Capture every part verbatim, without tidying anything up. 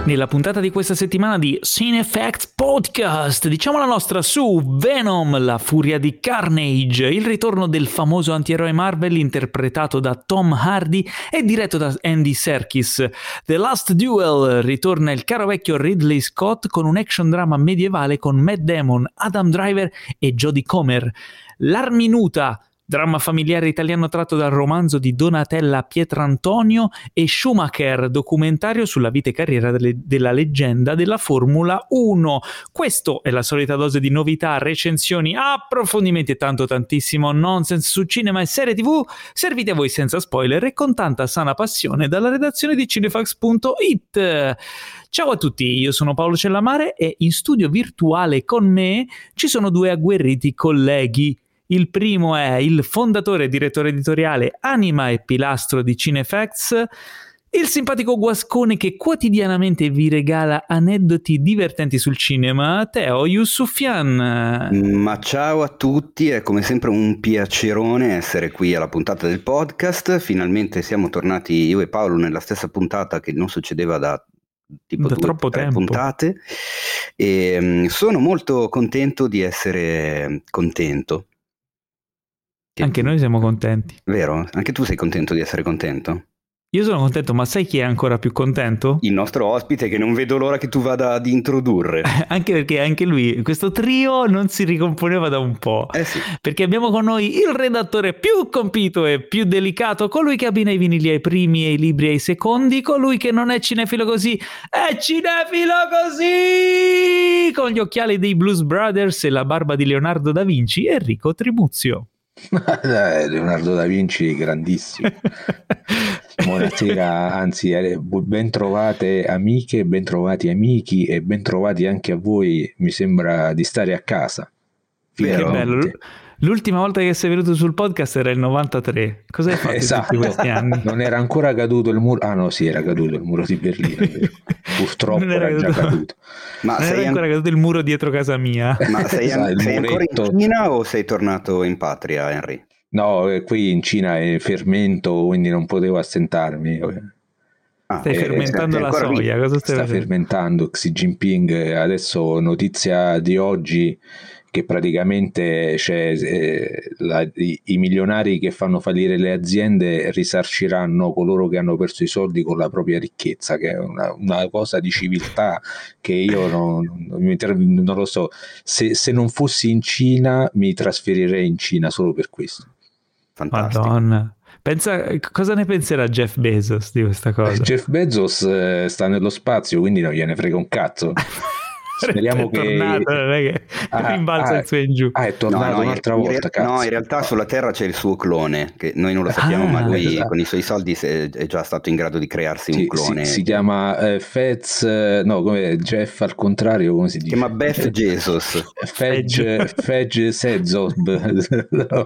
Nella puntata di questa settimana di Cinefacts Podcast diciamo la nostra su Venom, la furia di Carnage, il ritorno del famoso antieroe Marvel interpretato da Tom Hardy e diretto da Andy Serkis. The Last Duel, ritorna il caro vecchio Ridley Scott con un action drama medievale con Matt Damon, Adam Driver e Jodie Comer. L'Arminuta, dramma familiare italiano tratto dal romanzo di Donatella Pietrantonio, e Schumacher, documentario sulla vita e carriera delle, della leggenda della Formula uno. Questo è la solita dose di novità, recensioni, approfondimenti e tanto tantissimo nonsense su cinema e serie tv, serviti a voi senza spoiler e con tanta sana passione dalla redazione di cinefax punto it. Ciao a tutti, io sono Paolo Cellamare e in studio virtuale con me ci sono due agguerriti colleghi. Il primo è il fondatore e direttore editoriale, anima e pilastro di Cinefacts, il simpatico guascone che quotidianamente vi regala aneddoti divertenti sul cinema, Teo Yusufian. Ma ciao a tutti, è come sempre un piacerone essere qui alla puntata del podcast. Finalmente siamo tornati io e Paolo nella stessa puntata, che non succedeva da tipo da due, troppo tre tempo. puntate, e um, sono molto contento di essere contento. Che... Anche noi siamo contenti. Vero? Anche tu sei contento di essere contento? Io sono contento, ma sai chi è ancora più contento? Il nostro ospite, che non vedo l'ora che tu vada ad introdurre. Anche perché anche lui, questo trio non si ricomponeva da un po'. Eh sì. Perché abbiamo con noi il redattore più compito e più delicato, colui che abbina i vinili ai primi e i libri ai secondi, colui che non è cinefilo così, è cinefilo così! Con gli occhiali dei Blues Brothers e la barba di Leonardo da Vinci, Enrico Tribuzio. Leonardo da Vinci grandissimo. Buonasera, anzi ben trovate amiche, ben trovati amici e ben trovati anche a voi. Mi sembra di stare a casa. Che bello. L'ultima volta che sei venuto sul podcast era il novantatré. Cosa hai fatto esatto. in tutti questi anni? Non era ancora caduto il muro. Ah no, sì, era caduto il muro di Berlino. Purtroppo era, era già caduto. Ma non era ancora an... caduto il muro dietro casa mia. Ma sei, esatto, an... sei ancora in Cina o sei tornato in patria, Henry? No, qui in Cina è fermento, quindi non potevo assentarmi. Ah, stai eh, fermentando la soia. Cosa stai sta facendo? fermentando Xi Jinping. Adesso notizia di oggi che praticamente c'è, eh, la, i, i milionari che fanno fallire le aziende risarciranno coloro che hanno perso i soldi con la propria ricchezza, che è una, una cosa di civiltà che io non, non, non lo so. Se, se non fossi in Cina mi trasferirei in Cina solo per questo. Fantastico. Madonna. Pensa, cosa ne penserà Jeff Bezos di questa cosa? Eh, Jeff Bezos eh, sta nello spazio, quindi non gliene frega un cazzo. Speriamo è che tornato, non è che ah, rimbalza ah, in su e in giù. Ah, è tornato no, no, un'altra in, volta. In, cazzo. No, in realtà sulla Terra c'è il suo clone, che noi non lo sappiamo, ah, ma lui esatto. con i suoi soldi è già stato in grado di crearsi sì, un clone. Si, si chiama eh, Fez, no, come Jeff al contrario, come si dice? Si chiama Beth Jesus. Fedge Fedge Sezob.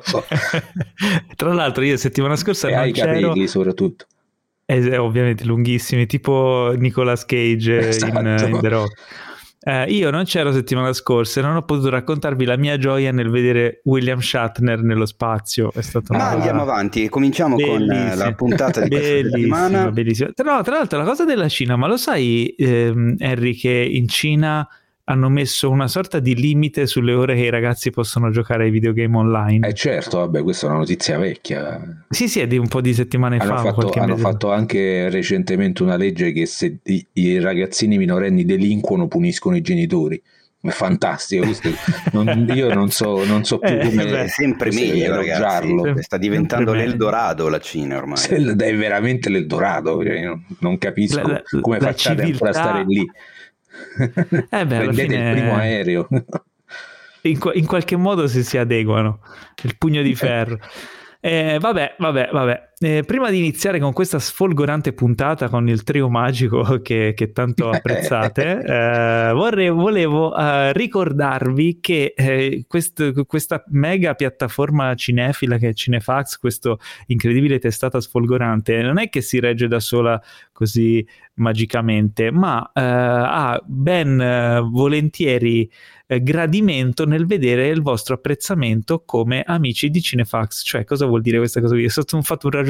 Tra l'altro io settimana scorsa e non hai i c'ero. capelli soprattutto. Eh, ovviamente lunghissimi, tipo Nicolas Cage esatto. in, in The Rock. Uh, io non c'ero settimana scorsa e non ho potuto raccontarvi la mia gioia nel vedere William Shatner nello spazio. È stato Ma una... andiamo avanti, cominciamo bellissimo. Con la puntata di questa settimana. Bellissimo. Tra, tra l'altro la cosa della Cina, ma lo sai ehm, Henry, che in Cina hanno messo una sorta di limite sulle ore che i ragazzi possono giocare ai videogame online? Eh certo, vabbè, questa è una notizia vecchia. Sì, sì, è di un po' di settimane hanno fa. Fatto, hanno fatto anche recentemente una legge che se i, i ragazzini minorenni delinquono puniscono i genitori. È fantastico. Questo, non, io non so, non so più eh, come beh, è sempre meglio, ragazzi. Sta diventando l'Eldorado la Cina ormai. È veramente l'Eldorado. Non, non capisco la, la, come la facciate civiltà... ancora a stare lì. Eh beh, prendete fine... il primo aereo. In, in qualche modo si si adeguano. Il pugno di ferro. Eh, vabbè, vabbè, vabbè. Eh, prima di iniziare con questa sfolgorante puntata con il trio magico che, che tanto apprezzate, eh, vorrei, volevo eh, ricordarvi che eh, quest, questa mega piattaforma cinefila che è Cinefax, questo incredibile testata sfolgorante, non è che si regge da sola così magicamente, ma eh, ha ben eh, volentieri eh, gradimento nel vedere il vostro apprezzamento come amici di Cinefax. Cioè, cosa vuol dire questa cosa qui? È stato un, fatto un ragionamento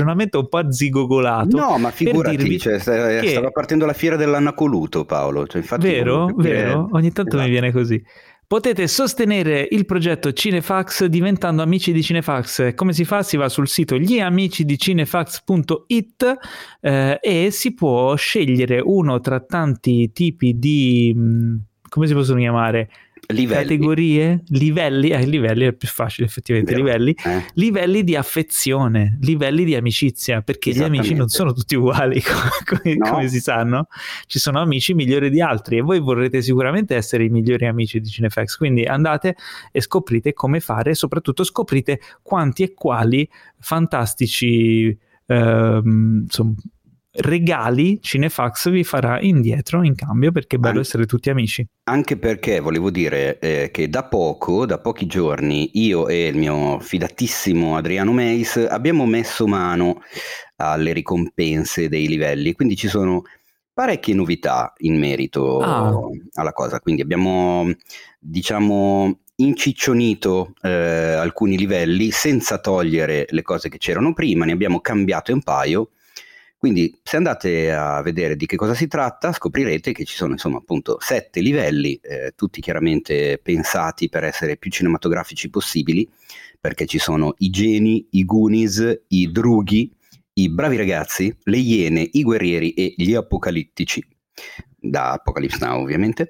ragionamento un po' azzigogolato. No, ma figurati, cioè, stava che... partendo la fiera dell'anacoluto, Paolo. Cioè, infatti vero, capire... vero, ogni tanto esatto. mi viene così. Potete sostenere il progetto Cinefax diventando amici di Cinefax. Come si fa? Si va sul sito gli amici di cinefax punto it eh, e si può scegliere uno tra tanti tipi di... Mh, come si possono chiamare? Livelli. Categorie, livelli, eh, livelli è più facile effettivamente, Vero. livelli, eh. livelli di affezione, livelli di amicizia, perché gli amici non sono tutti uguali, come, no. come si sanno, ci sono amici migliori di altri e voi vorrete sicuramente essere i migliori amici di Cinefax, quindi andate e scoprite come fare e soprattutto scoprite quanti e quali fantastici ehm, insomma, regali Cinefax vi farà indietro in cambio, perché è bello anche, essere tutti amici. Anche perché volevo dire eh, che da poco, da pochi giorni, io e il mio fidatissimo Adriano Meis abbiamo messo mano alle ricompense dei livelli, quindi ci sono parecchie novità in merito ah. alla cosa, quindi abbiamo diciamo inciccionito eh, alcuni livelli senza togliere le cose che c'erano prima, ne abbiamo cambiato un paio. Quindi se andate a vedere di che cosa si tratta scoprirete che ci sono insomma appunto sette livelli, eh, tutti chiaramente pensati per essere più cinematografici possibili, perché ci sono i geni, i Goonies, i drughi, i bravi ragazzi, le iene, i guerrieri e gli apocalittici, da Apocalypse Now ovviamente,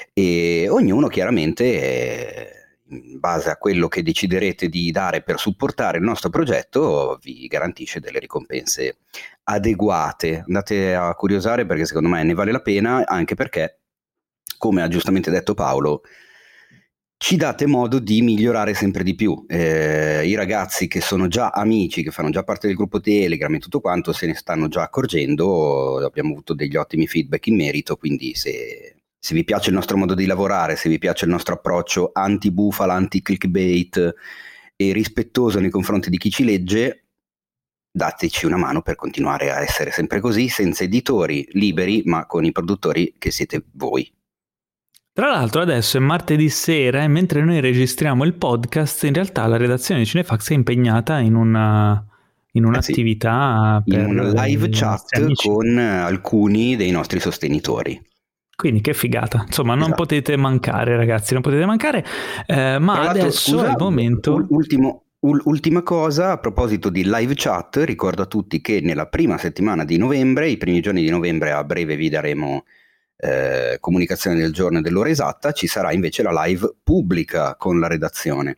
e ognuno chiaramente è... in base a quello che deciderete di dare per supportare il nostro progetto, vi garantisce delle ricompense adeguate. Andate a curiosare perché secondo me ne vale la pena, anche perché, come ha giustamente detto Paolo, ci date modo di migliorare sempre di più. Eh, i ragazzi che sono già amici, che fanno già parte del gruppo Telegram e tutto quanto, se ne stanno già accorgendo, abbiamo avuto degli ottimi feedback in merito, quindi se... Se vi piace il nostro modo di lavorare, se vi piace il nostro approccio anti-bufala, anti-clickbait e rispettoso nei confronti di chi ci legge, dateci una mano per continuare a essere sempre così, senza editori liberi, ma con i produttori che siete voi. Tra l'altro adesso è martedì sera e mentre noi registriamo il podcast, in realtà la redazione di Cinefax è impegnata in una... in un'attività eh sì, per in una live chat con alcuni dei nostri sostenitori. Quindi che figata, insomma non esatto. potete mancare ragazzi, non potete mancare, eh, ma adesso scusa, è il momento... Ultimo, ultima cosa, a proposito di live chat, ricordo a tutti che nella prima settimana di novembre, i primi giorni di novembre, a breve vi daremo eh, comunicazione del giorno e dell'ora esatta, ci sarà invece la live pubblica con la redazione.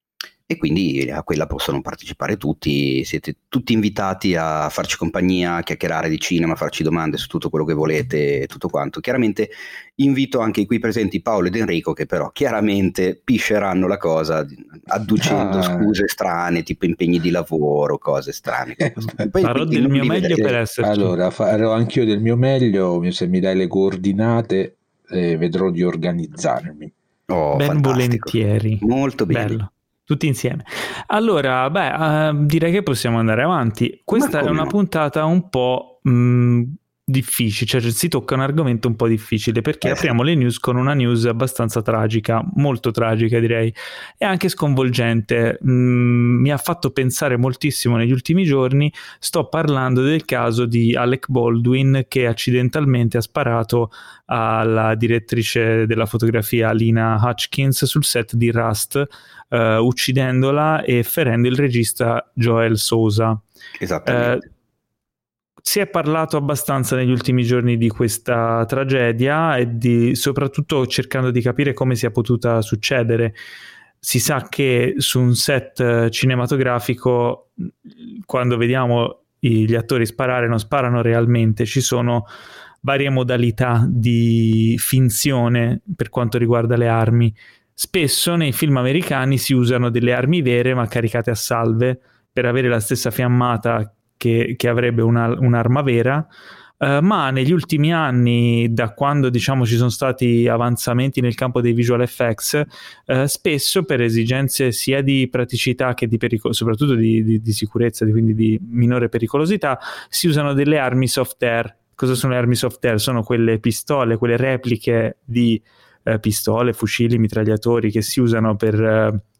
E quindi a quella possono partecipare tutti, siete tutti invitati a farci compagnia, a chiacchierare di cinema, a farci domande su tutto quello che volete e tutto quanto. Chiaramente invito anche i qui presenti Paolo ed Enrico, che però chiaramente pisceranno la cosa adducendo ah. scuse strane, tipo impegni di lavoro, cose strane. Poi, farò del mio meglio per esserci. Allora, farò anch'io del mio meglio, se mi dai le coordinate eh, vedrò di organizzarmi. Oh, ben fantastico. Volentieri. Molto bene. Bello. Tutti insieme. Allora, beh, uh, direi che possiamo andare avanti. Questa è una no? puntata un po' mh, difficile, cioè si tocca un argomento un po' difficile, perché eh, apriamo sì. le news con una news abbastanza tragica, molto tragica direi, e anche sconvolgente. Mm, mi ha fatto pensare moltissimo negli ultimi giorni. Sto parlando del caso di Alec Baldwin, che accidentalmente ha sparato alla direttrice della fotografia Lina Hutchins sul set di Rust, uh, uccidendola e ferendo il regista Joel Souza. Esattamente. Uh, Si è parlato abbastanza negli ultimi giorni di questa tragedia e di, soprattutto cercando di capire come sia potuta succedere. Si sa che su un set cinematografico, quando vediamo gli attori sparare, non sparano realmente, ci sono varie modalità di finzione per quanto riguarda le armi. Spesso nei film americani si usano delle armi vere ma caricate a salve per avere la stessa fiammata Che, che avrebbe una, un'arma vera, uh, ma negli ultimi anni, da quando diciamo ci sono stati avanzamenti nel campo dei visual effects, uh, spesso per esigenze sia di praticità che di pericolo, soprattutto di, di, di sicurezza, di, quindi di minore pericolosità, si usano delle armi soft air. Cosa sono le armi soft air? Sono quelle pistole, quelle repliche di uh, pistole, fucili, mitragliatori che si usano per uh,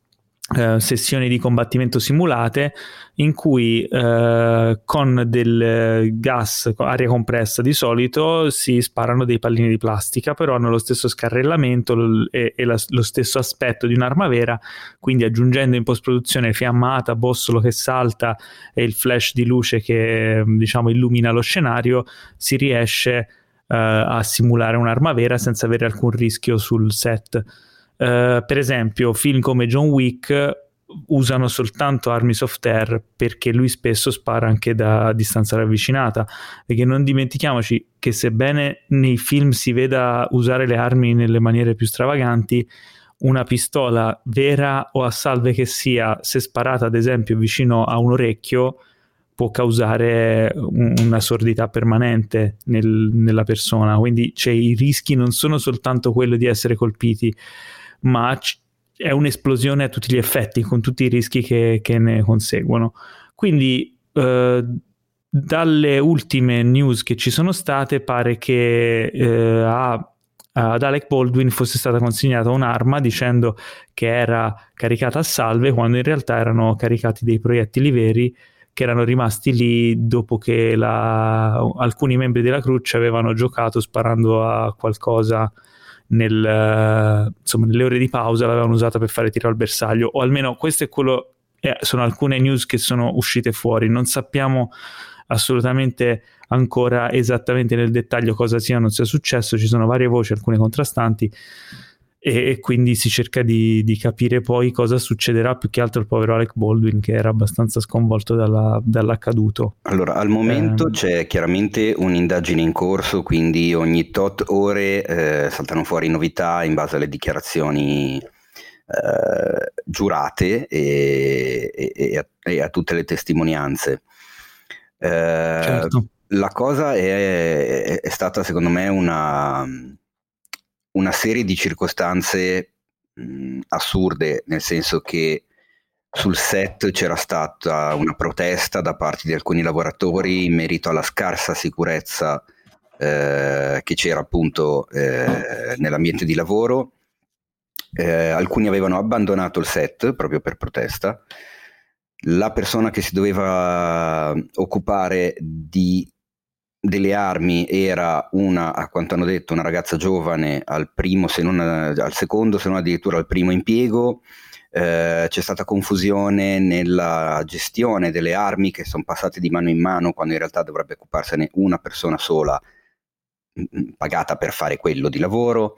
Uh, sessioni di combattimento simulate in cui uh, con del gas, aria compressa di solito, si sparano dei pallini di plastica, però hanno lo stesso scarrellamento l- e, e la, lo stesso aspetto di un'arma vera, quindi aggiungendo in post-produzione fiammata, bossolo che salta e il flash di luce che, diciamo, illumina lo scenario, si riesce uh, a simulare un'arma vera senza avere alcun rischio sul set. Uh, per esempio film come John Wick usano soltanto armi soft air perché lui spesso spara anche da distanza ravvicinata, perché non dimentichiamoci che sebbene nei film si veda usare le armi nelle maniere più stravaganti, una pistola vera o a salve che sia, se sparata ad esempio vicino a un orecchio, può causare un, una sordità permanente nel, nella persona. Quindi cioè, i rischi non sono soltanto quello di essere colpiti, ma c- è un'esplosione a tutti gli effetti, con tutti i rischi che, che ne conseguono. Quindi eh, dalle ultime news che ci sono state pare che eh, a, ad Alec Baldwin fosse stata consegnata un'arma dicendo che era caricata a salve, quando in realtà erano caricati dei proiettili veri che erano rimasti lì dopo che la, alcuni membri della crew ci avevano giocato sparando a qualcosa nel, insomma, nelle ore di pausa, l'avevano usata per fare tiro al bersaglio, o almeno questo è quello, eh, sono alcune news che sono uscite fuori. Non sappiamo assolutamente ancora esattamente nel dettaglio cosa sia o non sia successo, ci sono varie voci, alcune contrastanti, e, e quindi si cerca di, di capire poi cosa succederà. Più che altro il povero Alec Baldwin, che era abbastanza sconvolto dalla, dall'accaduto. Allora, al momento Eh, c'è chiaramente un'indagine in corso, quindi ogni tot ore eh, saltano fuori novità in base alle dichiarazioni eh, giurate e, e, e, a, e a tutte le testimonianze. Eh, certo. La cosa è, è stata, secondo me, una, una serie di circostanze mh, assurde, nel senso che sul set c'era stata una protesta da parte di alcuni lavoratori in merito alla scarsa sicurezza eh, che c'era appunto eh, nell'ambiente di lavoro. Eh, alcuni avevano abbandonato il set proprio per protesta. La persona che si doveva occupare di, delle armi era una, a quanto hanno detto, una ragazza giovane al primo, se non al secondo, se non addirittura al primo impiego. Eh, c'è stata confusione nella gestione delle armi che sono passate di mano in mano quando in realtà dovrebbe occuparsene una persona sola, mh, pagata per fare quello di lavoro.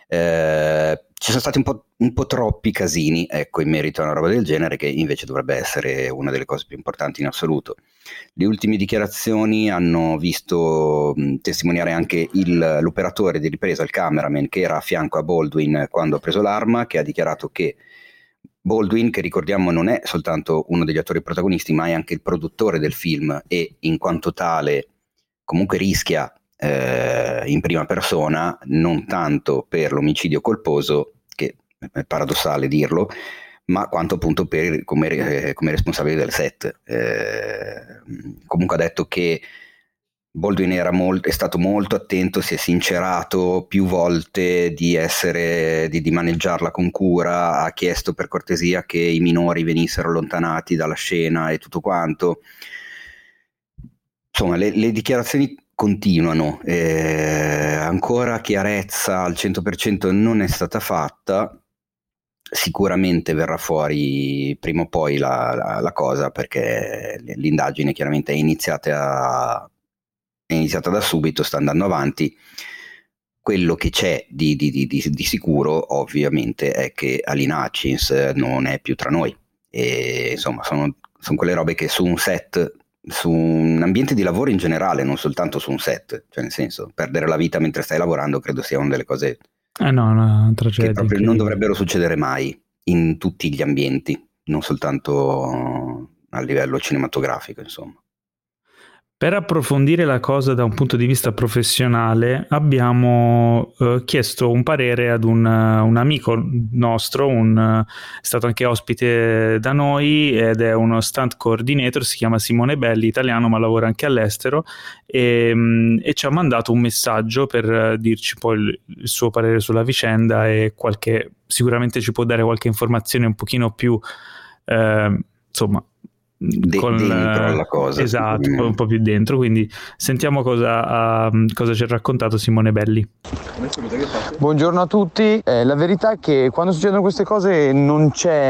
Eh, ci sono stati un po', un po' troppi casini, ecco, in merito a una roba del genere, che invece dovrebbe essere una delle cose più importanti in assoluto. Le ultime dichiarazioni hanno visto mh, testimoniare anche il, l'operatore di ripresa, il cameraman, che era a fianco a Baldwin quando ha preso l'arma, che ha dichiarato che Baldwin, che ricordiamo non è soltanto uno degli attori protagonisti, ma è anche il produttore del film, e in quanto tale comunque rischia eh, in prima persona, non tanto per l'omicidio colposo, che è paradossale dirlo, ma quanto appunto per, come, eh, come responsabile del set. Eh, comunque ha detto che Baldwin era molt, è stato molto attento, si è sincerato più volte di essere, di, di maneggiarla con cura, ha chiesto per cortesia che i minori venissero allontanati dalla scena e tutto quanto. Insomma, le, le dichiarazioni continuano, eh, ancora chiarezza al cento per cento non è stata fatta. Sicuramente verrà fuori prima o poi la, la, la cosa, perché l'indagine chiaramente è iniziata a è iniziata da subito, sta andando avanti. Quello che c'è di, di, di, di sicuro ovviamente è che Alina Hutchins non è più tra noi, e insomma sono, sono quelle robe che su un set, su un ambiente di lavoro in generale, non soltanto su un set, cioè nel senso, perdere la vita mentre stai lavorando credo sia una delle cose Eh no, una che tragedia proprio non incredibile. dovrebbero succedere mai in tutti gli ambienti, non soltanto a livello cinematografico, insomma. Per approfondire la cosa da un punto di vista professionale abbiamo eh, chiesto un parere ad un, un amico nostro, un, è stato anche ospite da noi ed è uno stunt coordinator, si chiama Simone Belli, italiano ma lavora anche all'estero, e, e ci ha mandato un messaggio per dirci poi il, il suo parere sulla vicenda e qualche, sicuramente ci può dare qualche informazione un pochino più eh, insomma De- con, dentro alla cosa, esatto, un po' più dentro, quindi sentiamo cosa, uh, cosa ci ha raccontato Simone Belli. Buongiorno a tutti, eh, la verità è che quando succedono queste cose non c'è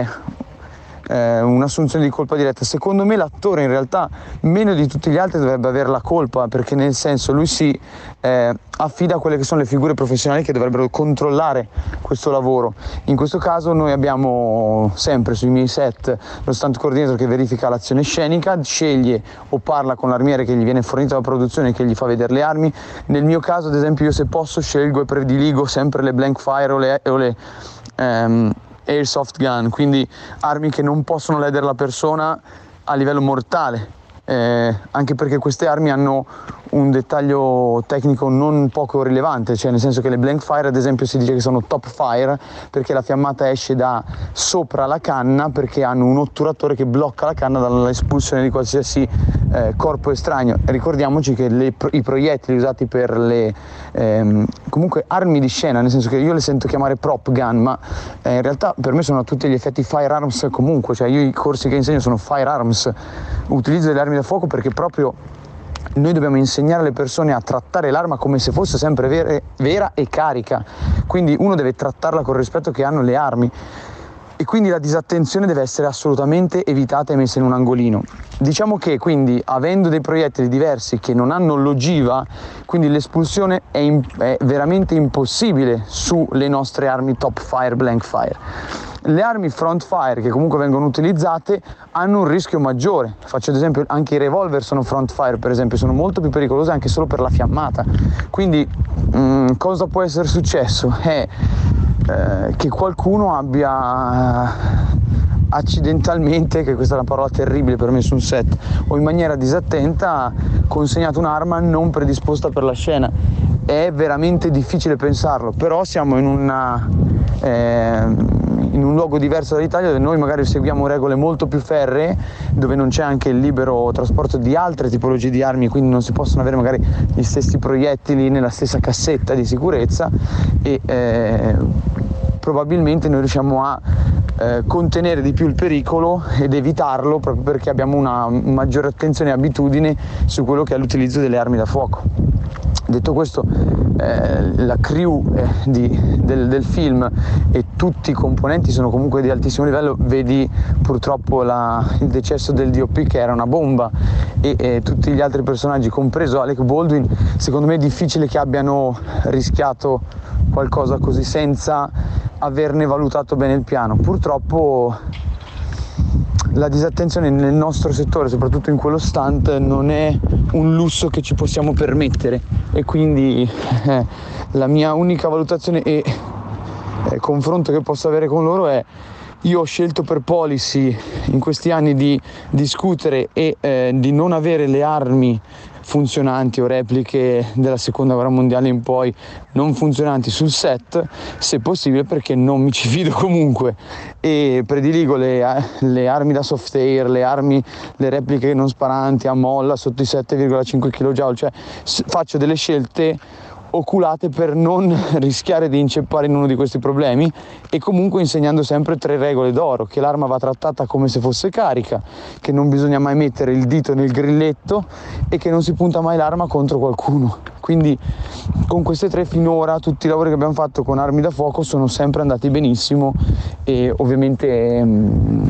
eh, un'assunzione di colpa diretta. Secondo me l'attore in realtà meno di tutti gli altri dovrebbe avere la colpa, perché nel senso lui si eh, affida a quelle che sono le figure professionali che dovrebbero controllare questo lavoro. In questo caso noi abbiamo sempre sui miei set lo stunt coordinator che verifica l'azione scenica, sceglie o parla con l'armiere che gli viene fornito dalla produzione, che gli fa vedere le armi. Nel mio caso ad esempio io, se posso, scelgo e prediligo sempre le blank fire o le, o le um, airsoft gun, quindi armi che non possono ledere la persona a livello mortale, eh, anche perché queste armi hanno un dettaglio tecnico non poco rilevante, cioè nel senso che le blank fire ad esempio si dice che sono top fire perché la fiammata esce da sopra la canna, perché hanno un otturatore che blocca la canna dall'espulsione di qualsiasi eh, corpo estraneo. Ricordiamoci che le, i proiettili usati per le ehm, comunque armi di scena, nel senso che io le sento chiamare prop gun, ma eh, in realtà per me sono a tutti gli effetti firearms comunque, cioè io i corsi che insegno sono firearms, utilizzo delle armi da fuoco perché proprio noi dobbiamo insegnare alle persone a trattare l'arma come se fosse sempre vera, vera e carica, quindi uno deve trattarla con il rispetto che hanno le armi e quindi la disattenzione deve essere assolutamente evitata e messa in un angolino. Diciamo che quindi, avendo dei proiettili diversi che non hanno l'ogiva, quindi l'espulsione è, in, è veramente impossibile sulle nostre armi top fire, blank fire. Le armi front fire che comunque vengono utilizzate hanno un rischio maggiore. Faccio ad esempio anche i revolver sono front fire, per esempio, sono molto più pericolose anche solo per la fiammata. Quindi mh, cosa può essere successo? È eh, che qualcuno abbia accidentalmente, che questa è una parola terribile per me su un set, o in maniera disattenta consegnato un'arma non predisposta per la scena. È veramente difficile pensarlo, però siamo in una eh, in un luogo diverso dall'Italia, dove noi magari seguiamo regole molto più ferree, dove non c'è anche il libero trasporto di altre tipologie di armi, quindi non si possono avere magari gli stessi proiettili nella stessa cassetta di sicurezza e eh, probabilmente noi riusciamo a eh, contenere di più il pericolo ed evitarlo, proprio perché abbiamo una maggiore attenzione e abitudine su quello che è l'utilizzo delle armi da fuoco. Detto questo, eh, la crew eh, di, del, del film e tutti i componenti sono comunque di altissimo livello. Vedi purtroppo la, il decesso del D O P, che era una bomba, e, e tutti gli altri personaggi, compreso Alec Baldwin. Secondo me è difficile che abbiano rischiato qualcosa così senza averne valutato bene il piano. Purtroppo la disattenzione nel nostro settore, soprattutto in quello stunt, non è un lusso che ci possiamo permettere, e quindi eh, la mia unica valutazione e eh, confronto che posso avere con loro è: io ho scelto per policy in questi anni di discutere e eh, di non avere le armi funzionanti o repliche della seconda guerra mondiale in poi non funzionanti sul set, se possibile, perché non mi ci fido comunque, e prediligo le, le armi da soft air, le armi, le repliche non sparanti a molla sotto i sette virgola cinque chilojoule, cioè faccio delle scelte oculate per non rischiare di inceppare in uno di questi problemi, e comunque insegnando sempre tre regole d'oro: che l'arma va trattata come se fosse carica, che non bisogna mai mettere il dito nel grilletto e che non si punta mai l'arma contro qualcuno. Quindi con queste tre finora tutti i lavori che abbiamo fatto con armi da fuoco sono sempre andati benissimo, e ovviamente mh,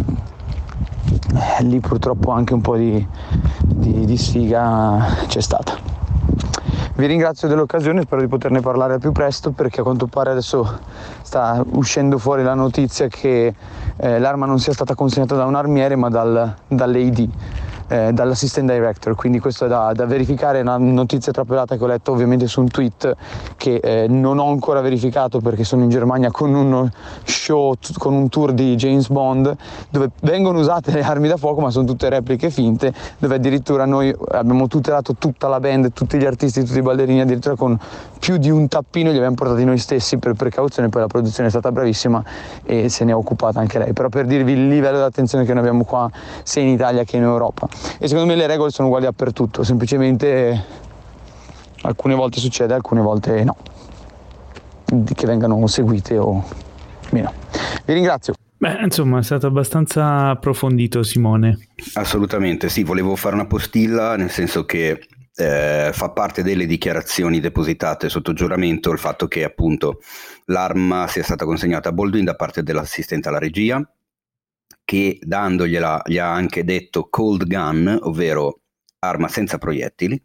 lì purtroppo anche un po' di, di, di sfiga c'è stata. Vi ringrazio dell'occasione, spero di poterne parlare al più presto, perché a quanto pare adesso sta uscendo fuori la notizia che eh, l'arma non sia stata consegnata da un armiere ma dal, dall'A D. eh, dall'assistant director, quindi questo è da, da verificare. È una notizia trapelata che ho letto ovviamente su un tweet che eh, non ho ancora verificato perché sono in Germania con uno show, con un tour di James Bond dove vengono usate le armi da fuoco ma sono tutte repliche finte, dove addirittura noi abbiamo tutelato tutta la band, tutti gli artisti, tutti i ballerini, addirittura con più di un tappino li abbiamo portati noi stessi per precauzione. Poi la produzione è stata bravissima e se ne è occupata anche lei, però per dirvi il livello di attenzione che noi abbiamo qua sia in Italia che in Europa. E secondo me le regole sono uguali dappertutto, semplicemente alcune volte succede, alcune volte no, che vengano seguite o meno. Vi ringrazio. Beh, insomma, è stato abbastanza approfondito, Simone. Assolutamente, sì, volevo fare una postilla, nel senso che eh, fa parte delle dichiarazioni depositate sotto giuramento il fatto che appunto l'arma sia stata consegnata a Baldwin da parte dell'assistente alla regia, che dandogliela gli ha anche detto cold gun, ovvero arma senza proiettili,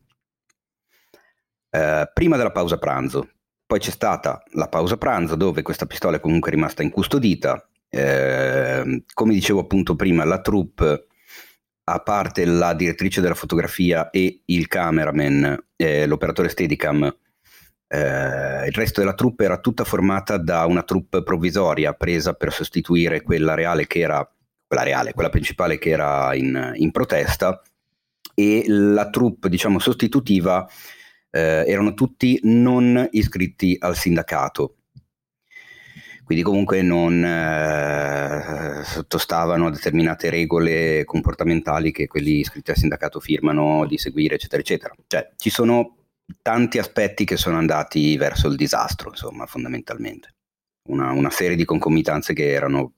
eh, prima della pausa pranzo. Poi c'è stata la pausa pranzo dove questa pistola è comunque rimasta incustodita. Eh, come dicevo appunto prima, la troupe, a parte la direttrice della fotografia e il cameraman, eh, l'operatore Steadicam, eh, il resto della troupe era tutta formata da una troupe provvisoria presa per sostituire quella reale che era quella reale, quella principale che era in, in protesta, e la troupe diciamo sostitutiva eh, erano tutti non iscritti al sindacato. Quindi comunque non eh, sottostavano a determinate regole comportamentali che quelli iscritti al sindacato firmano di seguire, eccetera, eccetera. Cioè ci sono tanti aspetti che sono andati verso il disastro, insomma, fondamentalmente. Una, una serie di concomitanze che erano,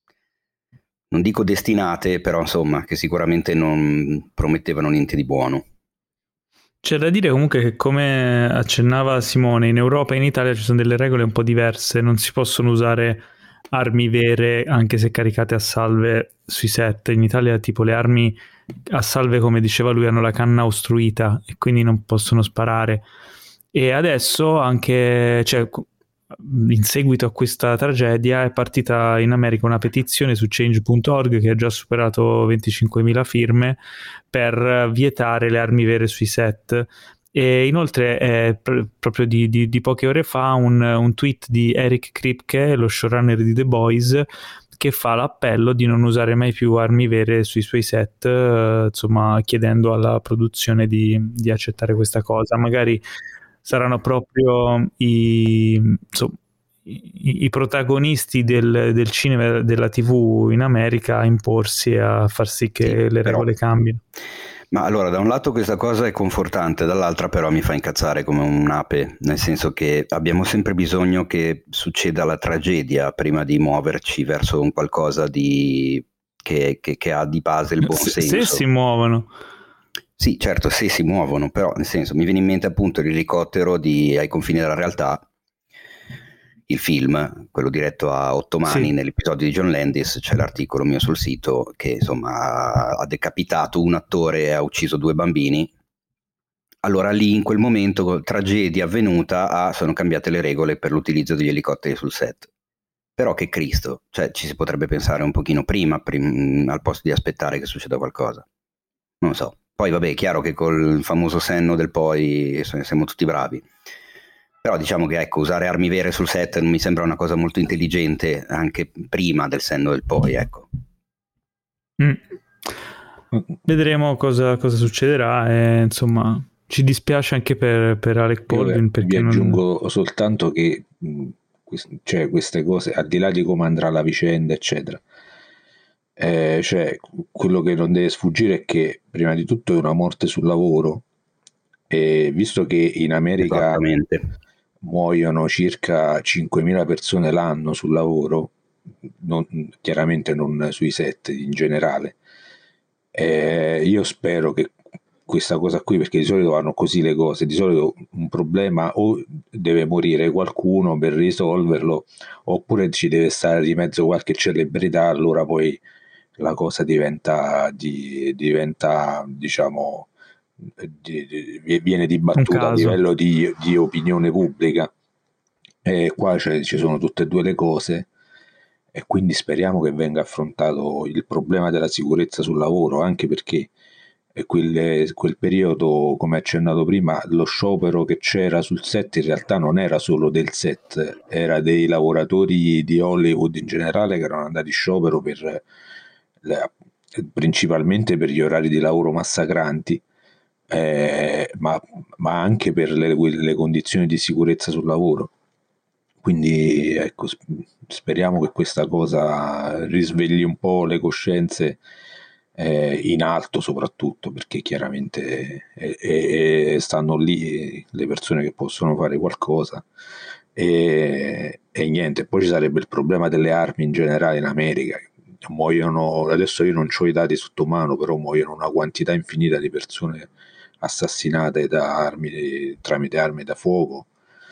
non dico destinate, però insomma, che sicuramente non promettevano niente di buono. C'è da dire comunque che, come accennava Simone, in Europa e in Italia ci sono delle regole un po' diverse, non si possono usare armi vere anche se caricate a salve sui set. In Italia tipo le armi a salve, come diceva lui, hanno la canna ostruita e quindi non possono sparare. E adesso anche, cioè, in seguito a questa tragedia è partita in America una petizione su change punto org che ha già superato venticinquemila firme per vietare le armi vere sui set. E inoltre è pr- proprio di, di, di poche ore fa un, un tweet di Eric Kripke, lo showrunner di The Boys, che fa l'appello di non usare mai più armi vere sui suoi set, eh, insomma chiedendo alla produzione di, di accettare questa cosa. Magari saranno proprio i, insomma, i, i protagonisti del, del cinema e della tivù in America a imporsi e a far sì che sì, le regole però cambino. Ma allora, da un lato questa cosa è confortante, dall'altra però mi fa incazzare come un'ape, nel senso che abbiamo sempre bisogno che succeda la tragedia prima di muoverci verso un qualcosa di che, che, che ha di base il buon se, senso. Se si muovono. Sì, certo, se si muovono, però nel senso mi viene in mente appunto l'elicottero di Ai confini della realtà, il film, quello diretto a Ottomani, sì. Nell'episodio di John Landis c'è l'articolo mio sul sito che insomma ha decapitato un attore e ha ucciso due bambini. Allora lì in quel momento, tragedia avvenuta, ah, sono cambiate le regole per l'utilizzo degli elicotteri sul set. Però che Cristo, cioè ci si potrebbe pensare un pochino prima, prim- al posto di aspettare che succeda qualcosa. Non so. Poi vabbè, è chiaro che col famoso senno del poi siamo tutti bravi. Però diciamo che ecco, usare armi vere sul set non mi sembra una cosa molto intelligente anche prima del senno del poi, ecco. Mm. Vedremo cosa, cosa succederà e insomma ci dispiace anche per, per Alec Baldwin. Io perché vi aggiungo non... soltanto che cioè, queste cose, al di là di come andrà la vicenda, eccetera, eh, cioè, quello che non deve sfuggire è che prima di tutto è una morte sul lavoro, e visto che in America muoiono circa cinquemila persone l'anno sul lavoro, non, chiaramente non sui set in generale, eh, io spero che questa cosa qui, perché di solito vanno così le cose, di solito un problema o deve morire qualcuno per risolverlo oppure ci deve stare di mezzo qualche celebrità, allora poi la cosa diventa, di, diventa diciamo di, di, viene dibattuta a livello di, di opinione pubblica, e qua cioè, ci sono tutte e due le cose, e quindi speriamo che venga affrontato il problema della sicurezza sul lavoro, anche perché e quel, quel periodo, come accennato prima, lo sciopero che c'era sul set in realtà non era solo del set, era dei lavoratori di Hollywood in generale che erano andati in sciopero per, le, principalmente per gli orari di lavoro massacranti, eh, ma, ma anche per le, le condizioni di sicurezza sul lavoro. Quindi ecco, speriamo che questa cosa risvegli un po' le coscienze, eh, in alto soprattutto, perché chiaramente eh, eh, stanno lì le persone che possono fare qualcosa, e, e niente. Poi ci sarebbe il problema delle armi in generale in America. Muoiono, adesso io non ho i dati sotto mano, però muoiono una quantità infinita di persone assassinate da armi, tramite armi da fuoco.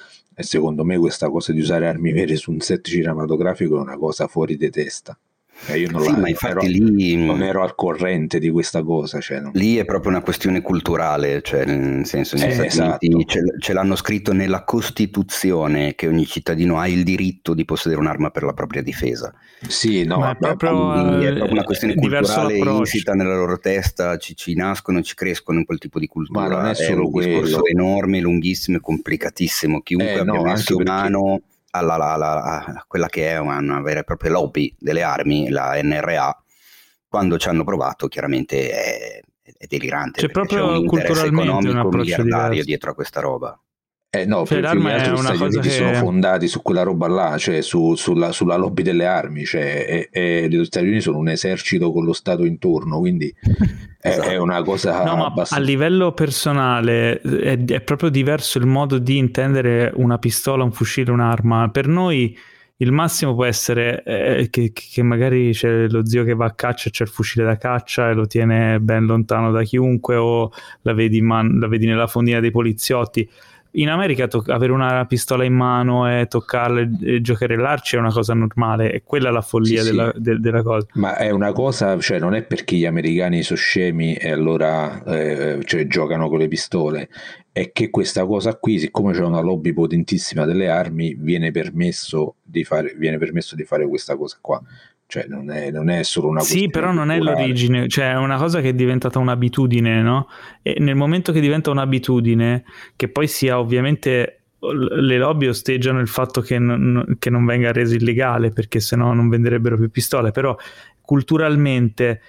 E secondo me questa cosa di usare armi vere su un set cinematografico è una cosa fuori di testa. Eh, io non, sì, la, ma infatti ero, lì, non ero al corrente di questa cosa. Cioè non... Lì è proprio una questione culturale, cioè nel senso negli eh, Stati esatto. Uniti ce, ce l'hanno scritto nella Costituzione che ogni cittadino ha il diritto di possedere un'arma per la propria difesa. Sì, no, ma è proprio, quindi è proprio una questione culturale insita nella loro testa, ci, ci nascono, ci crescono in quel tipo di cultura. Ma non è solo è un quello. discorso enorme, lunghissimo e complicatissimo. Chiunque eh, abbia no, messo perché... mano alla, alla, alla, a quella che è una, una vera e propria lobby delle armi, la N R A, quando ci hanno provato, chiaramente è, è delirante. C'è proprio c'è un interesse economico un miliardario diverso. dietro a questa roba. Eh no, cioè, perché gli altri Stati Uniti che... sono fondati su quella roba là, cioè su, sulla, sulla lobby delle armi, cioè, e, e gli Stati Uniti sono un esercito con lo Stato intorno, quindi è, esatto. È una cosa no, ma abbastanza... a livello personale è, è proprio diverso il modo di intendere una pistola, un fucile, un'arma. Per noi il massimo può essere eh, che, che magari c'è lo zio che va a caccia e c'è il fucile da caccia e lo tiene ben lontano da chiunque, o la vedi, in man- la vedi nella fondina dei poliziotti. In America to- avere una pistola in mano e toccarla e giocherellarci è una cosa normale, e quella è la follia sì, della, sì. de- della cosa. Ma è una cosa, cioè non è perché gli americani sono scemi e allora eh, cioè, giocano con le pistole, è che questa cosa qui, siccome c'è una lobby potentissima delle armi, viene permesso di fare, viene permesso di fare questa cosa qua. Cioè non è, non è solo una questione sì, però non culturale. è l'origine, cioè è una cosa che è diventata un'abitudine, no? E nel momento che diventa un'abitudine, che poi sia ovviamente, le lobby osteggiano il fatto che non, che non venga reso illegale, perché sennò non venderebbero più pistole, però culturalmente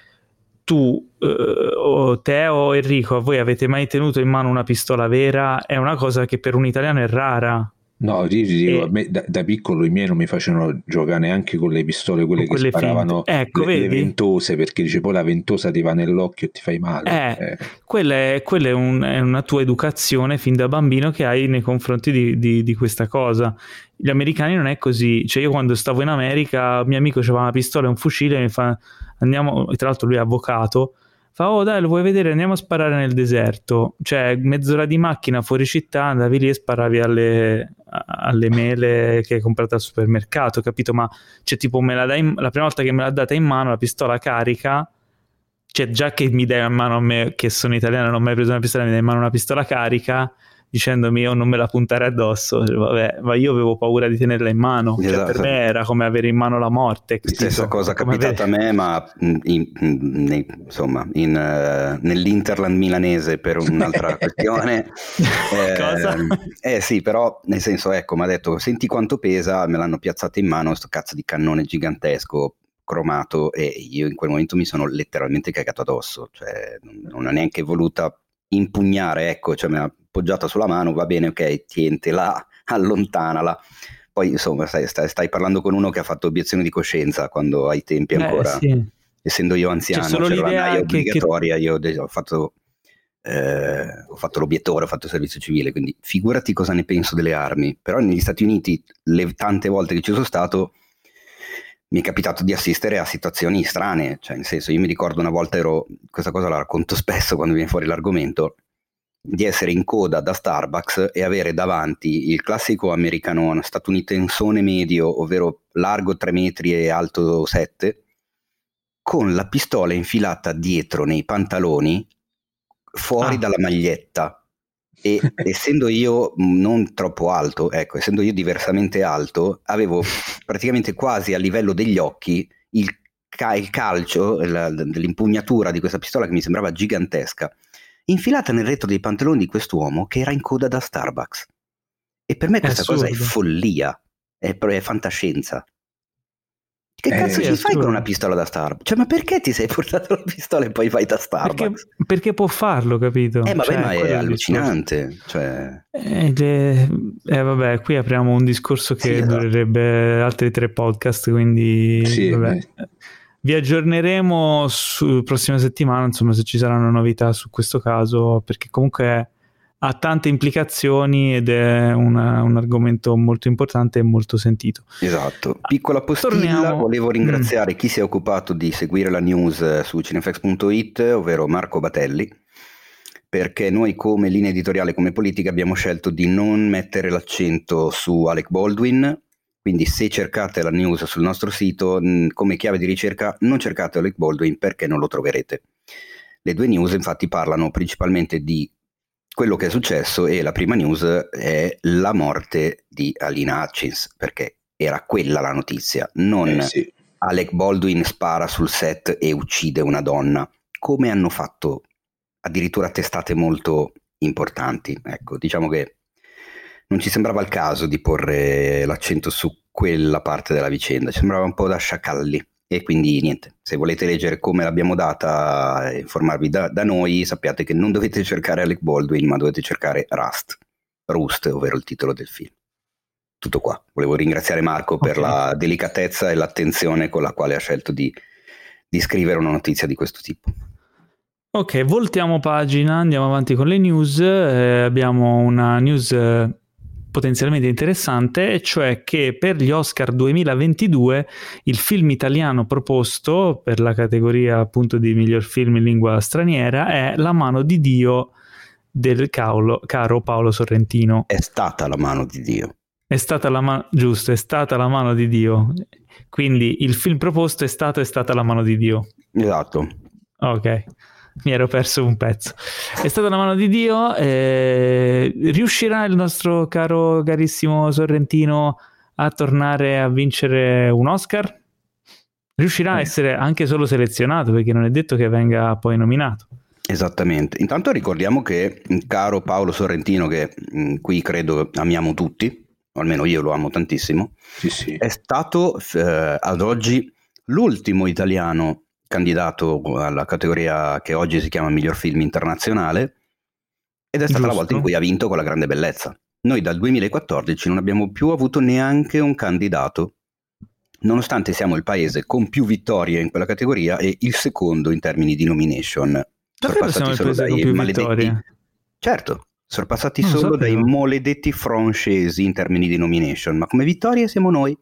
tu eh, o te o Enrico, voi avete mai tenuto in mano una pistola vera? È una cosa che per un italiano è rara. No, io ti dico, E... a me da, da piccolo i miei non mi facevano giocare neanche con le pistole, quelle, quelle che sparavano, ecco, le, vedi? le ventose, perché dice poi la ventosa ti va nell'occhio e ti fai male. Eh, eh. Quella, è, quella è, un, è una tua educazione fin da bambino che hai nei confronti di, di, di questa cosa. Gli americani non è così. Cioè, io quando stavo in America, mio amico aveva una pistola e un fucile e mi fa, andiamo, tra l'altro lui è avvocato, fa, oh dai, lo vuoi vedere, andiamo a sparare nel deserto. Cioè, mezz'ora di macchina fuori città, andavi lì e sparavi alle, alle mele che hai comprato al supermercato, capito? Ma cioè, tipo, me la, dai in, la prima volta che me l'ha data in mano, la pistola carica, cioè già che mi dai in mano a me, che sono italiano, non ho mai preso una pistola, mi dai in mano una pistola carica, dicendomi oh non me la puntare addosso, cioè, vabbè, ma io avevo paura di tenerla in mano, esatto. Cioè, per me era come avere in mano la morte. Stessa cosa capitata avere... a me, ma in, in, in, insomma in, uh, nell'Interland milanese per un'altra questione. eh, cosa? Eh sì, però nel senso, ecco, mi ha detto senti quanto pesa, me l'hanno piazzato in mano sto cazzo di cannone gigantesco cromato, e io in quel momento mi sono letteralmente cagato addosso, cioè non, non ho neanche voluta impugnare, ecco, cioè mi ha appoggiata sulla mano, va bene, ok, tientela, allontanala. Poi insomma stai, stai, stai parlando con uno che ha fatto obiezione di coscienza quando ai tempi ancora, eh, sì. Essendo io anziano, c'è solo c'era l'idea l'andaia obbligatoria, che... io ho fatto, eh, ho fatto l'obiettore, ho fatto il servizio civile, quindi figurati cosa ne penso delle armi. Però negli Stati Uniti, le tante volte che ci sono stato, mi è capitato di assistere a situazioni strane, cioè nel senso, io mi ricordo una volta ero, questa cosa la racconto spesso quando viene fuori l'argomento, di essere in coda da Starbucks e avere davanti il classico americano statunitensone medio, ovvero largo tre metri e alto sette, con la pistola infilata dietro nei pantaloni, fuori ah. dalla maglietta. E essendo io non troppo alto, ecco, essendo io diversamente alto, avevo praticamente quasi a livello degli occhi il il calcio, la, l'impugnatura di questa pistola che mi sembrava gigantesca, infilata nel retro dei pantaloni di quest'uomo che era in coda da Starbucks. E per me questa cosa è follia, è, è fantascienza. Che eh, cazzo ci fai con una pistola da Starbucks? Cioè, ma perché ti sei portato la pistola e poi vai da Starbucks? Perché, perché può farlo, capito? Eh, vabbè, cioè, ma è allucinante. Cioè... Eh, le... eh, vabbè, qui apriamo un discorso che sì, esatto. durerebbe altri tre podcast, quindi sì, vabbè. Vi aggiorneremo su prossima settimana, insomma, se ci saranno novità su questo caso, perché comunque ha tante implicazioni ed è una, un argomento molto importante e molto sentito. Esatto. Piccola postilla, Torniamo. volevo ringraziare mm. chi si è occupato di seguire la news su cinefx punto it, ovvero Marco Batelli, perché noi come linea editoriale, come politica, abbiamo scelto di non mettere l'accento su Alec Baldwin, quindi se cercate la news sul nostro sito, come chiave di ricerca non cercate Alec Baldwin perché non lo troverete. Le due news infatti parlano principalmente di quello che è successo e la prima news è la morte di Alina Hutchins, perché era quella la notizia, non eh sì. Alec Baldwin spara sul set e uccide una donna, come hanno fatto addirittura testate molto importanti. Ecco, diciamo che non ci sembrava il caso di porre l'accento su quella parte della vicenda, ci sembrava un po' da sciacalli. E quindi niente, se volete leggere come l'abbiamo data e informarvi da, da noi, sappiate che non dovete cercare Alec Baldwin, ma dovete cercare Rust, Rust, ovvero il titolo del film. Tutto qua. Volevo ringraziare Marco okay. per la delicatezza e l'attenzione con la quale ha scelto di, di scrivere una notizia di questo tipo. Ok, voltiamo pagina, andiamo avanti con le news. Eh, abbiamo una news eh, potenzialmente interessante, e cioè che per gli Oscar duemilaventidue il film italiano proposto per la categoria appunto di miglior film in lingua straniera è La mano di Dio del caulo, caro Paolo Sorrentino. È stata la mano di Dio. È stata la mano, giusto, è stata la mano di Dio. Quindi il film proposto è stato è stata la mano di Dio. Esatto. Ok. Mi ero perso un pezzo. È stata la mano di Dio. Eh, riuscirà il nostro caro carissimo Sorrentino a tornare a vincere un Oscar? Riuscirà eh. a essere anche solo selezionato, perché non è detto che venga poi nominato. Esattamente. Intanto ricordiamo che il caro Paolo Sorrentino, che mh, qui credo amiamo tutti, o almeno io lo amo tantissimo, sì, sì. è stato eh, ad oggi l'ultimo italiano candidato alla categoria che oggi si chiama miglior film internazionale, ed è stata Giusto. la volta in cui ha vinto con La grande bellezza. Noi dal duemilaquattordici non abbiamo più avuto neanche un candidato, nonostante siamo il paese con più vittorie in quella categoria e il secondo in termini di nomination. Davvero siamo il paese con più maledetti... vittorie? Certo, sorpassati non solo sapevo. dai maledetti francesi in termini di nomination, ma come vittorie siamo noi.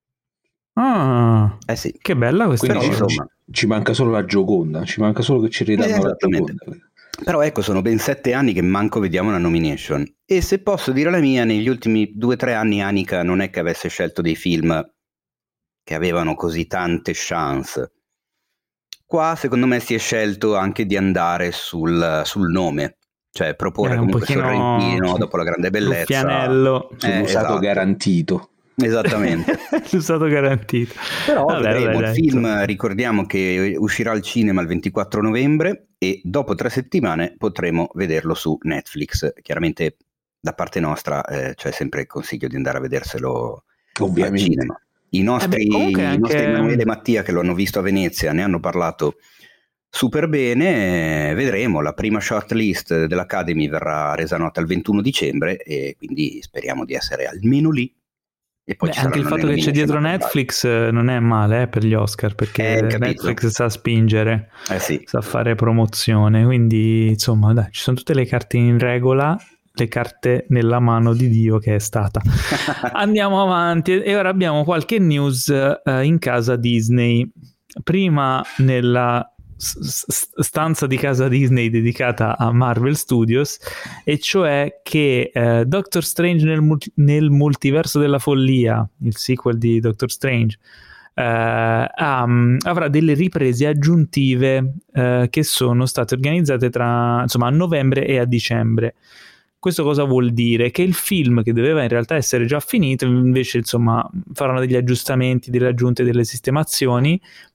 Ah, eh sì. Che bella questa Quindi cosa. Insomma, ci manca solo la Gioconda, ci manca solo che ci ridanno la Gioconda. Però ecco, sono ben sette anni che manco vediamo una nomination, e se posso dire la mia, negli ultimi due o tre anni Anica non è che avesse scelto dei film che avevano così tante chance. Qua secondo me si è scelto anche di andare sul, sul nome, cioè proporre eh, comunque pochino... Sorrentino dopo La grande bellezza, Ruffianello, eh, usato esatto. garantito. Esattamente. L'usato garantito. Però vabbè, vedremo vabbè, il film, insomma. Ricordiamo che uscirà al cinema il ventiquattro novembre e dopo tre settimane potremo vederlo su Netflix. Chiaramente da parte nostra eh, c'è sempre il consiglio di andare a vederselo Ovviamente. al cinema. I nostri, eh beh, i anche... nostri Emanuele e Mattia, che lo hanno visto a Venezia, ne hanno parlato super bene. Vedremo, la prima shortlist dell'Academy verrà resa nota il ventuno dicembre e quindi speriamo di essere almeno lì. E poi Beh, anche il fatto che c'è dietro Netflix non è male eh, per gli Oscar, perché eh, Netflix sa spingere, eh sì. sa fare promozione, quindi insomma dai, ci sono tutte le carte in regola, le carte nella mano di Dio che è stata. Andiamo avanti e ora abbiamo qualche news uh, in casa Disney. Prima nella stanza di casa Disney dedicata a Marvel Studios, e cioè che eh, Doctor Strange nel, multi- nel multiverso della follia, il sequel di Doctor Strange, eh, um, avrà delle riprese aggiuntive eh, che sono state organizzate tra insomma a novembre e a dicembre. Questo cosa vuol dire? Che il film, che doveva in realtà essere già finito, invece insomma faranno degli aggiustamenti, delle aggiunte, delle sistemazioni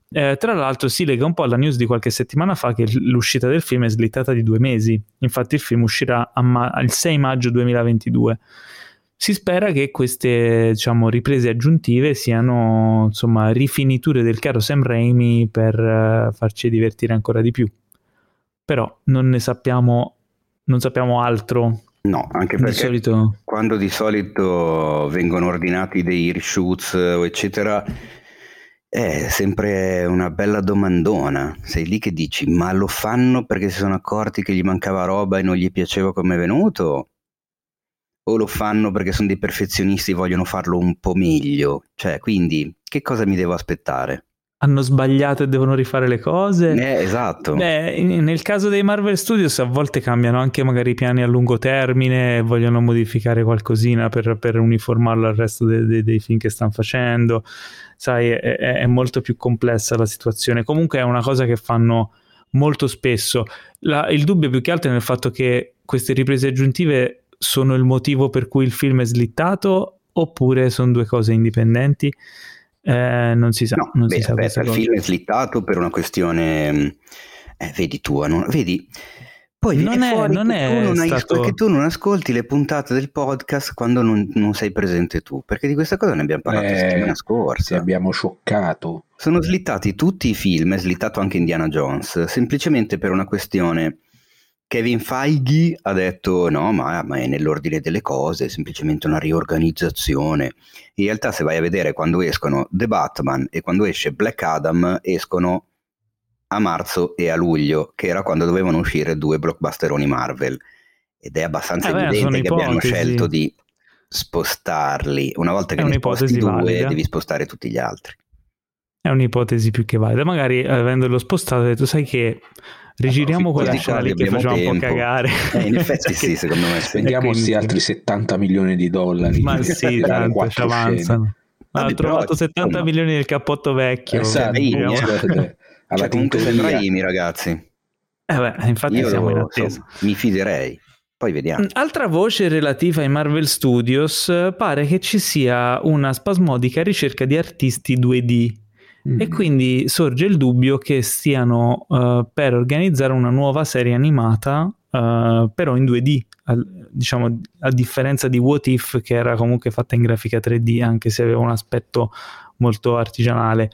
Eh, tra l'altro si lega un po' alla news di qualche settimana fa che l'uscita del film è slittata di due mesi, infatti il film uscirà a ma- il sei maggio duemilaventidue. Si spera che queste, diciamo, riprese aggiuntive siano, insomma, rifiniture del caro Sam Raimi per uh, farci divertire ancora di più, però non ne sappiamo non sappiamo altro. No, anche perché di solito... quando di solito vengono ordinati dei reshoots eccetera, è sempre una bella domandona. Sei lì che dici, ma lo fanno perché si sono accorti che gli mancava roba e non gli piaceva come è venuto? O lo fanno perché sono dei perfezionisti e vogliono farlo un po' meglio? Cioè, quindi, che cosa mi devo aspettare? Hanno sbagliato e devono rifare le cose? Eh, esatto. Beh, nel caso dei Marvel Studios a volte cambiano anche magari i piani a lungo termine, vogliono modificare qualcosina per, per uniformarlo al resto de, de, dei film che stanno facendo. Sai, è, è molto più complessa la situazione. Comunque è una cosa che fanno molto spesso. La, il dubbio più che altro è nel fatto che queste riprese aggiuntive sono il motivo per cui il film è slittato, oppure sono due cose indipendenti. Eh, non si sa. No, non beh, si sa aspetta, il film è slittato per una questione, eh, vedi tu, non, vedi, poi non viene è, fuori non che, è tu non hai, stato... che tu non ascolti le puntate del podcast quando non, non sei presente tu, perché di questa cosa ne abbiamo parlato la Eh, settimana scorsa. Ti abbiamo scioccato. Sono slittati tutti i film, è slittato anche Indiana Jones, semplicemente per una questione. Kevin Feige ha detto no, ma, ma è nell'ordine delle cose, è semplicemente una riorganizzazione. In realtà se vai a vedere quando escono The Batman e quando esce Black Adam, escono a marzo e a luglio, che era quando dovevano uscire due blockbusteroni Marvel, ed è abbastanza eh beh, evidente che ipotesi. abbiano scelto di spostarli. Una volta che È ne sposti due, valida. devi spostare tutti gli altri. È un'ipotesi più che valida. Magari avendolo spostato hai detto, sai che rigiriamo quella Così scena lì che abbiamo faceva un po' tempo. cagare. Eh, in effetti sì, secondo me sì. Spendiamo questi altri settanta milioni di dollari. Ma sì, tanto ci avanzano. Ma Vabbè, ho trovato però, settanta insomma, milioni nel cappotto vecchio. Esatto, Raimi, eh. alla Cioè, comunque tintoria. sembra Raimi, ragazzi. Eh beh, infatti Io siamo in lo, attesa. insomma, mi fiderei. Poi vediamo. Altra voce relativa ai Marvel Studios, pare che ci sia una spasmodica ricerca di artisti due D. Mm. E quindi sorge il dubbio che stiano uh, per organizzare una nuova serie animata, uh, però in due D, a, diciamo a differenza di What If, che era comunque fatta in grafica tre D, anche se aveva un aspetto molto artigianale.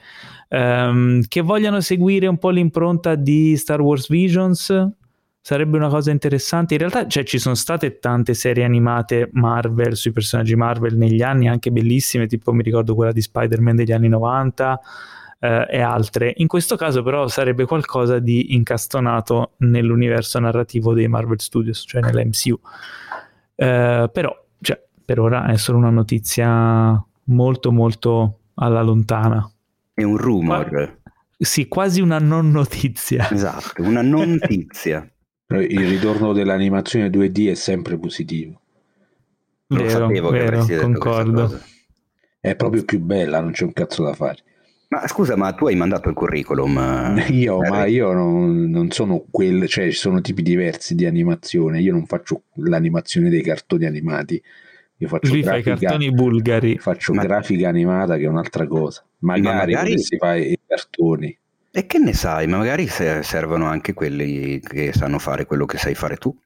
Um, che vogliano seguire un po' l'impronta di Star Wars Visions. Sarebbe una cosa interessante. In realtà, cioè, ci sono state tante serie animate Marvel sui personaggi Marvel negli anni, anche bellissime, tipo mi ricordo quella di Spider-Man degli anni novanta eh, e altre. In questo caso però sarebbe qualcosa di incastonato nell'universo narrativo dei Marvel Studios, cioè nell'M C U. Eh, però, cioè, per ora è solo una notizia molto molto alla lontana. È un rumor. Qua- sì, quasi una non notizia. Esatto, una non notizia. Il ritorno dell'animazione due D è sempre positivo. Lo Vero, sapevo che vero, avresti detto concordo. questa cosa. È proprio più bella, non c'è un cazzo da fare. Ma scusa, ma tu hai mandato il curriculum? Io, Harry? ma io non, non sono quel, cioè ci sono tipi diversi di animazione. Io non faccio l'animazione dei cartoni animati. Io faccio Lui fa i grafica, cartoni bulgari. faccio Ma- grafica animata, che è un'altra cosa. Magari, Ma magari- potessi fare i cartoni. E che ne sai? Ma magari se- servono anche quelli che sanno fare quello che sai fare tu.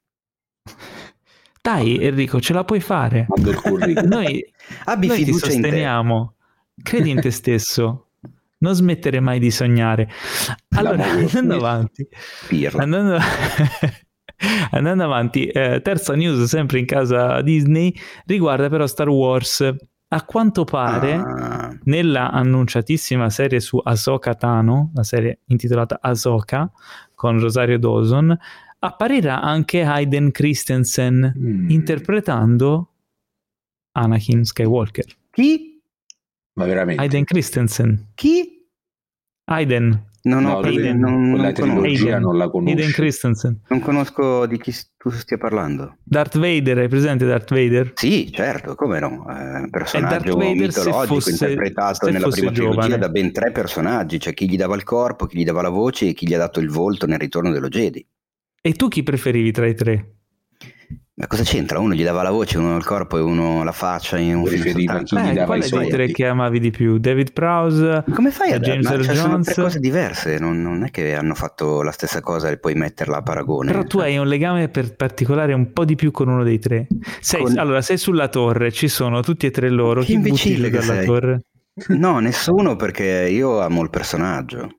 Dai Enrico, ce la puoi fare. Mando il curriculum. Noi, Abbi noi ti fiducia in te. sosteniamo. Credi in te stesso. Non smettere mai di sognare. Allora, Lavoro, andando sì. avanti. Pirla. Andando, andando avanti, eh, terza news sempre in casa Disney, riguarda però Star Wars. A quanto pare, Ah, nella annunciatissima serie su Ahsoka Tano, la serie intitolata Ahsoka, con Rosario Dawson, apparirà anche Hayden Christensen, Mm. interpretando Anakin Skywalker. chi? Ma veramente? Hayden Christensen. Chi? Hayden. Non ho No, capito, Hayden. non, non quella conosco. trilogia Hayden. non la Hayden conosco. Christensen. Non conosco di chi s- tu stia parlando. Darth Vader, hai presente Darth Vader? Sì, certo, come no? Eh, personaggio Darth Vader se mitologico fosse- interpretato se nella fosse prima trilogia giovane. da ben tre personaggi, cioè chi gli dava il corpo, chi gli dava la voce e chi gli ha dato il volto nel Ritorno dello Jedi. E tu chi preferivi tra i tre? Ma cosa c'entra? Uno gli dava la voce, uno il corpo e uno la faccia in un Preferiva chi gli Beh, dava quale i dei tre soldi. che amavi di più? David Prowse, Come fai a James ma, Earl cioè, sono Jones? tre cose diverse, non, non è che hanno fatto la stessa cosa e poi metterla a paragone. Però tu cioè. hai un legame per particolare un po' di più con uno dei tre. Sei, Con- Allora, sei sulla torre, ci sono tutti e tre loro. Che Chi butti giù imbecille che dalla sei. torre? No, nessuno, perché io amo il personaggio.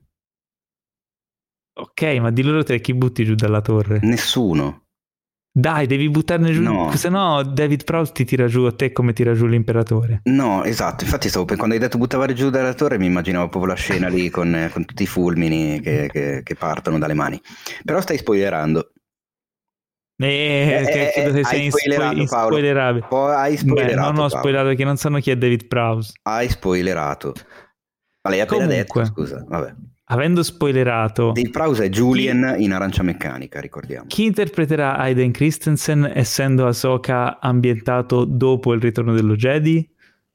Ok, ma di loro tre chi butti giù dalla torre? Nessuno. Dai, devi buttarne giù, No. se no David Prowse ti tira giù a te come tira giù l'imperatore. No, esatto, infatti stavo, quando hai detto buttare giù dalla torre mi immaginavo proprio la scena lì con, con tutti i fulmini che, che, che partono dalle mani. Però stai spoilerando. Eh, Eh, che eh, credo eh, che sia hai in spoilerato, spo- Paolo. inspoilerabile. Poi hai Beh, spoilerato, non ho Paolo. spoilerato perché non sanno chi è David Prowse. Hai spoilerato. Ma l'hai appena Comunque, detto, scusa. Vabbè. avendo spoilerato, Dave Prowse è Julian in Arancia Meccanica, ricordiamo. chi interpreterà Hayden Christensen essendo Ahsoka ambientato dopo il ritorno dello Jedi?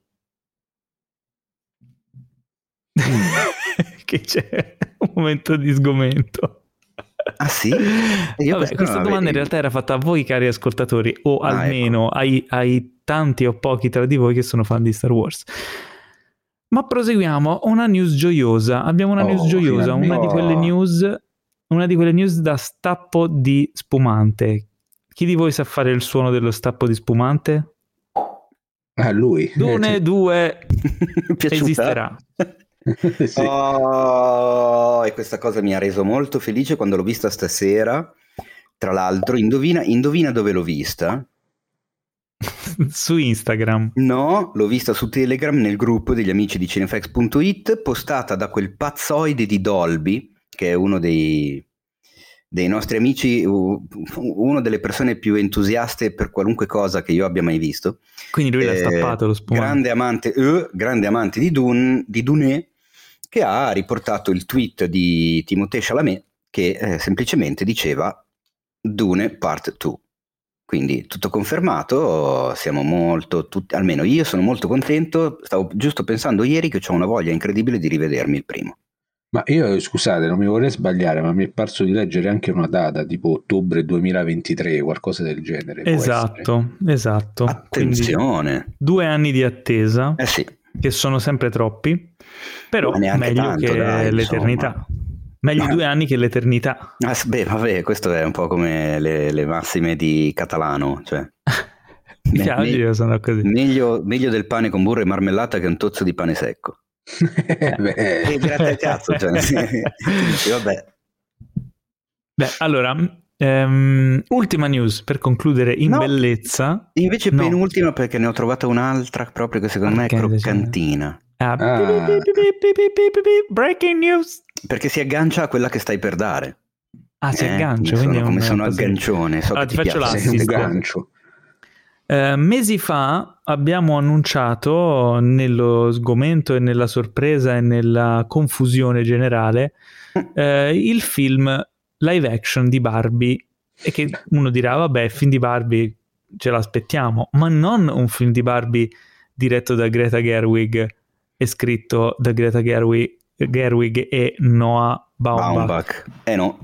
Che c'è un momento di sgomento. Ah sì? Io Vabbè, questa domanda in realtà era fatta a voi, cari ascoltatori, o Ah, almeno ecco. ai, ai tanti o pochi tra di voi che sono fan di Star Wars. Ma proseguiamo, una news gioiosa. Abbiamo una Oh, news gioiosa, una di quelle Oh. news, una di quelle news da stappo di spumante. Chi di voi sa fare il suono dello stappo di spumante? Ah, lui. Dune due Piaciuta? esisterà. Sì. Oh, e questa cosa mi ha reso molto felice quando l'ho vista stasera. Tra l'altro, indovina, indovina dove l'ho vista? Su Instagram. No, l'ho vista su Telegram nel gruppo degli amici di Cinefx punto it, postata da quel pazzoide di Dolby, che è uno dei, dei nostri amici, u- una delle persone più entusiaste per qualunque cosa che io abbia mai visto. Quindi lui l'ha Eh, stappato lo spumante. grande amante, eh, grande amante di Dune, di Dune, che ha riportato il tweet di Timothée Chalamet che eh, semplicemente diceva Dune Part due. Quindi tutto confermato, siamo molto, tutti, almeno io sono molto contento. Stavo giusto pensando ieri che ho una voglia incredibile di rivedermi il primo. Ma io, scusate, non mi vorrei sbagliare, ma mi è parso di leggere anche una data, tipo ottobre duemilaventitré, qualcosa del genere. può Esatto, esatto. Attenzione. Quindi due anni di attesa, Eh sì. che sono sempre troppi, però Ma neanche meglio tanto, che dai, l'eternità. insomma. Meglio Ma- due anni che l'eternità. Ah, s- beh, vabbè, questo è un po' come le, le massime di Catalano, cioè Mi me- piace, me- io sono così. meglio, meglio del pane con burro e marmellata che un tozzo di pane secco. essere. Beh, E grazie al cazzo, cioè, sì, sì, vabbè. Beh, allora, ehm, ultima news per concludere in No, bellezza. Invece No. penultima, perché ne ho trovata un'altra proprio che secondo me è Perché, croccantina, Ah, Ah. pi- pi- pi- pi- pi- pi- pi- pi- pi- breaking news. perché si aggancia a quella che stai per dare. Ah, si Eh, aggancia, come quindi sono, è un come sono cosa- aggancione, so Allora, che ti ti faccio piace. sei un l'assist. gancio. Eh, mesi fa abbiamo annunciato, nello sgomento e nella sorpresa e nella confusione generale, eh, il film live action di Barbie, e che uno dirà vabbè, il film di Barbie ce l'aspettiamo, ma non un film di Barbie diretto da Greta Gerwig e scritto da Greta Gerwig, Gerwig e Noah Baumbach. Baumbach. Eh no.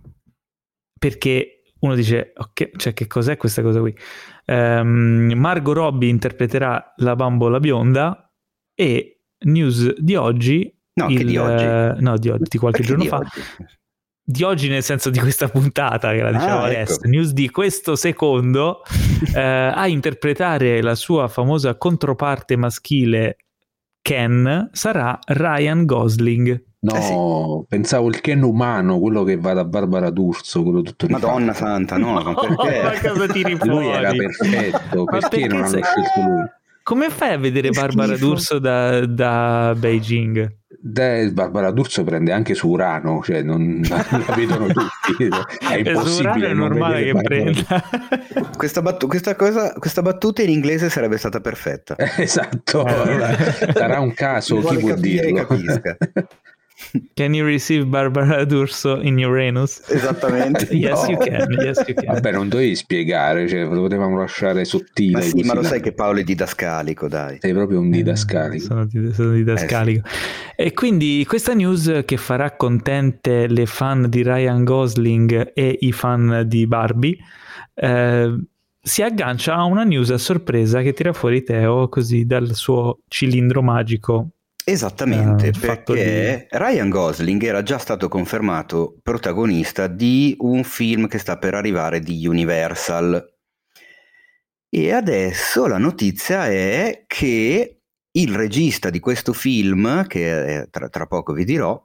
Perché uno dice ok, cioè che cos'è questa cosa qui? Ehm, Margot Robbie interpreterà la bambola bionda, e news di oggi, No, che il- di oggi? eh, no, di, di qualche Perché giorno di fa, oggi? di oggi nel senso di questa puntata che la diciamo Ah, adesso, ecco. news di questo secondo, eh, a interpretare la sua famosa controparte maschile Ken sarà Ryan Gosling. No, Eh sì. pensavo il Ken umano, quello che va da Barbara D'Urso, quello tutto Madonna rifatto. santa, no, ma perché? Ma cosa tiri Lui era fuori? perfetto, Ma perché non hanno sei- scelto lui? Come fai a vedere Che Barbara schifo. D'Urso da, da Beijing? De- Barbara D'Urso prende anche su Urano, cioè non la vedono tutti. È E su Urano impossibile è non normale vedere che Barbara prenda. Questa, battu- questa, cosa, questa battuta in inglese sarebbe stata perfetta. D'Urso. Esatto, Eh. allora, sarà un caso, Chi chi vuole può capire, dirlo? capisca. Can you receive Barbara D'Urso in Uranus? Esattamente. Yes, No. you can. Yes, you can. Vabbè, non dovevi spiegare, cioè, lo potevamo lasciare sottile. Ma sì, così ma lo da- sai che Paolo è didascalico, dai. sei proprio un Eh, didascalico. sono, di- sono didascalico. E quindi questa news che farà contente le fan di Ryan Gosling e i fan di Barbie, eh, si aggancia a una news a sorpresa che tira fuori Teo così dal suo cilindro magico. Esattamente, eh, perché di... Ryan Gosling era già stato confermato protagonista di un film che sta per arrivare di Universal. E adesso la notizia è che il regista di questo film, che tra, tra poco vi dirò,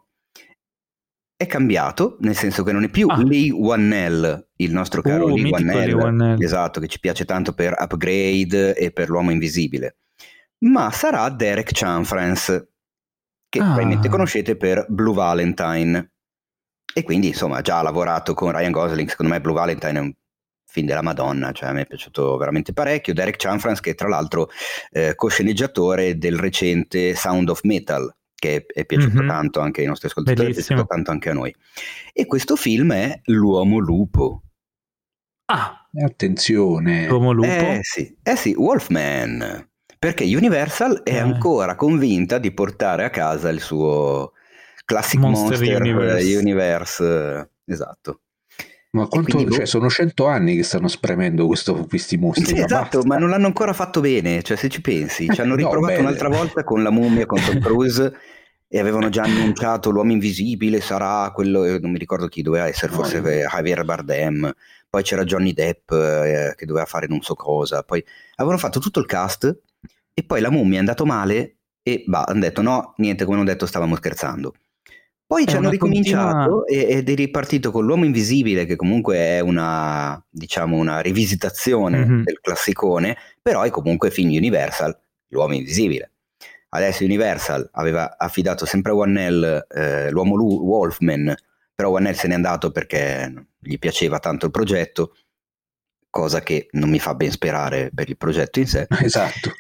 è cambiato, nel senso che non è più ah. Lee Whannell, il nostro caro uh, Lee Whannell, Lee Whannell, esatto, che ci piace tanto per Upgrade e per L'Uomo Invisibile, ma sarà Derek Cianfrance, che ah. probabilmente conoscete per Blue Valentine, e quindi insomma già ha lavorato con Ryan Gosling. Secondo me Blue Valentine è un film della Madonna, cioè a me è piaciuto veramente parecchio. Derek Cianfrance, che tra l'altro eh, co-sceneggiatore del recente Sound of Metal, che è piaciuto mm-hmm. tanto anche ai nostri ascoltatori, Bellissimo. È piaciuto tanto anche a noi. E questo film è L'Uomo Lupo. Ah, attenzione! L'Uomo Lupo? Eh sì, eh sì, Wolfman. Perché Universal è eh. ancora convinta di portare a casa il suo Classic Monster, Monster Universe. Universe. Esatto. Ma quanto, quindi, cioè, sono cento anni che stanno spremendo questo, questi mostri. Sì, esatto, ma non l'hanno ancora fatto bene, cioè se ci pensi, ci hanno riprovato no, un'altra volta con La Mummia, con Tom Cruise, e avevano già annunciato L'Uomo Invisibile sarà quello, non mi ricordo chi doveva essere, forse no, Javier Bardem, poi c'era Johnny Depp eh, che doveva fare non so cosa, poi avevano fatto tutto il cast e poi La Mummia è andato male e bah, hanno detto no, niente, come hanno detto stavamo scherzando. Poi ci hanno ricominciato continua... ed è ripartito con L'Uomo Invisibile, che comunque è una, diciamo, una rivisitazione mm-hmm. del classicone, però è comunque film Universal, L'Uomo Invisibile. Adesso Universal aveva affidato sempre a Whannell eh, l'Uomo Lu- Wolfman, però Whannell se n'è andato perché gli piaceva tanto il progetto, cosa che non mi fa ben sperare per il progetto in sé. Esatto.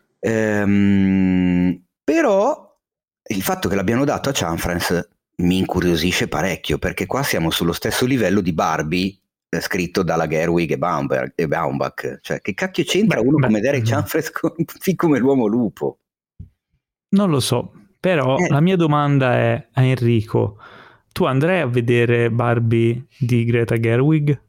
Ehm, però il fatto che l'abbiano dato a Cianfrance mi incuriosisce parecchio, perché qua siamo sullo stesso livello di Barbie eh, scritto dalla Gerwig e, Baumberg, e Baumbach, cioè che cacchio c'entra beh, uno beh, come Derek Cianfrance con, come l'Uomo Lupo? Non lo so, però eh. la mia domanda è a Enrico: tu andrai a vedere Barbie di Greta Gerwig?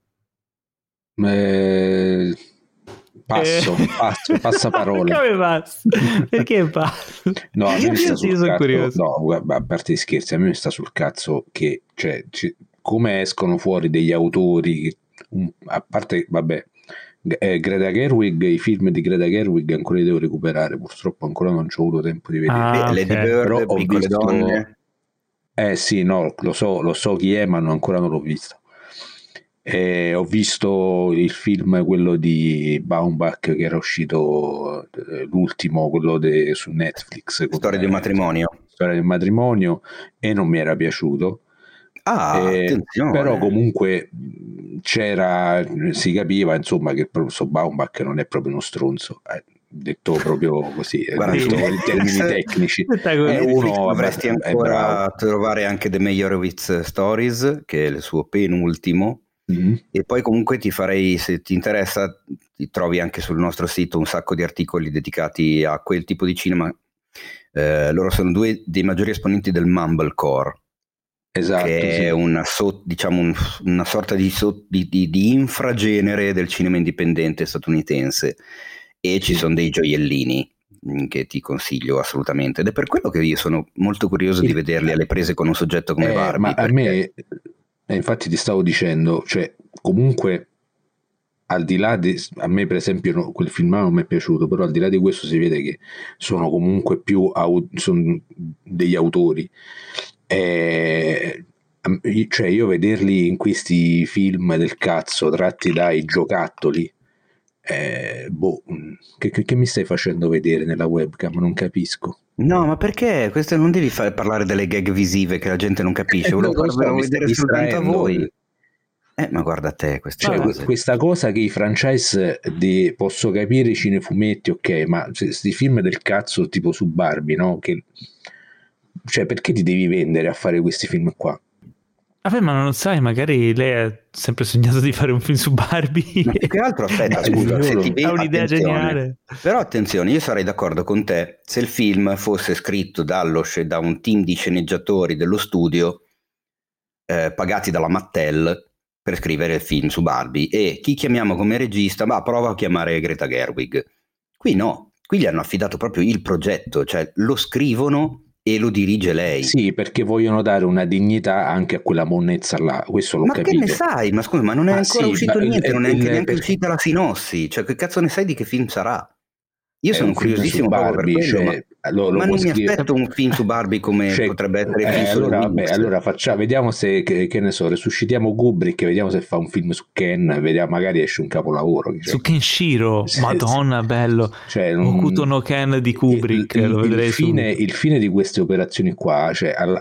Eh... Passo, eh. passo, passa parola. Come passo? Perché passo? No, a me mi sta sul sono cazzo. curioso. No, a parte gli scherzi, a me mi sta sul cazzo che, cioè, c- come escono fuori degli autori, um, a parte, vabbè, eh, Greta Gerwig, i film di Greta Gerwig ancora li devo recuperare, purtroppo ancora non ci ho avuto tempo di vedere. Ah, Lady okay. Bird, però ho Piccole visto... Donne. Eh sì, no, lo so, lo so chi è, ma ancora non l'ho visto. Eh, ho visto il film, quello di Baumbach, che era uscito eh, l'ultimo, quello de, su Netflix, Storia di un matrimonio. Storia del matrimonio, e non mi era piaciuto. Ah, eh, però comunque c'era, si capiva insomma che il professor Baumbach non è proprio uno stronzo, eh, detto proprio così, detto in termini tecnici. È uno, dovresti ancora trovare anche The Meyerowitz Stories, che è il suo penultimo. Mm-hmm. E poi comunque ti farei, se ti interessa, ti trovi anche sul nostro sito un sacco di articoli dedicati a quel tipo di cinema. Eh, loro sono due dei maggiori esponenti del mumblecore, esatto, che sì. È una, so, diciamo un, una sorta di, so, di, di, di infragenere del cinema indipendente statunitense, e ci sono dei gioiellini che ti consiglio assolutamente, ed è per quello che io sono molto curioso sì. di vederli alle prese con un soggetto come eh, Barbie, ma perché... a me Eh, infatti ti stavo dicendo, cioè comunque al di là di, a me per esempio no, quel film non mi è piaciuto, però al di là di questo si vede che sono comunque più au, sono degli autori, eh, cioè io vederli in questi film del cazzo tratti dai giocattoli, eh, boh, che, che, che mi stai facendo vedere nella webcam? Non capisco. No, ma perché? Questo non devi fare parlare delle gag visive che la gente non capisce, volevo eh, farvelo so, vedere soltanto a voi. Eh, ma guarda te, queste cioè, cose. Questa cosa che i franchise di, posso capire i cinefumetti, ok, ma questi film del cazzo tipo su Barbie, no? Che, cioè, perché ti devi vendere a fare questi film qua? Vabbè, ma non sai, magari lei ha sempre sognato di fare un film su Barbie. Ma più che altro, aspetta, scusa, se ti ha un'idea geniale. Però attenzione, io sarei d'accordo con te se il film fosse scritto dallo, da un team di sceneggiatori dello studio, eh, pagati dalla Mattel, per scrivere il film su Barbie, e chi chiamiamo come regista? Ma prova a chiamare Greta Gerwig. Qui no, qui gli hanno affidato proprio il progetto, cioè lo scrivono e lo dirige lei. Sì, perché vogliono dare una dignità anche a quella monnezza là, questo l'ho ma capito. Ma che ne sai? Ma scusa, ma non è ma ancora sì, uscito niente, il, non è il, neanche perché... uscita la sinossi, cioè che cazzo ne sai di che film sarà? Io è sono curiosissimo proprio per quello, cioè, ma, lo, lo ma non scrivere... mi aspetto un film su Barbie come cioè, potrebbe essere il eh, film allora, su vabbè, allora facciamo, vediamo se, che, che ne so, resuscitiamo Kubrick, vediamo se fa un film su Ken, vediamo, magari esce un capolavoro. Cioè. Su Kenshiro, madonna, bello. Cioè, non... Hokuto no Ken di Kubrick, il, il, lo vedrei il fine, subito. il fine di queste operazioni qua, cioè al,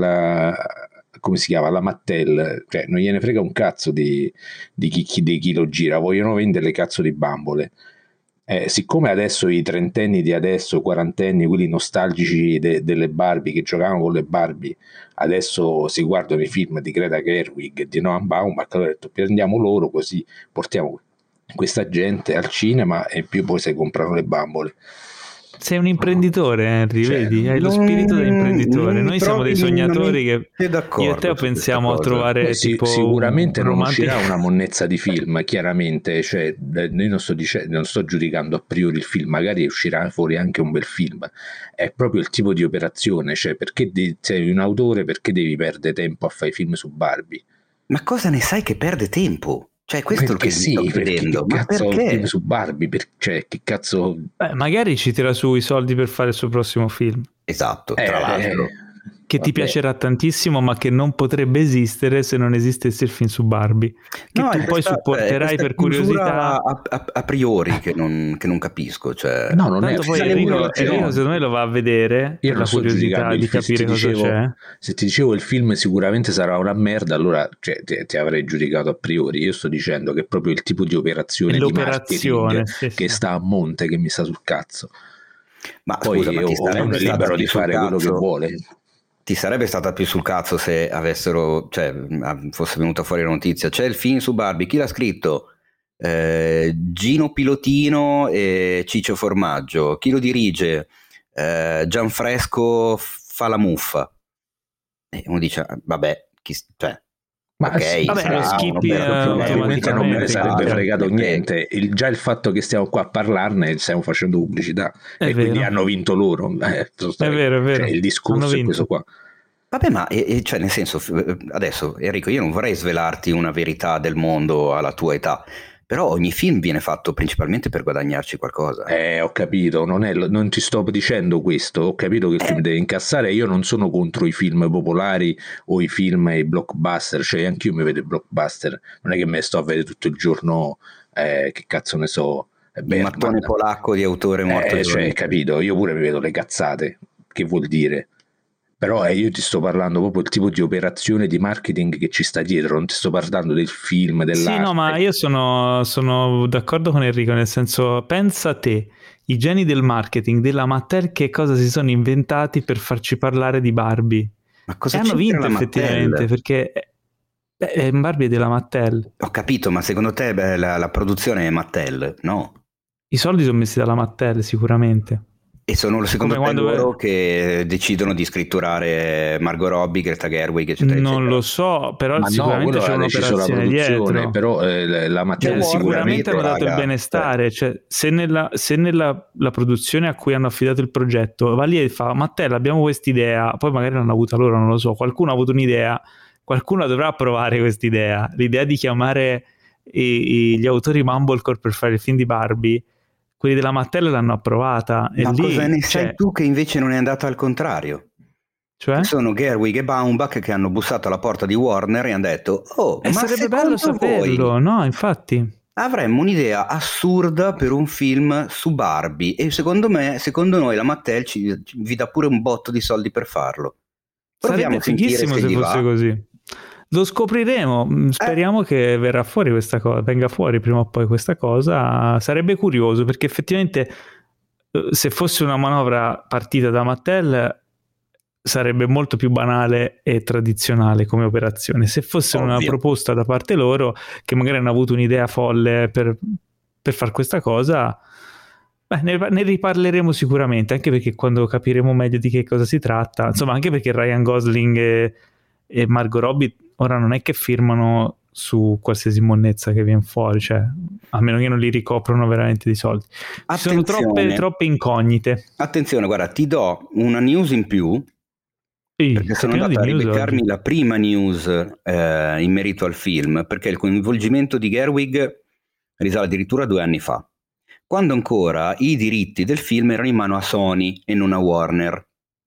al come si chiama, la Mattel, cioè non gliene frega un cazzo di, di, chi, chi, di chi lo gira, vogliono vendere le cazzo di bambole. Eh, siccome adesso i trentenni di adesso, quarantenni, quelli nostalgici de, delle Barbie che giocavano con le Barbie, adesso si guardano i film di Greta Gerwig e di Noah Baumbach, allora ho detto prendiamo loro così portiamo questa gente al cinema e in più poi si comprano le bambole. Sei un imprenditore, Henry, cioè, vedi? Hai non, lo spirito da imprenditore. Noi siamo dei sognatori che io e te pensiamo a trovare sì, tipo sicuramente non romantic... uscirà una monnezza di film, chiaramente, cioè, io non sto, dicendo, non sto giudicando a priori il film, magari uscirà fuori anche un bel film, è proprio il tipo di operazione, cioè perché de- sei un autore, perché devi perdere tempo a fare film su Barbie? Ma cosa ne sai che perde tempo? Cioè, questo perché è il che sì, mi sto chiedendo. Che ma cazzo perché? film su Barbie? Per, cioè, che cazzo... Beh, magari ci tira su i soldi per fare il suo prossimo film. Esatto, eh, tra l'altro. Eh, che vabbè. ti piacerà tantissimo, ma che non potrebbe esistere se non esistesse il film su Barbie. Che no, tu poi questa, supporterai per curiosità. A, a, a priori che non, che non capisco. Cioè... No, non Tanto è poi Enrico, Enrico secondo me lo va a vedere io per la non curiosità di capire cosa dicevo, c'è. Se ti dicevo il film sicuramente sarà una merda, allora cioè, ti, ti avrei giudicato a priori. Io sto dicendo che è proprio il tipo di operazione di marketing sì, che sì. sta a monte che mi sta sul cazzo. Ma poi scusa, ma ti uno è libero di fare quello che vuole. Ti sarebbe stata più sul cazzo se avessero, cioè, fosse venuta fuori la notizia, c'è il film su Barbie, chi l'ha scritto? Eh, Gino Pilotino e Ciccio Formaggio, chi lo dirige? Eh, Gianfresco fa la muffa. E uno dice, vabbè, chi, cioè, ma ok, sì, vabbè, sarà skippi, un automaticamente non me ne sarebbe cioè, fregato okay. niente. Il, già il fatto che stiamo qua a parlarne, stiamo facendo pubblicità è e vero. quindi hanno vinto loro. Eh, è vero, è vero. Cioè, il discorso è questo qua. Vabbè, ma e, e, cioè, nel senso, adesso Enrico, io non vorrei svelarti una verità del mondo alla tua età, però ogni film viene fatto principalmente per guadagnarci qualcosa. Eh, ho capito, non, è, non ti sto dicendo questo, ho capito che il eh. film deve incassare, io non sono contro i film popolari o i film e i blockbuster, cioè anch'io mi vedo i blockbuster, non è che me sto a vedere tutto il giorno, eh, che cazzo ne so, il mattone polacco di autore morto. Eh, cioè, capito, io pure mi vedo le cazzate, che vuol dire? Però eh, io ti sto parlando proprio del tipo di operazione di marketing che ci sta dietro, non ti sto parlando del film, dell'arte. Sì, no, ma io sono, sono d'accordo con Enrico, nel senso, pensa a te, i geni del marketing della Mattel che cosa si sono inventati per farci parlare di Barbie. Ma cosa e hanno vinto effettivamente, perché beh, Barbie è della Mattel. Ho capito, ma secondo te beh, la, la produzione è Mattel? No. I soldi sono messi dalla Mattel sicuramente. E sono secondo Come te quando loro che decidono di scritturare Margot Robbie, Greta Gerwig, eccetera, non eccetera. lo so, però ma sicuramente no, c'è un'operazione dietro. Però eh, la Mattel cioè, sicuramente hanno dato raga. il benestare, cioè, se nella, se nella la produzione a cui hanno affidato il progetto va lì e fa Mattel abbiamo quest'idea, poi magari l'hanno avuta loro, non lo so, qualcuno ha avuto un'idea, qualcuno dovrà approvare quest'idea, l'idea di chiamare i, i, gli autori Mumblecore per fare il film di Barbie. Quelli della Mattel l'hanno approvata. Ma e lì, cosa ne cioè... sai tu che invece non è andato al contrario? Cioè? Sono Gerwig e Baumbach che hanno bussato alla porta di Warner e hanno detto oh, e ma sarebbe bello saperlo, voi no? Infatti avremmo un'idea assurda per un film su Barbie e secondo me, secondo noi la Mattel ci, ci, vi dà pure un botto di soldi per farlo. Proviamo sarebbe fighissimo se, se fosse va. Così. Lo scopriremo, speriamo eh. che verrà fuori questa cosa, venga fuori prima o poi questa cosa, sarebbe curioso perché effettivamente se fosse una manovra partita da Mattel sarebbe molto più banale e tradizionale come operazione, se fosse Ovvio. Una proposta da parte loro che magari hanno avuto un'idea folle per, per fare questa cosa, beh, ne, ne riparleremo sicuramente, anche perché quando capiremo meglio di che cosa si tratta, insomma anche perché Ryan Gosling e, e Margot Robbie ora non è che firmano su qualsiasi monnezza che viene fuori, cioè a meno che non li ricoprono veramente di soldi. Ci sono troppe, troppe incognite. Attenzione, guarda, ti do una news in più, sì, perché sono andato a ribeccarmi oggi la prima news eh, in merito al film, perché il coinvolgimento di Gerwig risale addirittura due anni fa, quando ancora i diritti del film erano in mano a Sony e non a Warner.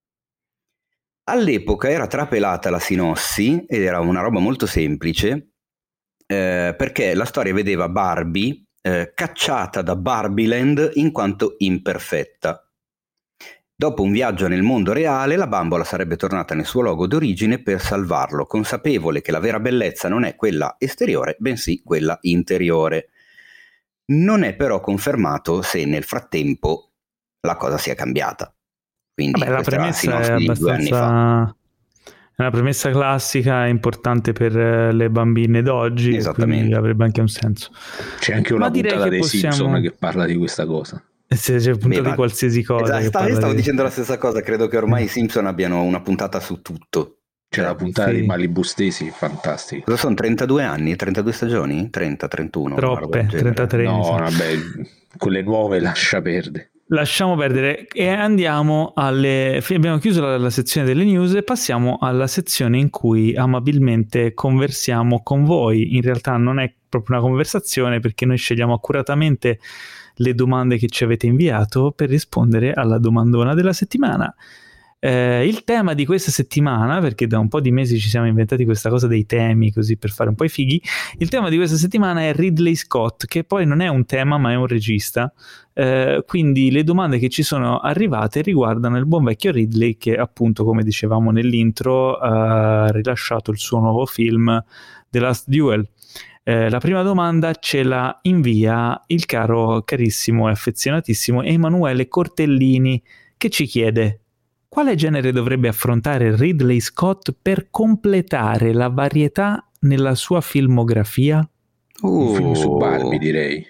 All'epoca era trapelata la sinossi ed era una roba molto semplice, eh, perché la storia vedeva Barbie eh, cacciata da Barbieland in quanto imperfetta. Dopo un viaggio nel mondo reale, la bambola sarebbe tornata nel suo luogo d'origine per salvarlo, consapevole che la vera bellezza non è quella esteriore, bensì quella interiore. Non è però confermato se nel frattempo la cosa sia cambiata. Quindi vabbè, la premessa è abbastanza, è una premessa classica, importante per le bambine d'oggi, quindi avrebbe anche un senso. C'è anche una Ma puntata dei possiamo... Simpson che parla di questa cosa. Se c'è puntata Beh, di qualsiasi cosa. Esatto, stavo, stavo di... dicendo la stessa cosa, credo che ormai i Simpson abbiano una puntata su tutto. C'è la puntata sì. di Malibu Stacy, fantastico. Cosa sono, trentadue anni, trentadue stagioni? trenta, trentuno? Troppe, trentatré. No, vabbè, quelle nuove lascia perdere. Lasciamo perdere e andiamo alle... Abbiamo chiuso la, la sezione delle news e passiamo alla sezione in cui amabilmente conversiamo con voi. In realtà non è proprio una conversazione, perché noi scegliamo accuratamente le domande che ci avete inviato per rispondere alla domandona della settimana. Eh, il tema di questa settimana, perché da un po' di mesi ci siamo inventati questa cosa dei temi così per fare un po' i fighi, il tema di questa settimana è Ridley Scott, che poi non è un tema ma è un regista. Eh, quindi le domande che ci sono arrivate riguardano il buon vecchio Ridley, che appunto, come dicevamo nell'intro, ha rilasciato il suo nuovo film The Last Duel. Eh, la prima domanda ce la invia il caro, carissimo e affezionatissimo Emanuele Cortellini, che ci chiede: quale genere dovrebbe affrontare Ridley Scott per completare la varietà nella sua filmografia? Uh. Un film su Barbie, direi.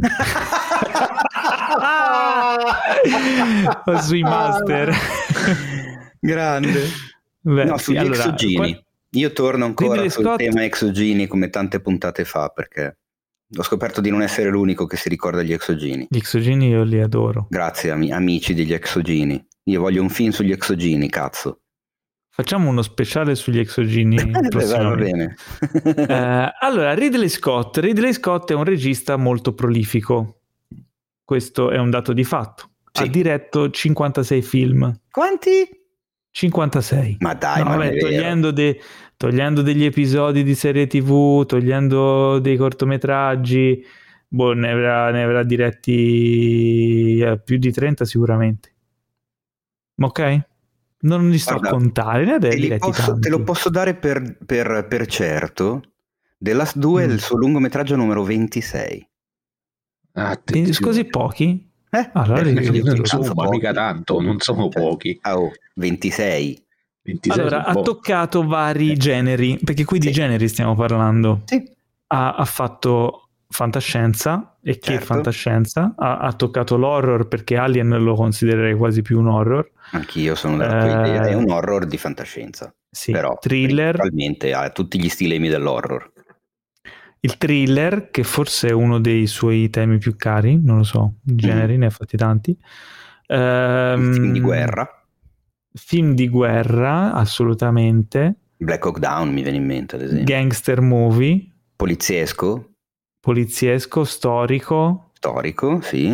O sui Master. Grande. Beh, no, sugli allora, exogeni. Qua... Io torno ancora Ridley sul Scott... tema exogeni, come tante puntate fa, perché ho scoperto di non essere l'unico che si ricorda gli exogeni. Gli exogeni io li adoro. Grazie, am- amici degli exogeni. Io voglio un film sugli exogeni, cazzo. Facciamo uno speciale sugli exogeni. Va bene. eh, allora, Ridley Scott. Ridley Scott è un regista molto prolifico. Questo è un dato di fatto. Sì. Ha diretto cinquantasei film. Quanti? cinquantasei. Ma dai, no, ma vabbè, è togliendo, de, togliendo degli episodi di serie tivù, togliendo dei cortometraggi, boh, ne avrà, ne avrà diretti eh, più di trenta sicuramente. Ok? Non li sto Guarda, a contare, ne te, li posso, te lo posso dare per, per, per certo. The Last Duel, mm. il suo lungometraggio numero ventisei. Ah, così pochi? Eh? Allora, eh, non, non sono pochi. Mica tanto, non sono cioè, pochi. Oh, ventisei. ventisei allora, ha pochi. Toccato vari eh. generi, perché qui sì. di generi stiamo parlando. Sì. Ha, ha fatto fantascienza, e che certo. fantascienza. Ha, ha toccato l'horror, perché Alien lo considererei quasi più un horror. Anch'io sono della tua eh, idea, è un horror di fantascienza. Sì, però thriller. Principalmente ha tutti gli stilemi dell'horror. Il thriller, che forse è uno dei suoi temi più cari, non lo so, generi, mm. ne ha fatti tanti. Ehm, film di guerra. Film di guerra, assolutamente. Black Hawk Down mi viene in mente, ad esempio. Gangster movie. Poliziesco. Poliziesco, storico. Storico, sì.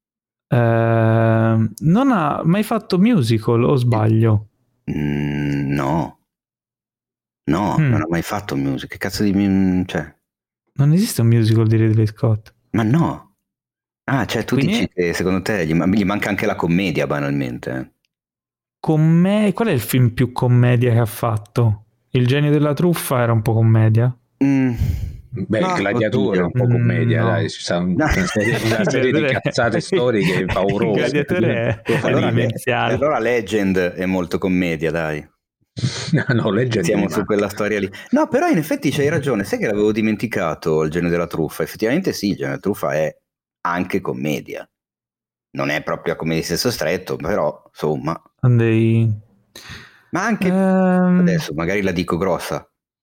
Ehm, non ha mai fatto musical, o sbaglio? Mm, no. No, mm. non ha mai fatto musical. Che cazzo di... cioè... Non esiste un musical di Ridley Scott. Ma no. Ah, cioè tu Quindi... dici che secondo te gli, gli manca anche la commedia, banalmente. Come... Qual è il film più commedia che ha fatto? Il genio della truffa era un po' commedia? Mm. Beh, no, il gladiatore è un po' commedia, mm, no. dai, ci sta un, una serie, una serie di cazzate storiche paurose. Il gladiatore è, è allora, allora Legend è molto commedia, dai. No, no, Legend siamo su quella storia lì. No, però in effetti c'hai ragione, sai che l'avevo dimenticato il genio della truffa. Effettivamente sì, il genio della truffa è anche commedia. Non è proprio a commedia di senso stretto, però insomma. Andei... Ma anche um... adesso magari la dico grossa.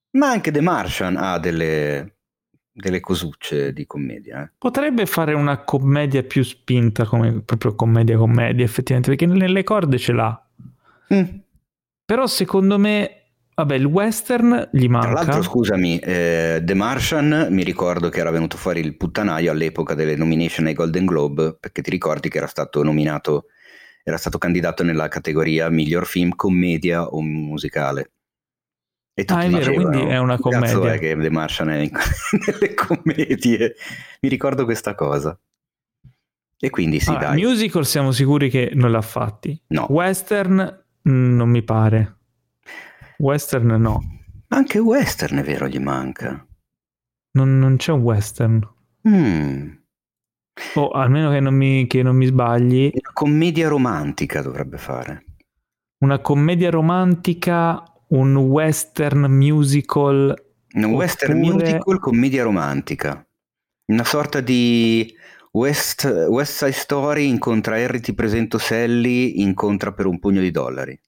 Ma anche The Martian ha delle, delle cosucce di commedia. Eh. Potrebbe fare una commedia più spinta, come proprio commedia commedia, effettivamente, perché nelle corde ce l'ha. Mm. Però secondo me, vabbè, il western gli manca. Tra l'altro, scusami, eh, The Martian, mi ricordo che era venuto fuori il puttanaio all'epoca delle nomination ai Golden Globe, perché ti ricordi che era stato nominato, era stato candidato nella categoria miglior film, commedia o musicale. E Ah, è vero, dicevano, quindi è una "Che cazzo commedia. è che The Martian è in, nelle commedie?" Mi ricordo questa cosa. E quindi sì, Allora, dai. musical siamo sicuri che non l'ha fatti. No. Western mh, non mi pare. Western no. Anche western è vero, gli manca. Non, non c'è un western. Mm. O almeno che non mi, che non mi sbagli. Una commedia romantica dovrebbe fare. Una commedia romantica, un western musical. Un western oppure... musical, commedia romantica. Una sorta di West, West Side Story incontra Harry ti presento Sally, incontra per un pugno di dollari.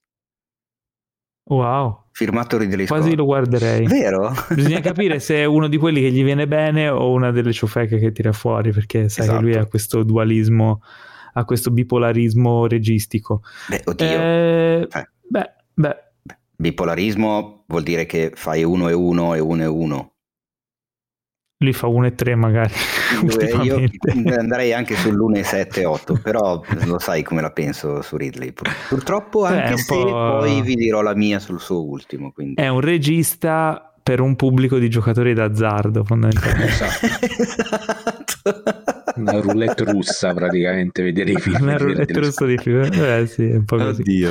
Wow. Firmato Ridley Scott. Quasi lo guarderei. Vero? Bisogna capire se è uno di quelli che gli viene bene o una delle ciofeche che tira fuori, perché sai Esatto. che lui ha questo dualismo, ha questo bipolarismo registico. Beh, oddio. Eh, Eh. Beh, beh. Bipolarismo vuol dire che fai uno e uno e uno e uno. Lui fa uno e tre magari. Io andrei anche sull'uno e sette otto, però lo sai come la penso su Ridley. Pur- purtroppo anche Beh, se po'... poi vi dirò la mia sul suo ultimo. Quindi. È un regista per un pubblico di giocatori d'azzardo, fondamentalmente. Esatto. Una roulette russa praticamente, vedere i film. Una roulette russa di film. Eh sì, è un po' così. Oddio.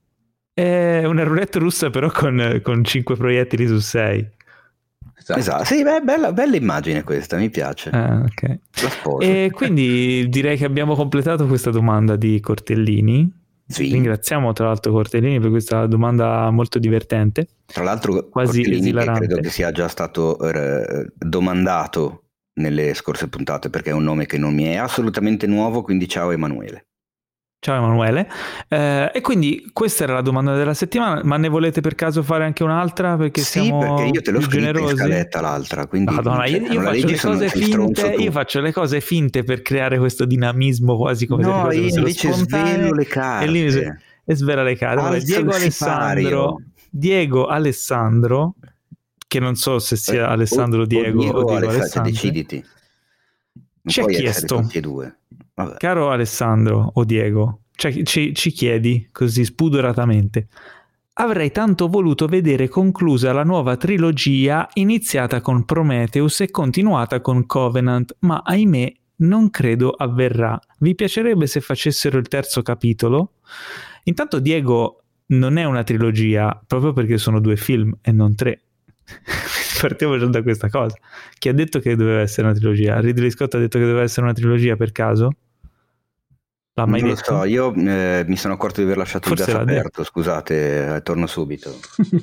È una roulette russa però con, con cinque proiettili su sei. Esatto. Esatto, sì, beh, bella, bella immagine questa, mi piace. Ah, okay. La sposo. E quindi direi che abbiamo completato questa domanda di Cortellini. Sì. Ringraziamo tra l'altro Cortellini per questa domanda molto divertente. Tra l'altro quasi Cortellini, che esilarante. credo che sia già stato eh, domandato nelle scorse puntate, perché è un nome che non mi è assolutamente nuovo, quindi ciao Emanuele. Ciao Emanuele. Eh, e quindi questa era la domanda della settimana, ma ne volete per caso fare anche un'altra? Perché sì, siamo perché io te l'ho più scritta generosi? in scaletta l'altra, quindi Madonna, io, io faccio le cose finte, io faccio le cose finte per creare questo dinamismo quasi come no, se io invece svelo le carte e, lì, e svela le carte. Allora, Diego Alessandro Diego Alessandro che non so se sia Alessandro o Diego o Diego, o Diego Alessandro, deciditi. Non ci ha chiesto tutti e due. Vabbè. Caro Alessandro o Diego, cioè, ci, ci chiedi così spudoratamente: avrei tanto voluto vedere conclusa la nuova trilogia iniziata con Prometheus e continuata con Covenant, ma ahimè non credo avverrà. Vi piacerebbe se facessero il terzo capitolo? Intanto Diego, non è una trilogia proprio perché sono due film e non tre. Partiamo già da questa cosa. Chi ha detto che doveva essere una trilogia? Ridley Scott ha detto che doveva essere una trilogia per caso? L'ha mai non detto? lo so, io eh, mi sono accorto di aver lasciato Forse il gas aperto, detto. Scusate, eh, torno subito.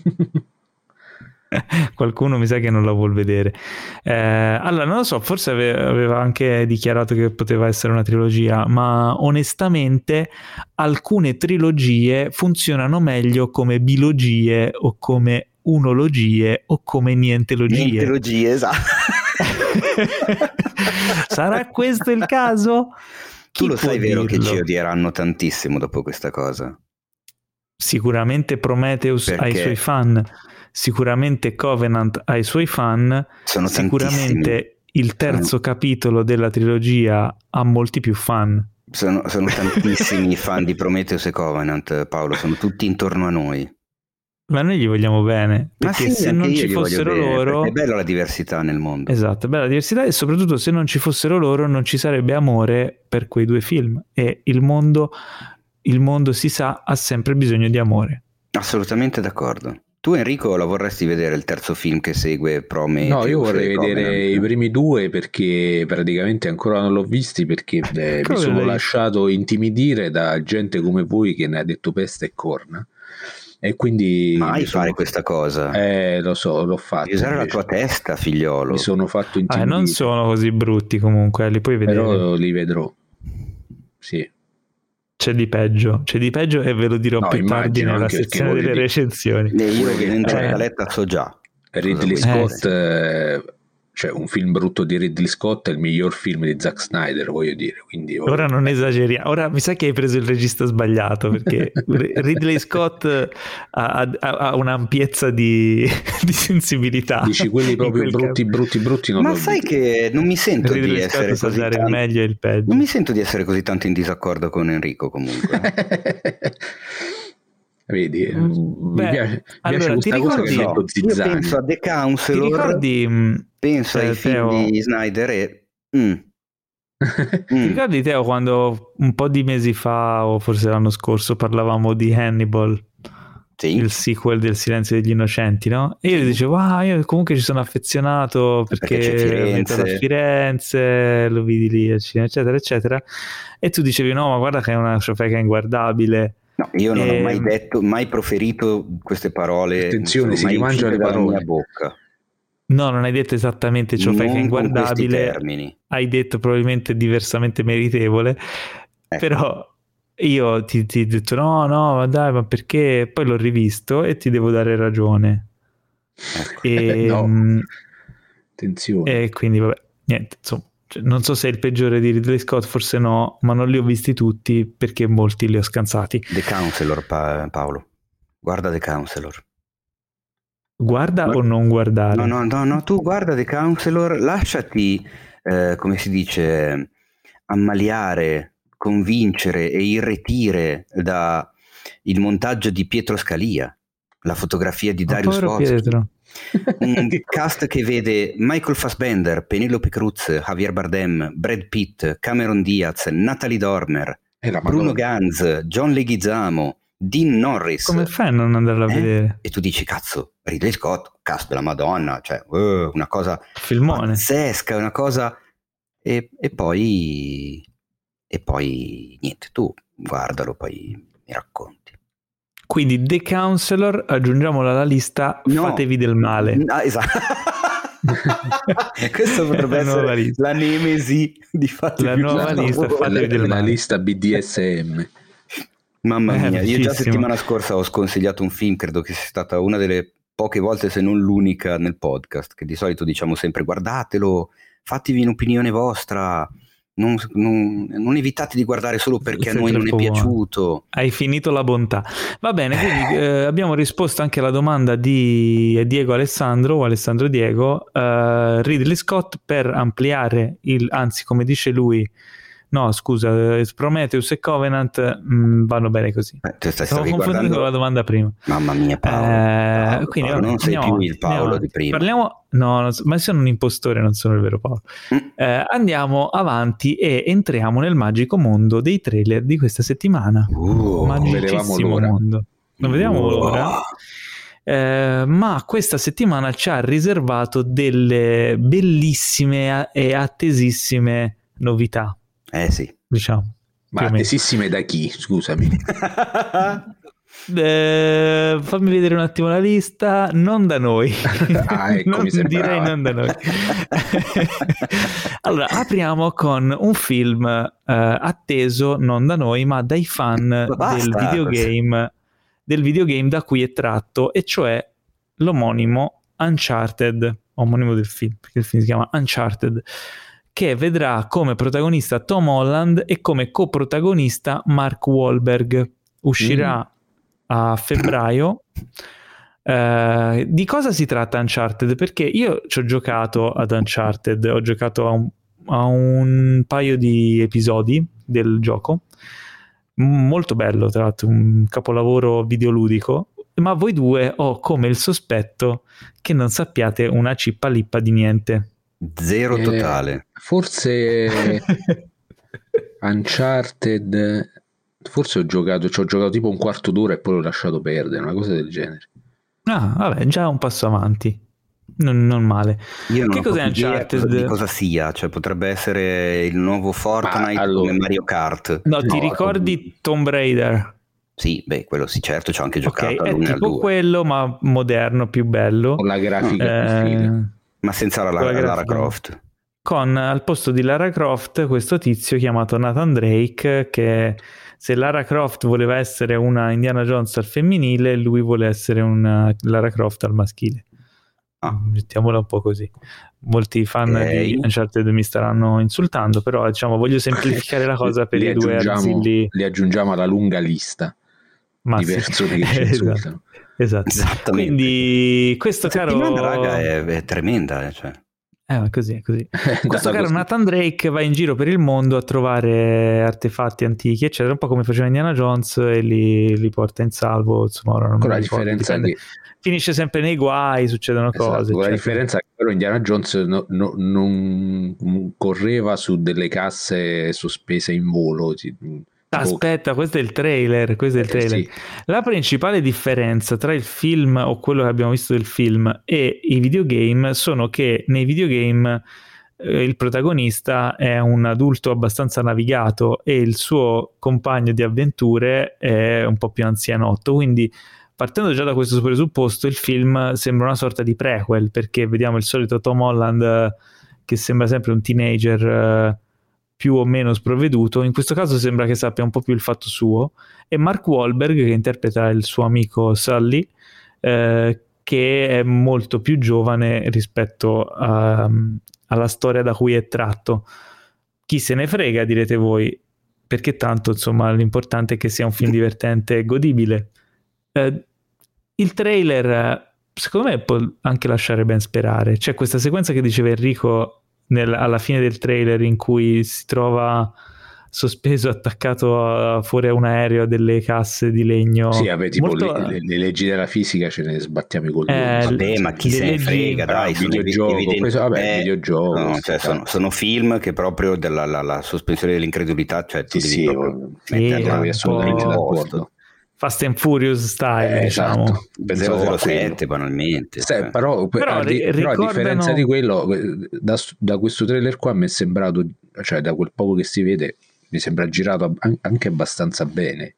Qualcuno mi sa che non la vuol vedere. Eh, allora, non lo so, forse aveva anche dichiarato che poteva essere una trilogia, ma onestamente alcune trilogie funzionano meglio come bilogie o come unologie o come nientelogie. Nientelogie, esatto. Sarà questo il caso? Chi tu lo sai vero dirlo? Che ci odieranno tantissimo dopo questa cosa? Sicuramente Prometheus Perché? ha i suoi fan, sicuramente Covenant ha i suoi fan, sono sicuramente tantissimi. il terzo sono... capitolo della trilogia ha molti più fan. Sono, sono tantissimi fan di Prometheus e Covenant, Paolo, sono tutti intorno a noi. Ma noi gli vogliamo bene, perché sì, se non ci fossero bene, loro... È bella la diversità nel mondo. Esatto, è bella la diversità e soprattutto se non ci fossero loro non ci sarebbe amore per quei due film e il mondo, il mondo si sa ha sempre bisogno di amore. Assolutamente d'accordo. Tu Enrico la vorresti vedere il terzo film che segue Prometheus? No, io vorrei vedere Covenant. i primi due perché praticamente ancora non l'ho visti perché eh, mi sono lasciato intimidire da gente come voi che ne ha detto peste e corna. E quindi mai sono... fare questa cosa, eh lo so, l'ho fatto. Devi usare invece la tua testa, figliolo. Mi sono fatto intimidire. Ah, non sono così brutti comunque, li puoi vedere. Però li vedrò. Sì. C'è di peggio, c'è di peggio e ve lo dirò no, più tardi nella sezione delle recensioni. Io che dentro eh. la scaletta so già. Ridley Scott, eh, cioè un film brutto di Ridley Scott è il miglior film di Zack Snyder, voglio dire. Quindi voglio... Ora non esageriamo, ora mi sa che hai preso il regista sbagliato, perché Ridley Scott ha, ha, ha un'ampiezza di, di sensibilità. Dici quelli proprio brutti, brutti, brutti. Non Ma sai visto. Che non mi sento Ridley di Scott essere sa così dare tanto... il meglio e il peggio. Non mi sento di essere così tanto in disaccordo con Enrico, comunque. Vedi, Beh, mi piace, mi allora, piace questa cosa ricordi, che no, io penso a The Counselor, ti ricordi, penso eh, ai film Teo, di Snyder e mm. ti Mm. ricordi Teo quando un po' di mesi fa o forse l'anno scorso parlavamo di Hannibal, Sì. il sequel del Silenzio degli Innocenti, no? E io gli dicevo, ah, io comunque ci sono affezionato perché, Perché c'è Firenze. abito a Firenze, lo vidi lì al cinema, eccetera, eccetera. E tu dicevi, no, ma guarda che è una ciofeca inguardabile. No, io non E- ho mai detto, mai proferito queste parole. Attenzione, non sono si mai rimangia uscite le dalla parole. mia bocca. No, non hai detto esattamente ciofeca Non con questi inguardabile, termini. hai detto probabilmente diversamente meritevole, Ecco. però io ti, ti ho detto no, no, ma dai, ma perché? Poi l'ho rivisto e ti devo dare ragione. Ecco. E, No. mm, Attenzione. e quindi vabbè, niente, insomma, cioè, non so se è il peggiore di Ridley Scott, forse no, ma non li ho visti tutti perché molti li ho scansati. The Counselor, Pa- Paolo. Guarda The Counselor. Guarda Ma- o non guardare? No, no, no, no, tu guarda The Counselor, lasciati, eh, come si dice, ammaliare, convincere e irretire da il montaggio di Pietro Scalia, la fotografia di Ma Darius povero Wozki, Pietro. un cast che vede Michael Fassbender, Penelope Cruz, Javier Bardem, Brad Pitt, Cameron Diaz, Natalie Dormer, È la Bruno Madonna. Ganz, John Leguizamo, Dean Norris. Come fai a non andarla a Eh? vedere? E tu dici, cazzo, Ridley Scott, cast della Madonna, cioè eh, una cosa Filmone. pazzesca, una cosa... E, e poi... E poi niente, tu guardalo, poi mi racconti. Quindi The Counselor, aggiungiamola alla lista, No. fatevi del male. Ah, esatto. Questo potrebbe La nuova essere lista. la nemesi di Fatevi La del nuova Male. lista, fatevi la, del la male. lista B D S M. Mamma Eh, mia, io già bellissimo. settimana scorsa ho sconsigliato un film, credo che sia stata una delle poche volte, se non l'unica, nel podcast, che di solito diciamo sempre guardatelo, fatevi un'opinione vostra, non, non- non evitate di guardare solo perché a Sei noi non è troppo buono. piaciuto. Hai finito la bontà. Va bene, quindi eh, abbiamo risposto anche alla domanda di Diego Alessandro o Alessandro Diego. eh, Ridley Scott per ampliare il, anzi come dice lui, no scusa, eh, Prometheus e Covenant mh, vanno bene così. Eh, te stai, Stavo stavi confondendo guardando... con la domanda prima. Mamma mia, Paolo, Eh, Paolo, quindi, Paolo, vabbè, non sei andiamo più avanti, il Paolo andiamo di avanti. prima. Parliamo, no, non so- ma sono un impostore, non sono il vero Paolo. Mm. Eh, andiamo avanti e entriamo nel magico mondo dei trailer di questa settimana. Uh, Magicissimo vedevamo l'ora. mondo. Non vediamo Uh. l'ora. Eh, ma questa settimana ci ha riservato delle bellissime e attesissime novità, Eh sì. diciamo. Ma più o meno. attesissime da chi? Scusami. Eh, fammi vedere un attimo la lista. Non da noi. Ah, ecco, Non- mi sembrava. direi non da noi. Allora, apriamo con un film eh, atteso non da noi, ma dai fan Basta, del videogame, del videogame da cui è tratto, e cioè l'omonimo Uncharted, omonimo del film, perché il film si chiama Uncharted, che vedrà come protagonista Tom Holland e come coprotagonista Mark Wahlberg. Uscirà a febbraio. Eh, di cosa si tratta Uncharted? Perché io ci ho giocato ad Uncharted, ho giocato a un, a un paio di episodi del gioco, molto bello, tra l'altro, un capolavoro videoludico, ma voi due ho come il sospetto che non sappiate una cippa lippa di niente. Zero Eh, totale. Forse Uncharted, forse ho giocato, ci ho giocato tipo un quarto d'ora e poi l'ho lasciato perdere, una cosa del genere. Ah, vabbè, già un passo avanti. Non, non male. Io non Che ho cos'è proprio idea Uncharted? cosa- di cosa sia, cioè potrebbe essere il nuovo Fortnite Ma, allora- come Mario Kart. No, ti No, ricordi Tomb Raider? Sì, beh, quello sì, certo, ci ho anche Ok, giocato è all'uno e al tipo due. quello, ma moderno, più bello. Con la grafica più Eh, figa. Ma senza la, con la Lara grafica. Croft. Con al posto di Lara Croft questo tizio chiamato Nathan Drake, che se Lara Croft voleva essere una Indiana Jones al femminile, lui vuole essere una Lara Croft al maschile. Ah. Mettiamola un po' così. Molti fan okay. di Uncharted mi staranno insultando, però diciamo voglio semplificare la cosa per li i due arzilli. Li aggiungiamo alla lunga lista Ma di sì. persone che ci insultano. Esatto. Esattamente. Quindi questo La caro raga è, è tremenda, eh, cioè. Eh, così, così. Questo caro così. Nathan Drake va in giro per il mondo a trovare artefatti antichi, eccetera, un po' come faceva Indiana Jones, e li, li porta in salvo. Insomma, ora non Con mi la ricordo, differenza dipende. che Finisce sempre nei guai, succedono esatto, cose. con la eccetera. differenza che però Indiana Jones no, no, non correva su delle casse sospese in volo. Aspetta, questo è il trailer, questo è il trailer. Eh, sì. La principale differenza tra il film o quello che abbiamo visto del film e i videogame sono che nei videogame eh, il protagonista è un adulto abbastanza navigato e il suo compagno di avventure è un po' più anzianotto, quindi partendo già da questo presupposto il film sembra una sorta di prequel, perché vediamo il solito Tom Holland eh, che sembra sempre un teenager eh, più o meno sprovveduto. In questo caso sembra che sappia un po' più il fatto suo, e Mark Wahlberg che interpreta il suo amico Sully eh, che è molto più giovane rispetto a, alla storia da cui è tratto. Chi se ne frega, direte voi, perché tanto insomma l'importante è che sia un film divertente e godibile. Eh, il trailer secondo me può anche lasciare ben sperare. C'è questa sequenza che diceva Enrico nel, alla fine del trailer in cui si trova sospeso attaccato a, fuori a un aereo delle casse di legno. Sì, vabbè, tipo molto... le, le, le leggi della fisica ce ne sbattiamo i coglioni. Eh, vabbè, ma chi se ne leggi... frega, dai, sono videogioco, evidenti... questo, vabbè, eh, videogioco, no, cioè, sono, sono film che proprio della la, la sospensione dell'incredulità, cioè tu sì, devi sì, proprio sì, metterla assolutamente d'accordo. Fast and Furious style, eh, diciamo. Esatto. zero zero sette banalmente. Sì, cioè. però, però, a, di, ricordano... però a differenza di quello, da, da questo trailer qua mi è sembrato, cioè da quel poco che si vede, mi sembra girato anche abbastanza bene.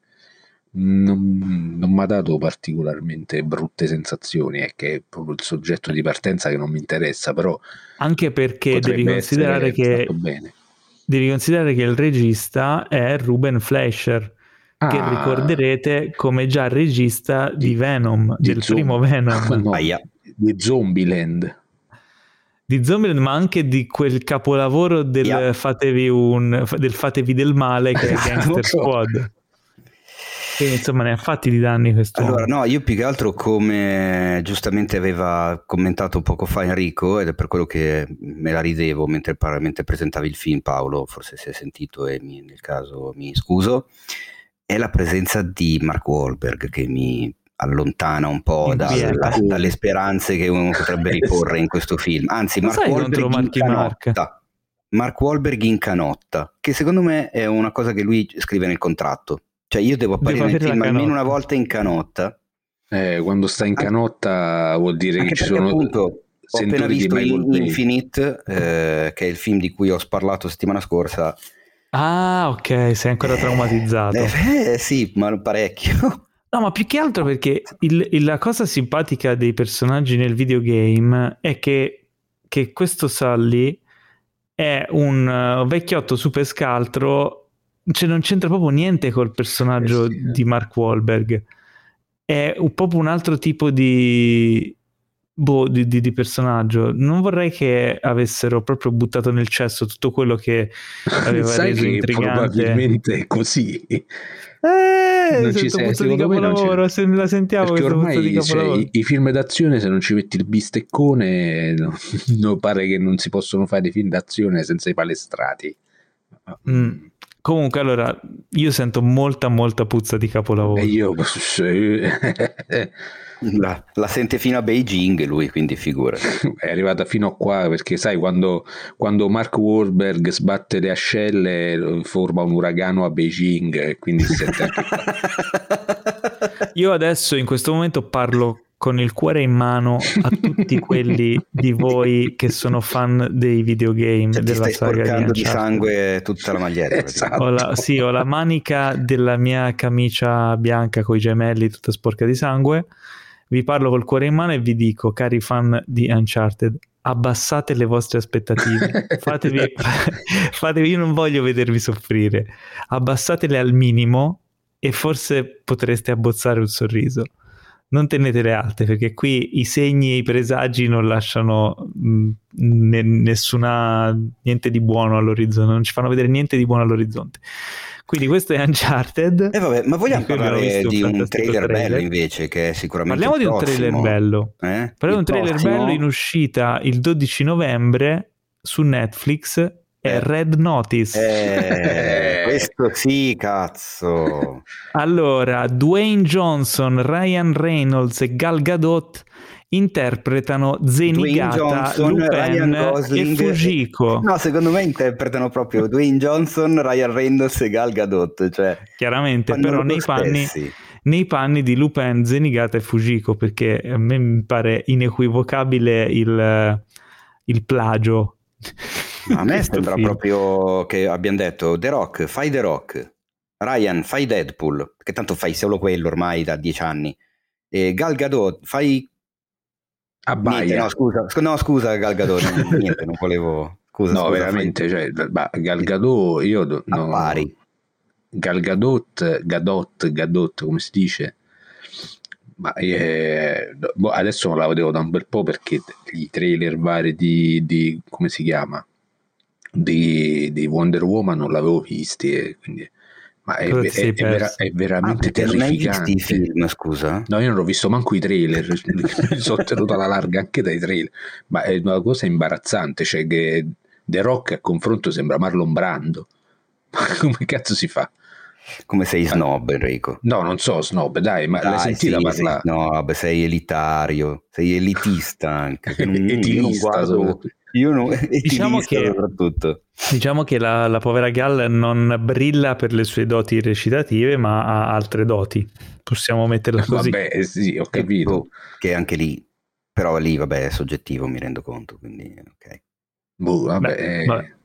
Non, non mi ha dato particolarmente brutte sensazioni, è che è proprio il soggetto di partenza che non mi interessa, però anche perché devi considerare che bene. devi considerare che il regista è Ruben Fleischer, ah, che ricorderete come già regista di, di Venom, di del zombie. primo Venom. No, di Zombieland. Di Zombieland, ma anche di quel capolavoro del, yeah. fatevi, un, del fatevi del male che è Gangster Squad. Quindi insomma ne ha fatti di danni questo. Allora no, io più che altro, come giustamente aveva commentato poco fa Enrico, ed è per quello che me la ridevo mentre, mentre presentavi il film, Paolo, forse si è sentito e mi, nel caso mi scuso, è la presenza di Mark Wahlberg che mi allontana un po' da, da, dalle speranze che uno potrebbe riporre in questo film. Anzi, non Mark Wahlberg in canotta, Mark Wahlberg in canotta, che secondo me è una cosa che lui scrive nel contratto. Cioè io devo apparire nel film almeno una volta in canotta. Eh, quando sta in canotta vuol dire anche che ci perché, sono appunto, ho appena visto Infinite, eh, che è il film di cui ho parlato settimana scorsa. Ah, ok, sei ancora traumatizzato. Eh, eh sì, ma parecchio. No, ma più che altro perché il, il, la cosa simpatica dei personaggi nel videogame è che, che questo Sully è un uh, vecchiotto super scaltro. Cioè non c'entra proprio niente col personaggio eh sì, eh. di Mark Wahlberg, è un, proprio un altro tipo di, boh, di, di, di personaggio. Non vorrei che avessero proprio buttato nel cesso tutto quello che aveva sai reso che intrigante. Probabilmente è così. Eh, non ci sei, secondo di capolavoro, se la sentiamo perché ormai di cioè, i, i film d'azione, se non ci metti il bisteccone no, no, pare che non si possono fare film d'azione senza i palestrati. mm. Comunque, allora, io sento molta, molta puzza di capolavoro. E io la, la sente fino a Beijing lui, quindi figura. È arrivata fino a qua, perché sai, quando, quando Mark Wahlberg sbatte le ascelle forma un uragano a Beijing, e quindi si sente anche Io adesso in questo momento parlo con il cuore in mano a tutti quelli di voi che sono fan dei videogame, cioè, della ti stai saga sporcando di, di sangue tutta la maglietta. Esatto. Ho la, sì, ho la manica della mia camicia bianca con i gemelli tutta sporca di sangue. Vi parlo col cuore in mano e vi dico, cari fan di Uncharted, abbassate le vostre aspettative, fatevi, fatevi, io non voglio vedervi soffrire, abbassatele al minimo e forse potreste abbozzare un sorriso. non tenetele alte, perché qui i segni e i presagi non lasciano mh, ne, nessuna niente di buono all'orizzonte, non ci fanno vedere niente di buono all'orizzonte. Quindi questo è Uncharted. Eh vabbè, ma vogliamo di cui abbiamo parlare visto di un fantastico trailer, trailer. bello invece, che è sicuramente Parliamo il di un trailer prossimo. bello. Eh? Parliamo di un Il trailer prossimo- bello in uscita il dodici novembre su Netflix, è Eh. Red Notice. Eh, questo sì, cazzo. Allora, Dwayne Johnson, Ryan Reynolds e Gal Gadot interpretano Dwayne Zenigata, Johnson, Ryan Lupin e Gosling Fujiko. No, secondo me interpretano proprio Dwayne Johnson, Ryan Reynolds e Gal Gadot, cioè Chiaramente, fanno però loro nei panni, stessi. nei panni di Lupin, Zenigata e Fujiko, perché a me mi pare inequivocabile il, il plagio. A me Questo sembra film. proprio che abbiamo detto The Rock, fai The Rock, Ryan, fai Deadpool, che tanto fai solo quello ormai da dieci anni, e Gal Gadot, fai... Abbaia. Niente, no, scusa, scu- no, scusa Gal Gadot, non- niente, non volevo... Scusa, No, scusa, veramente, cioè, bah, Gal Gadot, io do- no, Appari. Gal Gadot, Gadot, Gadot, come si dice? Ma eh, boh, adesso non la vedevo da un bel po' perché i trailer vari di, di come si chiama? Di, di Wonder Woman non l'avevo visti, e quindi, ma è, Cosa ti è- sei è vera- perso? è Ah, veramente perché non hai visto terrificante. i film, scusa? No, io non ho visto manco i trailer, mi sono tenuto alla larga anche dai trailer, ma è una cosa imbarazzante, cioè che The Rock a confronto sembra Marlon Brando. Ma come cazzo si fa? Come sei snob, Enrico? No, non so, snob, dai, ma l'hai Dai, sentita sì, parlare? sei- no, vabbè, sei elitario, sei elitista anche. che non- io non Etilista, guardo, soprattutto. io non, etilista Diciamo che- soprattutto. Diciamo che la, la povera Gal non brilla per le sue doti recitative, ma ha altre doti. Possiamo metterla così. Vabbè, eh, sì, ho capito. Boh, che anche lì, però lì, vabbè, è soggettivo, mi rendo conto, quindi ok. Boh, vabbè, Beh, eh. vabbè.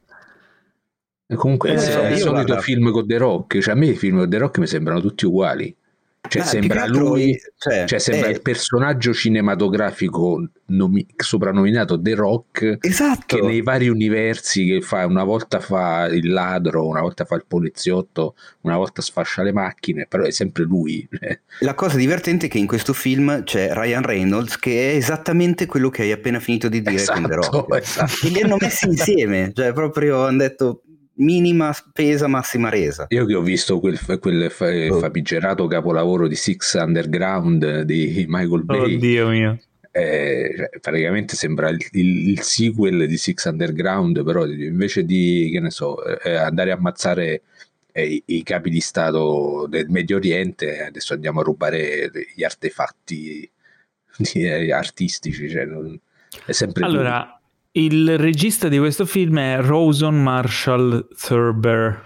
E comunque Eh, è il so, il io solito guarda- film con The Rock, cioè a me i film con The Rock mi sembrano tutti uguali. Cioè Ma sembra più che altro, lui, cioè, cioè sembra è- il personaggio cinematografico nomi- soprannominato The Rock, Esatto. che nei vari universi che fa, una volta fa il ladro, una volta fa il poliziotto, una volta sfascia le macchine, però è sempre lui. La cosa divertente è che in questo film c'è Ryan Reynolds, che è esattamente quello che hai appena finito di dire con The Esatto, Rock. esatto. E li hanno messi insieme, cioè proprio hanno detto minima spesa, massima resa. Io che ho visto quel, quel fa- Oh. famigerato capolavoro di Six Underground di Michael Bay, Oddio mio. eh, cioè, praticamente sembra il, il- il sequel di Six Underground, però invece di, che ne so, eh, andare a ammazzare eh, i, i capi di stato del Medio Oriente, adesso andiamo a rubare gli artefatti di- eh, artistici, cioè, non- è sempre lui. Allora, il regista di questo film è Rawson Marshall Thurber.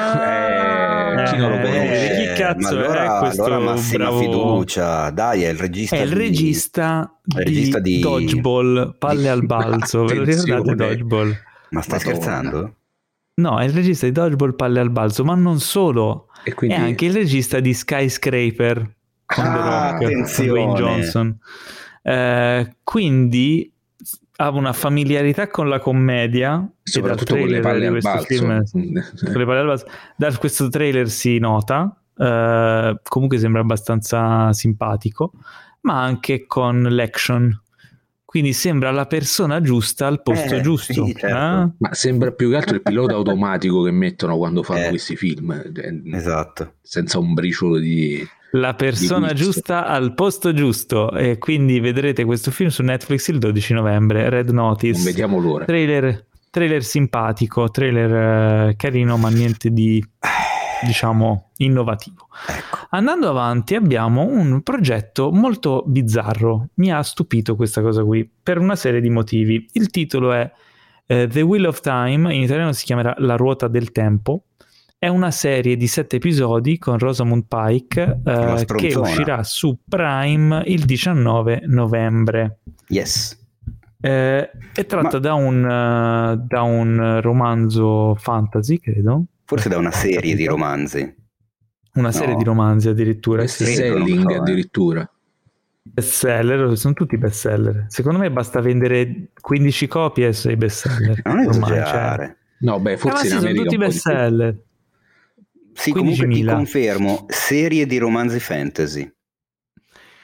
Ah, Eh, chi non lo Eh, conosce? chi cazzo ma allora, è questo allora massima bravo- fiducia, dai, è il regista È il di- regista, il regista di, di- Dodgeball, Palle di- al balzo. Ve lo Attenzione. ricordate Dodgeball? Ma stai Madonna. scherzando? No, è il regista di Dodgeball, Palle al balzo, ma non solo. E quindi È anche il regista di Skyscraper con Ah, The Rock, con attenzione. Dwayne Johnson. Eh, quindi ha una familiarità con la commedia, e soprattutto dal con le trailer palle di al questo balzo. film- con le palle al balzo. Da questo trailer si nota, eh, comunque sembra abbastanza simpatico, ma anche con l'action. Quindi sembra la persona giusta al posto Eh, giusto. sì, certo. eh? Ma sembra più che altro il pilota automatico che mettono quando fanno Eh. questi film, eh, Esatto. senza un briciolo di... La persona Di gusto. giusta al posto giusto, e quindi vedrete questo film su Netflix il dodici novembre. Red Notice. Non vediamo l'ora. Trailer, trailer simpatico, trailer eh, carino, ma niente di, diciamo, innovativo. Ecco. Andando avanti abbiamo un progetto molto bizzarro. Mi ha stupito questa cosa qui per una serie di motivi. Il titolo è eh, The Wheel of Time, in italiano si chiamerà La ruota del tempo. È una serie di sette episodi con Rosamund Pike Una eh, che stronzona. uscirà su Prime il diciannove novembre. Yes. Eh, è tratta Ma- da un, eh, da un romanzo fantasy, credo. Forse da una serie di Capito? romanzi. Una serie No. di romanzi addirittura. Best Sì. Credo, non selling so, eh. addirittura. Bestseller, sono tutti bestseller. Secondo me basta vendere quindici copie e sei bestseller. Non ormai, esagerare. cioè. No, beh, Eh, ma forse sì, in sono America tutti un po' di più. bestseller. Sì, comunque ti quindicimila. confermo, serie di romanzi fantasy.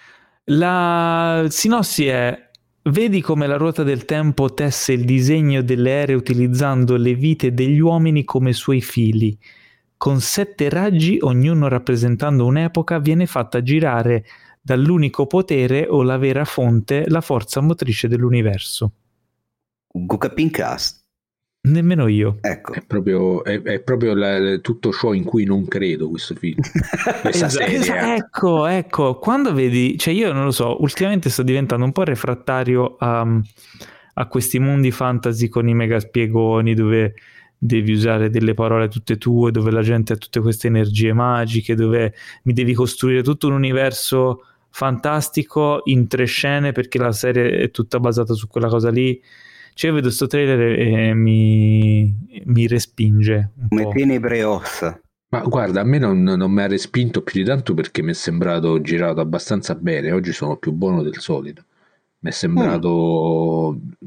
La sinossi è: vedi come la ruota del tempo tesse il disegno delle ere utilizzando le vite degli uomini come suoi fili. Con sette raggi, ognuno rappresentando un'epoca, viene fatta girare dall'unico potere o la vera fonte, la forza motrice dell'universo. Gucapincast. Nemmeno io. Ecco. È proprio, è, è proprio la, tutto ciò in cui non credo questo film. Questa Esatto, serie. esatto, ecco, ecco, quando vedi, cioè io non lo so, ultimamente sto diventando un po' refrattario a, a questi mondi fantasy con i mega spiegoni dove devi usare delle parole tutte tue, dove la gente ha tutte queste energie magiche, dove mi devi costruire tutto un universo fantastico in tre scene perché la serie è tutta basata su quella cosa lì. Cioè io vedo sto trailer e mi, mi respinge un Come po'. tenebre e ossa. Ma guarda, a me non, non mi ha respinto più di tanto perché mi è sembrato girato abbastanza bene. Oggi sono più buono del solito. Mi è sembrato mm.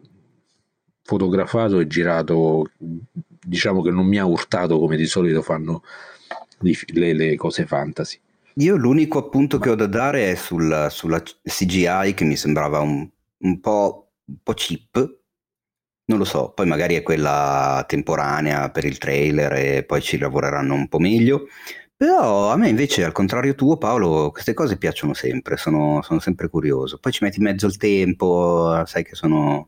fotografato e girato, diciamo che non mi ha urtato come di solito fanno le, le cose fantasy. Io l'unico appunto che ho da dare è sulla, sulla C G I, che mi sembrava un, un po', un po' cheap. Non lo so, poi magari è quella temporanea per il trailer e poi ci lavoreranno un po' meglio. Però a me invece, al contrario tuo Paolo, queste cose piacciono sempre, sono, sono sempre curioso. Poi ci metti in mezzo il tempo, sai che sono,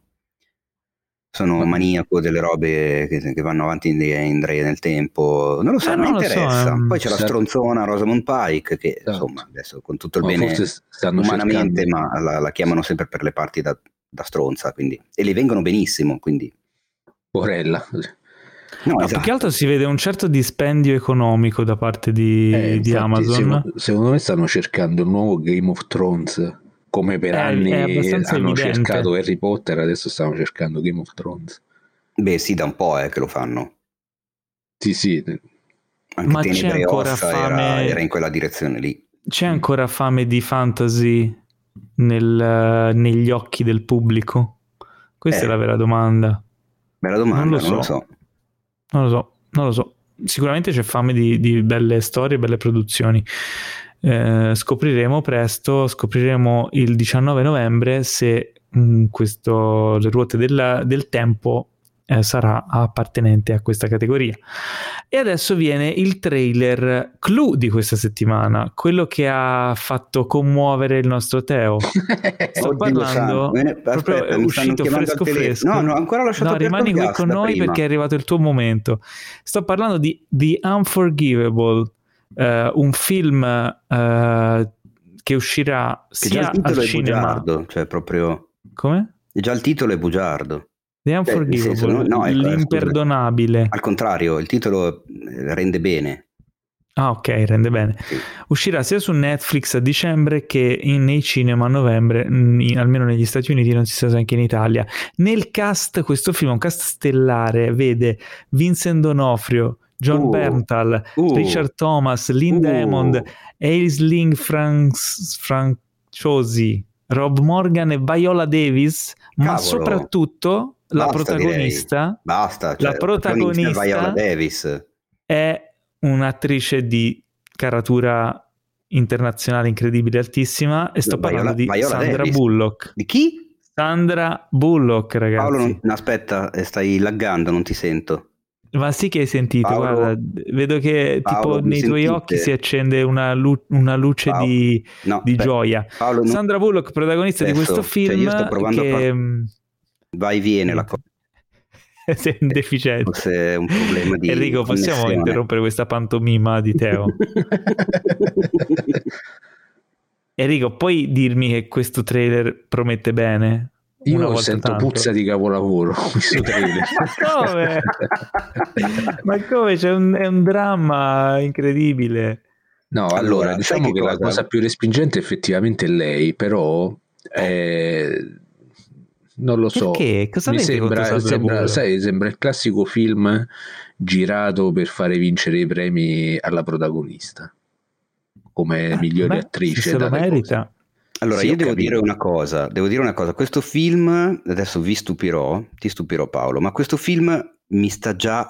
sono maniaco delle robe che, che vanno avanti in, in nel tempo. Non lo so, Eh, mi non lo so, interessa. ehm, Poi c'è la Esatto. stronzona Rosamund Pike che Esatto. insomma adesso con tutto il Ma bene forse stanno umanamente, cercando- ma la, la chiamano sempre per le parti da, da stronza, quindi, e le vengono benissimo, quindi Porella. no, No, esatto. più che altro si vede un certo dispendio economico da parte di, Eh, di infatti, Amazon. Secondo, secondo me stanno cercando il nuovo Game of Thrones, come per È- anni è abbastanza hanno evidente. cercato Harry Potter, adesso stanno cercando Game of Thrones. Beh sì, da un po' eh, che lo fanno. Sì, sì. Anche Ma c'è Tenebre e ancora Ossa fame- era, era in quella direzione lì. C'è ancora fame di fantasy nel- negli occhi del pubblico? Questa Eh. è la vera domanda. Bella domanda, Non lo non lo so. so. Non lo so, non lo so. Sicuramente c'è fame di, di belle storie, belle produzioni. Eh, scopriremo presto, scopriremo il diciannove novembre se mh, questo, le ruote della- del tempo eh, sarà appartenente a questa categoria. E adesso viene il trailer clou di questa settimana, quello che ha fatto commuovere il nostro Teo. Sto Oddio parlando santo, me ne- proprio aspetta, è mi stanno uscito chiamando fresco al telefono. fresco. No, no, ancora ho lasciato No, aperto rimani il qui gas con da noi prima. perché è arrivato il tuo momento. Sto parlando di The Unforgivable, eh, un film eh, che uscirà Che già sia il titolo al è cinema. bugiardo, cioè proprio Come? già il titolo è bugiardo. The nel senso, Unforgivable, no, no, ecco, eh, l'imperdonabile. Al contrario, il titolo eh, rende bene. Ah, ok, rende bene. Sì. Uscirà sia su Netflix a dicembre che in, nei cinema a novembre, in- almeno negli Stati Uniti, non si sa se anche in Italia. Nel cast, questo film è un cast stellare, vede Vincent D'Onofrio, John Uh, Bernthal, uh, Richard Thomas, Linda uh. Hammond, Aisling Franks- Franciosi, Rob Morgan e Viola Davis, ma Cavolo. soprattutto la Basta, protagonista direi. Basta, cioè, la protagonista è Viola Davis. è un'attrice di caratura internazionale incredibile, altissima, e sto Viola- parlando di Viola Sandra Davis. Bullock. Di chi? Sandra Bullock, ragazzi. Paolo, non, no, aspetta, eh, stai laggando, non ti sento. Ma sì che hai sentito, Paolo- guarda, vedo che Paolo, tipo mi nei tuoi sentite? occhi si accende una, lu- una luce Paolo- di, No, di aspetta. gioia. Paolo, non- Sandra Bullock, protagonista Adesso, di questo cioè, film io sto provando a che far- mh, vai viene la cosa. sei un deficiente. Forse è un problema di Enrico, possiamo connessione. interrompere questa pantomima di Teo? Enrico, puoi dirmi che questo trailer promette bene? Una Io volta sento tanto? puzza di capolavoro questo trailer. Ma come? Ma come? C'è un, è un dramma incredibile. No, allora, Allora, diciamo sai che che la cosa? cosa più respingente effettivamente è lei, però eh, non lo so. Perché? Cosa Mi avete contro sembra, Sandra sembra, Bullock? sai, sembra il classico film girato per fare vincere i premi alla protagonista come migliore Beh, attrice. se se lo dalle merita. cose. Allora, Sì, io ho devo capito. dire una cosa, devo dire una cosa, questo film, adesso vi stupirò, ti stupirò Paolo, ma questo film mi sta già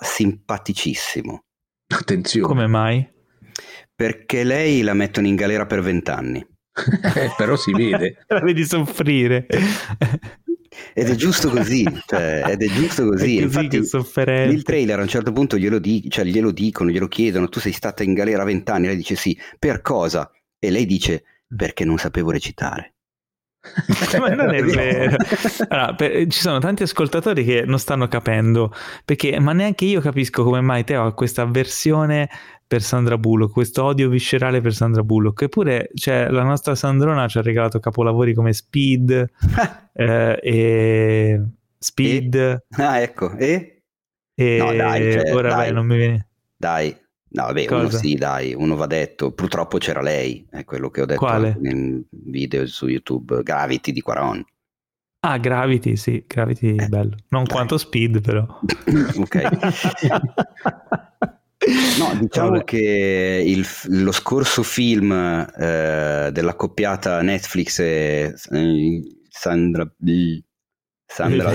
simpaticissimo, Attenzione. Come mai? perché lei la mettono in galera per vent'anni. Però si vede. La vedi soffrire. Ed è giusto così, cioè, ed è giusto così. È così. Infatti, che sofferente. il trailer a un certo punto glielo, di, cioè, glielo dicono, glielo chiedono, tu sei stata in galera vent'anni, lei dice sì, per cosa? E lei dice perché non sapevo recitare. Ma non è vero. Allora, per, ci sono tanti ascoltatori che non stanno capendo, perché ma neanche io capisco come mai Teo ha questa avversione per Sandra Bullock, questo odio viscerale per Sandra Bullock. Eppure, cioè, la nostra Sandrona ci ha regalato capolavori come Speed eh, e Speed e? Ah, ecco, e? e no, dai, cioè, ora dai, beh, non mi viene. Dai. No, vabbè, Cosa? uno sì, dai, uno va detto. Purtroppo c'era lei, è quello che ho detto Quale? anche nel video su YouTube, Gravity di Quaron. Ah, Gravity, sì, Gravity Eh, bello. Non dai. quanto Speed, però. Ok. No, diciamo Vabbè. che il, lo scorso film eh, della coppiata Netflix e eh, Sandra Sandra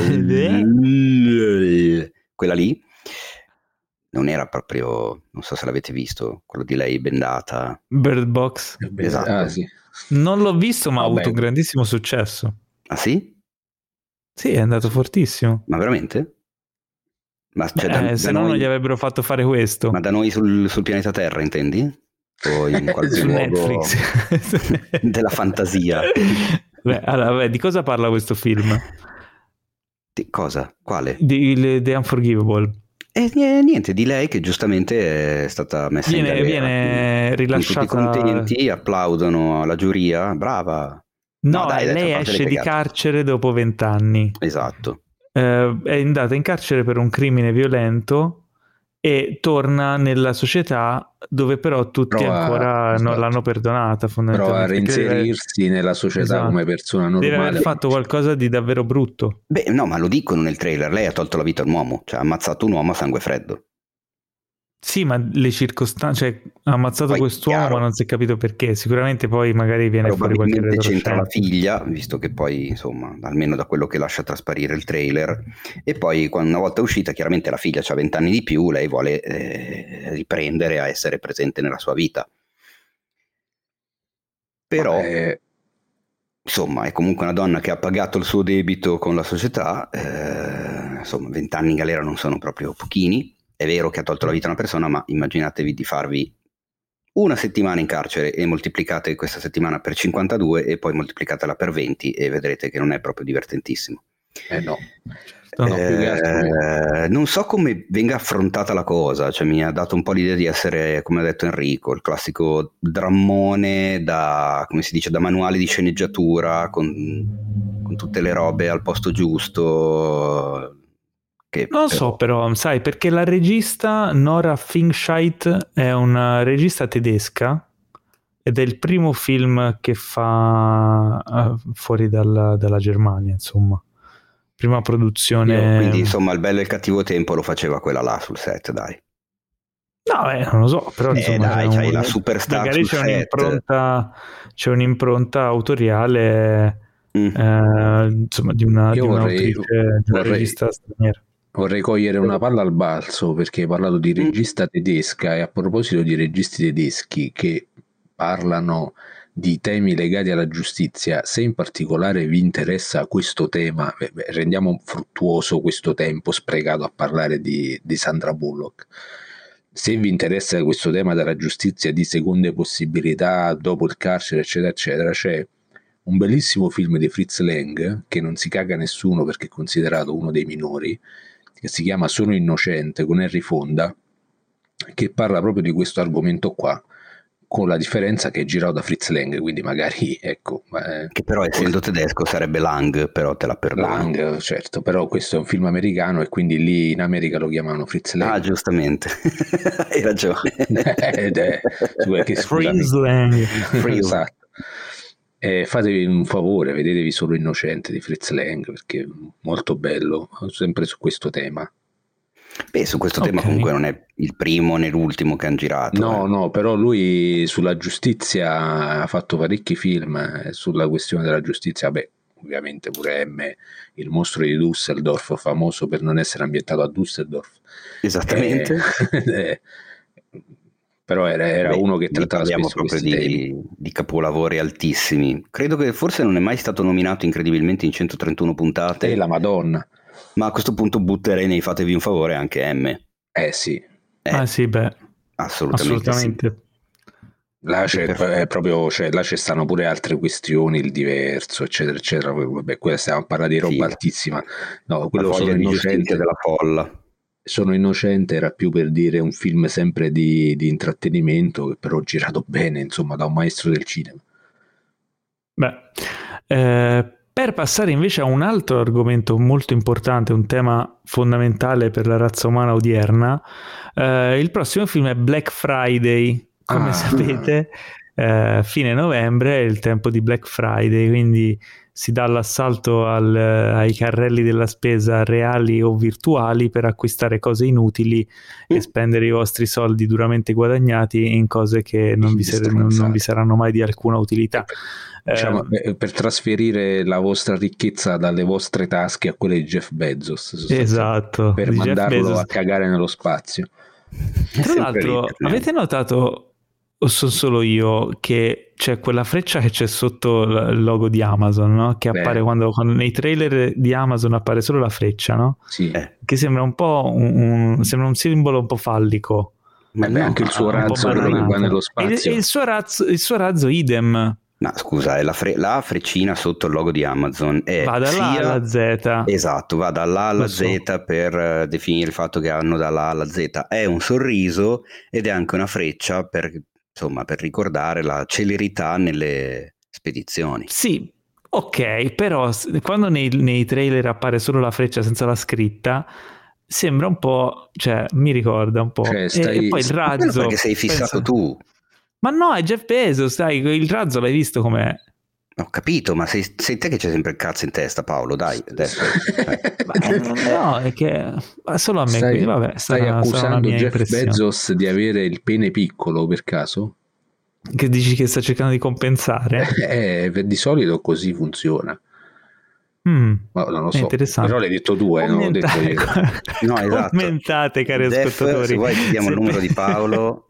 quella lì non era proprio, non so se l'avete visto, quello di lei bendata. Bird Box. Esatto. Ah, sì. Non l'ho visto, ma ha Vabbè. avuto un grandissimo successo. Ah sì? Sì, è andato fortissimo. Ma veramente? Ma, cioè, Beh, da, se da no noi, non gli avrebbero fatto fare questo. ma da noi sul, sul pianeta Terra, intendi? O in qualche Su luogo Netflix. della fantasia? Beh, allora, vabbè, di cosa parla questo film? Di cosa? Quale? Di The Unforgivable. E niente, di lei che giustamente è stata messa Viene, in galera. viene rilasciata. Sono tutti contenti, applaudono alla giuria, brava. No, No, dai, dai, lei a parte le esce di cagate. carcere dopo vent'anni. Esatto. Eh, è andata in carcere per un crimine violento e torna nella società dove però tutti Prova, ancora esatto. non l'hanno perdonata, Prova a fondamentalmente. Perché deve- reinserirsi nella società Esatto. come persona deve aver normale. fatto qualcosa di davvero brutto. Beh, no, ma lo dicono nel trailer, lei ha tolto la vita a un uomo, cioè ha ammazzato un uomo a sangue freddo. Sì, ma le circostanze, cioè ha ammazzato Poi, quest'uomo, chiaro. ma non si è capito perché. Sicuramente poi magari viene fuori qualche Probabilmente c'entra la retroscena. figlia, visto che poi, insomma, almeno da quello che lascia trasparire il trailer, e poi quando una volta uscita, chiaramente la figlia ha vent'anni di più, lei vuole eh, riprendere a essere presente nella sua vita. Però, Eh, insomma, è comunque una donna che ha pagato il suo debito con la società, eh, insomma, vent'anni in galera non sono proprio pochini. È vero che ha tolto la vita a una persona, ma immaginatevi di farvi una settimana in carcere e moltiplicate questa settimana per cinquantadue e poi moltiplicatela per venti e vedrete che non è proprio divertentissimo. eh no. Certo, no. più che altro- Eh, non so come venga affrontata la cosa, cioè mi ha dato un po' l'idea di essere, come ha detto Enrico, il classico drammone da, come si dice, da manuale di sceneggiatura con, con tutte le robe al posto giusto. Che Non so però, sai, perché la regista Nora Fingscheidt è una regista tedesca ed è il primo film che fa uh, fuori dalla, dalla Germania, insomma. Prima produzione... Io, quindi insomma il bello e il cattivo tempo lo faceva quella là sul set, dai. No, eh, non lo so, però Eh, insomma dai, c'è c'hai un- la superstar magari sul c'è set. un'impronta, c'è un'impronta autoriale Mm. eh, insomma di una Io di vorrei- un'autrice, di una vorrei- regista straniera. Vorrei cogliere una palla al balzo perché hai parlato di regista tedesca e a proposito di registi tedeschi che parlano di temi legati alla giustizia, se in particolare vi interessa questo tema, beh, beh, rendiamo fruttuoso questo tempo sprecato a parlare di, di Sandra Bullock. Se vi interessa questo tema della giustizia, di seconde possibilità dopo il carcere, eccetera, eccetera, c'è un bellissimo film di Fritz Lang che non si caga nessuno perché è considerato uno dei minori, che si chiama Sono innocente, con Henry Fonda, che parla proprio di questo argomento qua, con la differenza che è girato da Fritz Lang, quindi magari ecco eh, Che però essendo tedesco sarebbe Lang, però te la perdono. Lang, certo, però questo è un film americano e quindi lì in America lo chiamano Fritz Lang. Ah, giustamente, hai ragione. Ed è, che, scusami, Fritz Lang. esatto. Eh, fatevi un favore, vedetevi Solo innocente di Fritz Lang perché è molto bello, sempre su questo tema. Beh, su questo tema Ok. comunque non è il primo né l'ultimo che hanno girato. No, eh. no, però lui sulla giustizia ha fatto parecchi film, eh, sulla questione della giustizia, beh, ovviamente pure M, il mostro di Düsseldorf, famoso per non essere ambientato a Düsseldorf. Esattamente. Eh, però era, era Beh, uno che lì trattava parliamo spesso proprio questi temi. di, di capolavori altissimi. Credo che forse non è mai stato nominato incredibilmente in centotrentuno puntate, E la Madonna. ma a questo punto butterei nei fatevi un favore anche M. Eh sì, Eh, Ah sì, beh, assolutamente, assolutamente. là c'è, Per- è proprio, cioè, là ci stanno pure altre questioni, il diverso, eccetera, eccetera. Vabbè, quella stiamo a parlare di roba Sì. altissima. No, La quello voglia sono di giustizia innocente. della folla. Sono innocente era più per dire un film sempre di, di intrattenimento, che però girato bene, insomma, da un maestro del cinema. Beh, eh, per passare invece a un altro argomento molto importante, un tema fondamentale per la razza umana odierna, eh, il prossimo film è Black Friday. Come Ah. sapete, eh, fine novembre è il tempo di Black Friday, quindi si dà l'assalto al, ai carrelli della spesa reali o virtuali per acquistare cose inutili Mm. e spendere i vostri soldi duramente guadagnati in cose che non vi, ser- non, non vi saranno mai di alcuna utilità. Diciamo, Eh, eh, per trasferire la vostra ricchezza dalle vostre tasche a quelle di Jeff Bezos, sostanzialmente, esatto, per di Jeff mandarlo Bezos. a cagare nello spazio. È Tra sempre l'altro, internet. avete notato, o sono solo io, che c'è quella freccia che c'è sotto il logo di Amazon, no? Che Beh. appare quando, quando nei trailer di Amazon appare solo la freccia, no? Sì. Eh, Che sembra un po' un, un- sembra un simbolo un po' fallico. ma Vabbè, no, anche il suo un po' razzo, quello che va bananato. nello E il, spazio. e il suo razzo, il suo razzo idem, ma scusa, è la, fre- la freccina sotto il logo di Amazon è va dall'A sia... alla Z. Esatto, va dall'A alla Lo so. Z per eh, definire il fatto che hanno dalla A alla Z. È un sorriso ed è anche una freccia per, insomma, per ricordare la celerità nelle spedizioni. Sì, ok, però s- quando nei, nei trailer appare solo la freccia senza la scritta, sembra un po', cioè mi ricorda un po'. Cioè, E- stai- e, poi il Quello razzo... perché sei fissato pensa- tu. Ma no, è Jeff Bezos, dai, il razzo l'hai visto com'è? Ho capito, ma sei, sei te che c'è sempre il cazzo in testa, Paolo, dai, adesso. Ma, eh, no, è che ma solo a me, Stai, quindi vabbè, stai sarà, sarà una accusando mia Jeff impressione. Bezos di avere il pene piccolo per caso? Che dici che sta cercando di compensare? Eh, per- di solito così funziona. Mm, Ma non lo è so, interessante. però l'hai detto tu, eh, non l'ho detto Commentate, io. No, esatto. commentate, cari Jeff, ascoltatori. se vuoi ti diamo Se il numero pe- di Paolo.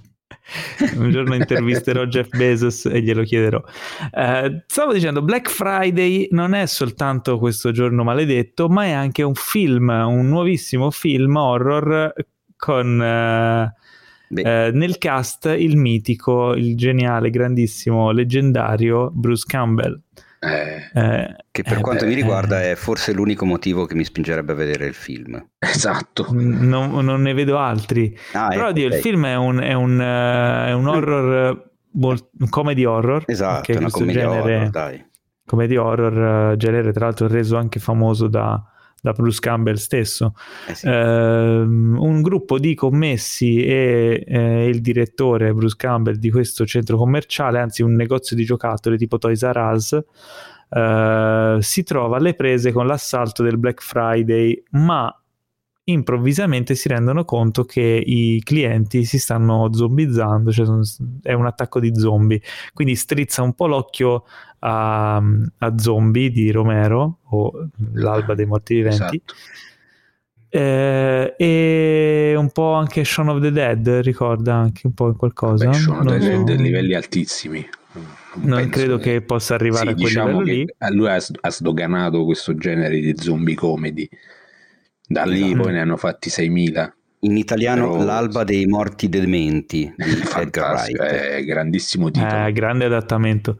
Un giorno intervisterò Jeff Bezos e glielo chiederò. Eh, stavo dicendo, Black Friday non è soltanto questo giorno maledetto, ma è anche un film, un nuovissimo film horror con eh, Beh, eh, nel cast il mitico, il geniale, grandissimo, leggendario Bruce Campbell. Eh, Eh, che per eh, quanto beh, mi riguarda eh, è forse l'unico motivo che mi spingerebbe a vedere il film. esatto. non, non ne vedo altri. Ah, Però ecco, Dio, il ok. film è un, è un, eh, è un horror, mol- un comedy horror. Esatto, ok, è una questo commedia genere, horror, dai. comedy horror, eh, genere tra l'altro reso anche famoso da, da Bruce Campbell stesso. Eh sì. Ehm, un gruppo di commessi e eh, il direttore Bruce Campbell di questo centro commerciale, anzi un negozio di giocattoli tipo Toys R Us, eh, si trova alle prese con l'assalto del Black Friday, ma improvvisamente si rendono conto che i clienti si stanno zombizzando, cioè sono- è un attacco di zombie, quindi strizza un po' l'occhio a, a Zombie di Romero o L'alba dei morti viventi. Esatto. Eh, e un po' anche Shaun of the Dead, ricorda anche un po' qualcosa. Vabbè, sono Non dei, so. dei livelli altissimi. Non penso credo che possa arrivare sì, a quel diciamo livello che lì. lui ha, ha sdoganato questo genere di zombie comedy. Da lì Esatto. poi ne hanno fatti seimila. In italiano Però- L'alba dei morti dementi di Edgar Fantastico, Wright. è grandissimo titolo. Eh, grande adattamento.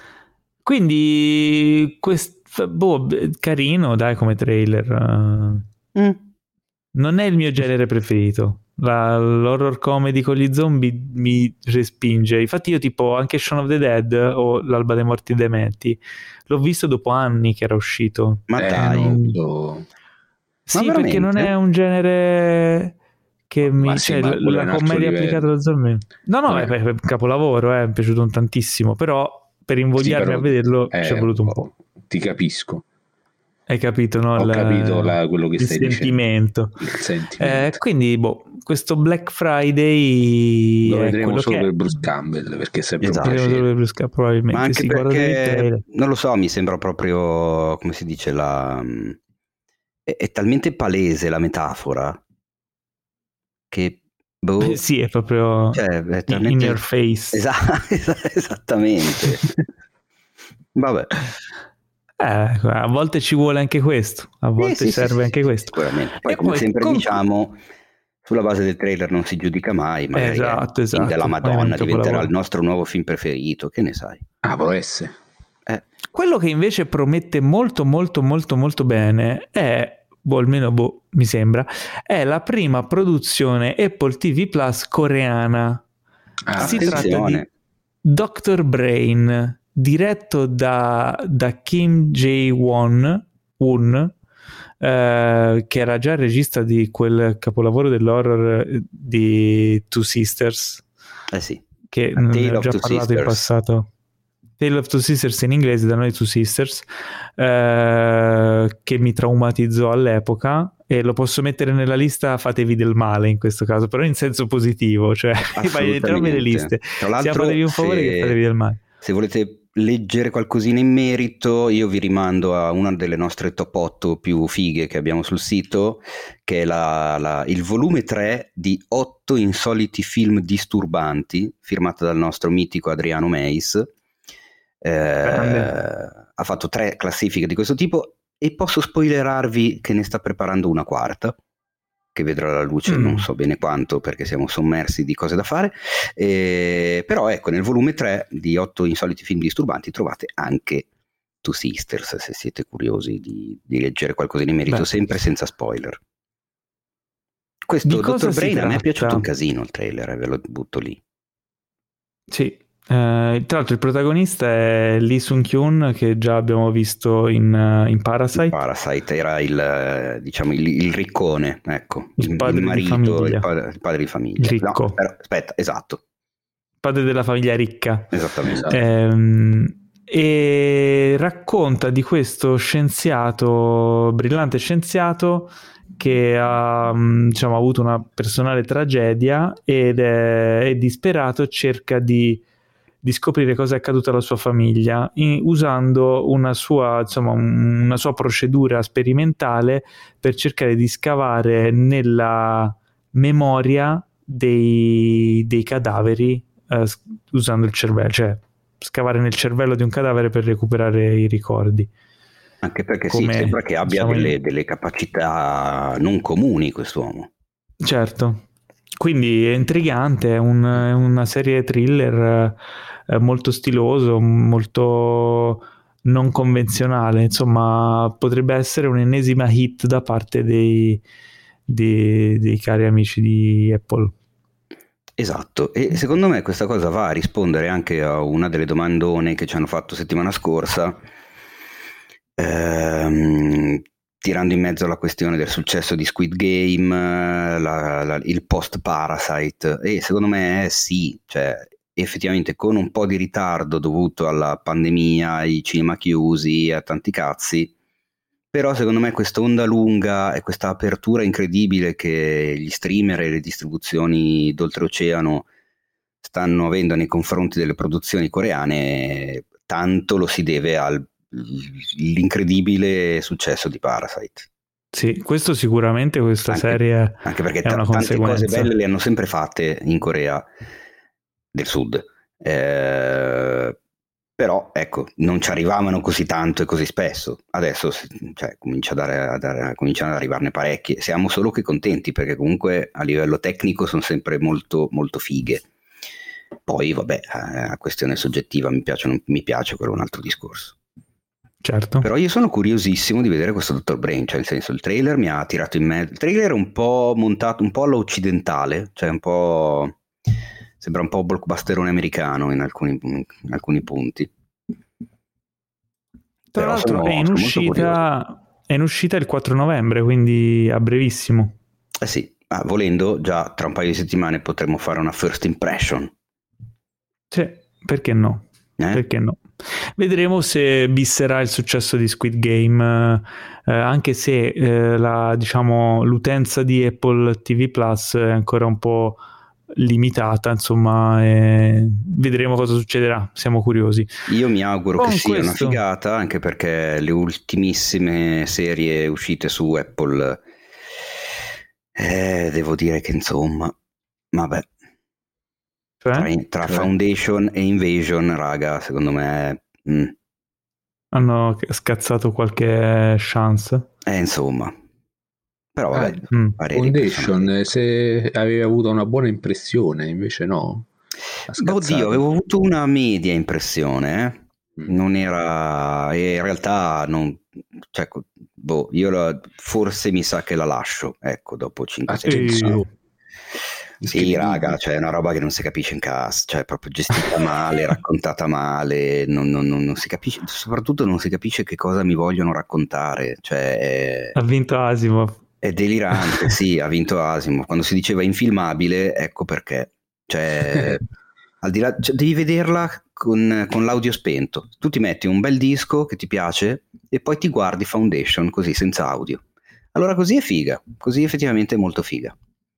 Quindi, quest- boh, carino, dai, come trailer. eh. Mm. Non è il mio genere preferito. La- l'horror comedy con gli zombie mi respinge. Infatti, io, tipo, anche Shaun of the Dead o L'alba dei morti dementi l'ho visto dopo anni che era uscito. Ma Eh, dai, no, lo- Sì, Ma perché non veramente? è un genere che Ma mi. sì, Cioè, ma la, quello è un la altro commedia livello. applicata allo zombie. No, no, No, è, è capolavoro, eh, mi è piaciuto un tantissimo. Però per sì, invogliarmi però, a vederlo eh, ci è voluto un po'. ti capisco. Hai capito, no? Ho Il- capito la- quello che il stai dicendo. sentimento. Il Eh, sentimento. quindi, boh, questo Black Friday Lo è vedremo quello solo che è. per Bruce Campbell, perché è sempre Esatto. un Vedremo piacere. solo per Bruce Campbell, probabilmente. Ma anche sì, guardatevi il perché, trailer. non lo so, mi sembra proprio, come si dice, la... è, è talmente palese la metafora che Boh. Sì, è proprio cioè, è in talmente... your face. Esatto, esattamente. Vabbè. Eh, a volte ci vuole anche questo, a volte sì, serve sì, anche sì, questo. Sicuramente. Poi, E come poi sempre con... diciamo, sulla base del trailer non si giudica mai, magari esatto, è film esatto. della Madonna, diventerà il il nostro nuovo film preferito, che ne sai? Ah, può essere. Eh. Quello che invece promette molto molto molto molto bene è, o almeno boh, mi sembra, è la prima produzione Apple T V Plus coreana. Ah, si attenzione. tratta di doctor Brain, diretto da, da Kim Jae-won, Un, eh, che era già il regista di quel capolavoro dell'horror di Two Sisters, Eh sì. che A ne Tale ho of già Two parlato in Sisters. passato. Tale of Two Sisters in inglese, da noi Two Sisters, eh, che mi traumatizzò all'epoca, e lo posso mettere nella lista fatevi del male in questo caso, però in senso positivo, cioè fai entrambe le liste, Tra l'altro, sia fatevi un favore se, che fatevi del male. Se volete leggere qualcosina in merito, io vi rimando a una delle nostre top otto più fighe che abbiamo sul sito, che è la, la, il volume tre di otto insoliti film disturbanti, firmata dal nostro mitico Adriano Meis. Eh, ha fatto tre classifiche di questo tipo e posso spoilerarvi che ne sta preparando una quarta, che vedrà la luce mm. non so bene quanto, perché siamo sommersi di cose da fare, eh, però ecco, nel volume tre di otto insoliti film disturbanti trovate anche Two Sisters, se siete curiosi di, di leggere qualcosa in merito. Beh, sempre senza spoiler. Questo doctor Brain a me è piaciuto un casino il trailer, eh, ve lo butto lì. Sì. Uh, tra l'altro il protagonista è Lee Sung-kyun, che già abbiamo visto in, uh, in Parasite. Parasite era il, diciamo, il, il riccone, ecco, il padre il marito, di famiglia. Il padre, il padre di famiglia. Il ricco. No, però, aspetta, esatto. Padre della famiglia ricca. Esattamente. Ehm, e racconta di questo scienziato, brillante scienziato, che ha, diciamo, avuto una personale tragedia ed è, è disperato, cerca di di scoprire cosa è accaduto alla sua famiglia, in, usando una sua, insomma, una sua procedura sperimentale per cercare di scavare nella memoria dei, dei cadaveri, eh, usando il cervello, cioè scavare nel cervello di un cadavere per recuperare i ricordi. Anche perché Come, sì, sembra che abbia diciamo, delle, delle capacità non comuni quest'uomo. Certo. Quindi è intrigante, è, un, è una serie thriller eh, molto stiloso, molto non convenzionale, insomma potrebbe essere un'ennesima hit da parte dei, dei, dei cari amici di Apple. Esatto, e secondo me questa cosa va a rispondere anche a una delle domandone che ci hanno fatto settimana scorsa, ehm, tirando in mezzo la questione del successo di Squid Game, la, la, il post Parasite, e secondo me sì, cioè effettivamente con un po' di ritardo dovuto alla pandemia, ai cinema chiusi, a tanti cazzi, però secondo me questa onda lunga e questa apertura incredibile che gli streamer e le distribuzioni d'oltreoceano stanno avendo nei confronti delle produzioni coreane, tanto lo si deve al l'incredibile successo di Parasite. Sì, questo sicuramente, questa anche, serie anche perché è t- una tante conseguenza. cose belle le hanno sempre fatte in Corea del Sud, eh, però ecco, non ci arrivavano così tanto e così spesso. Adesso cioè, comincia a dare, a dare, cominciano ad arrivarne parecchie. Siamo solo che contenti, perché comunque a livello tecnico sono sempre molto molto fighe. Poi vabbè, a questione soggettiva, mi piace o non mi piace, quello è un altro discorso. Certo. Però io sono curiosissimo di vedere questo doctor Brain, cioè nel senso, il trailer mi ha tirato in mezzo. Il trailer è un po' montato un po' all'occidentale, cioè un po' sembra un po' blockbusterone americano in alcuni, in alcuni punti. Tra Però l'altro sono, è in uscita è in uscita il quattro novembre, quindi a brevissimo. Eh sì, ah, volendo già tra un paio di settimane potremmo fare una first impression. Sì, perché no? Eh? Perché no? Vedremo se bisserà il successo di Squid Game, eh, anche se eh, la, diciamo, l'utenza di Apple T V Plus è ancora un po' limitata, insomma, e vedremo cosa succederà, siamo curiosi. Io mi auguro Con che sia questo... una figata, anche perché le ultimissime serie uscite su Apple, eh, devo dire che insomma Vabbè. Cioè? Tra, tra cioè? Foundation e Invasion, raga, secondo me... Mm. Hanno scazzato qualche chance. Eh, insomma. Però vabbè. Ah, mm. Foundation, se aveva avuto una buona impressione, invece no. Oddio, avevo avuto una media impressione, eh? mm. Non era... E in realtà non... Cioè, boh, io la... forse mi sa che la lascio, ecco, dopo cinque sei giorni. Sì, raga, cioè è una roba che non si capisce in cast, cioè è proprio gestita male, raccontata male, non, non, non, non si capisce, soprattutto non si capisce che cosa mi vogliono raccontare. Cioè, ha vinto Asimov. È delirante, sì, ha vinto Asimov. Quando si diceva infilmabile, ecco perché. Cioè, al di là, cioè, devi vederla con, con l'audio spento. Tu ti metti un bel disco che ti piace e poi ti guardi Foundation così, senza audio. Allora così è figa, così effettivamente è molto figa.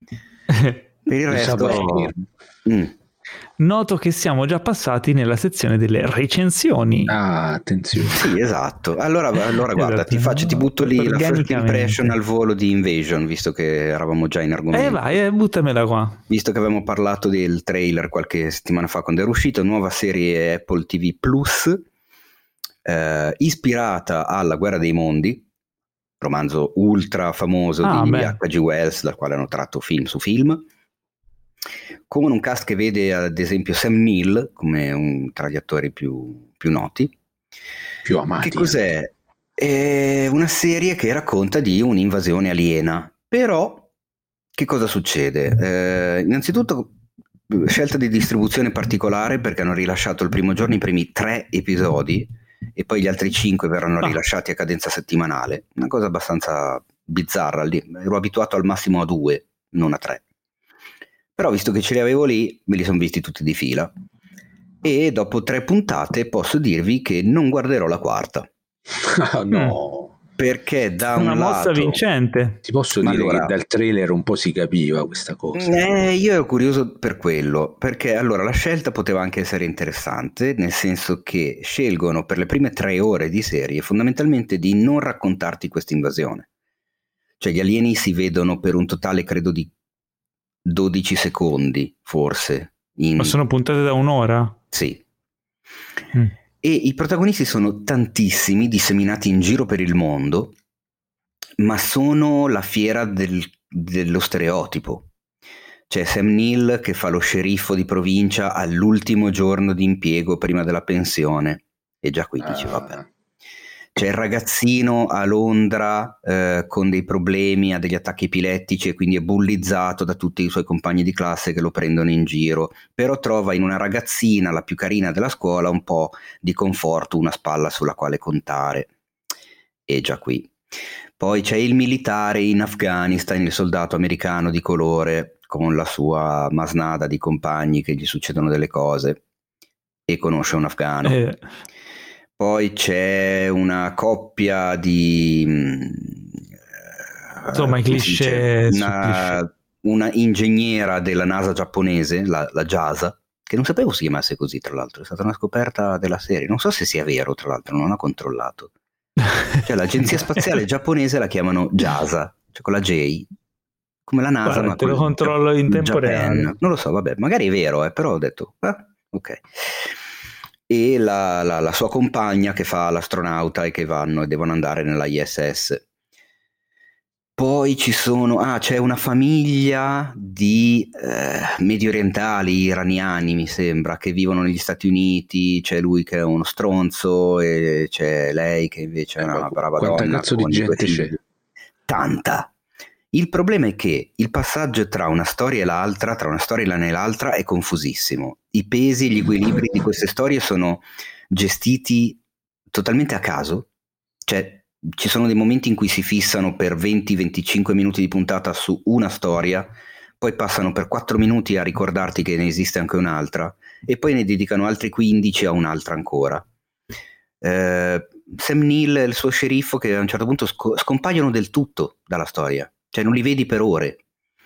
Per il resto mm. Noto che siamo già passati nella sezione delle recensioni. Ah, attenzione. Sì, esatto. Allora, allora guarda, esatto. ti faccio, ti butto lì la first impression al volo di Invasion, visto che eravamo già in argomento. Eh vai, eh, buttamela qua. Visto che avevamo parlato del trailer qualche settimana fa quando era uscito, nuova serie Apple T V Plus, eh, ispirata alla Guerra dei Mondi, romanzo ultra famoso ah, di H G Wells, dal quale hanno tratto film su film, con un cast che vede ad esempio Sam Neill come un tra gli attori più, più noti, più amati. Che cos'è? È una serie che racconta di un'invasione aliena, però che cosa succede? Eh, innanzitutto scelta di distribuzione particolare, perché hanno rilasciato il primo giorno i primi tre episodi e poi gli altri cinque verranno ah. rilasciati a cadenza settimanale, una cosa abbastanza bizzarra. Lì ero abituato al massimo a due, non a tre. Però visto che ce li avevo lì, me li sono visti tutti di fila. E dopo tre puntate posso dirvi che non guarderò la quarta. Oh, no. Perché da una un mossa lato... vincente. Ti posso Ma dire allora... che dal trailer un po' si capiva questa cosa. Eh, io ero curioso per quello. Perché allora la scelta poteva anche essere interessante, nel senso che scelgono per le prime tre ore di serie fondamentalmente di non raccontarti questa invasione. Cioè gli alieni si vedono per un totale, credo, di dodici secondi forse in... Ma sono puntate da un'ora? Sì. mm. E i protagonisti sono tantissimi, disseminati in giro per il mondo, ma sono la fiera del, dello stereotipo. C'è Sam Neill che fa lo sceriffo di provincia all'ultimo giorno di impiego prima della pensione, e già qui dice ah. vabbè. C'è il ragazzino a Londra eh, con dei problemi, ha degli attacchi epilettici e quindi è bullizzato da tutti i suoi compagni di classe che lo prendono in giro, però trova in una ragazzina, la più carina della scuola, un po' di conforto, una spalla sulla quale contare. E già qui. Poi c'è il militare in Afghanistan, il soldato americano di colore, con la sua masnada di compagni che gli succedono delle cose, e conosce un afgano. Eh. Poi c'è una coppia di insomma, uh, i cliché, una, cliché. Una ingegnera della NASA giapponese, la, la JAXA, che non sapevo si chiamasse così, tra l'altro, è stata una scoperta della serie, non so se sia vero, tra l'altro, non ho controllato. Cioè l'agenzia spaziale giapponese la chiamano JAXA, cioè con la J, come la NASA. Guarda, ma te lo controllo in tempo Japan. reale. Non lo so, vabbè, magari è vero, eh, però ho detto, eh, ok. E la, la, la sua compagna che fa l'astronauta e che vanno e devono andare nella I S S. Poi ci sono, ah, c'è una famiglia di eh, medio orientali, iraniani mi sembra, che vivono negli Stati Uniti, c'è lui che è uno stronzo e c'è lei che invece è una brava Quanta donna. Quanta cazzo di gente c'è? Tanta. Il problema è che il passaggio tra una storia e l'altra, tra una storyline e l'altra, è confusissimo. I pesi e gli equilibri di queste storie sono gestiti totalmente a caso. Cioè, ci sono dei momenti in cui si fissano per venti venticinque minuti di puntata su una storia, poi passano per quattro minuti a ricordarti che ne esiste anche un'altra, e poi ne dedicano altri quindici a un'altra ancora. Eh, Sam Neill e il suo sceriffo che a un certo punto sc- scompaiono del tutto dalla storia. Cioè non li vedi per ore,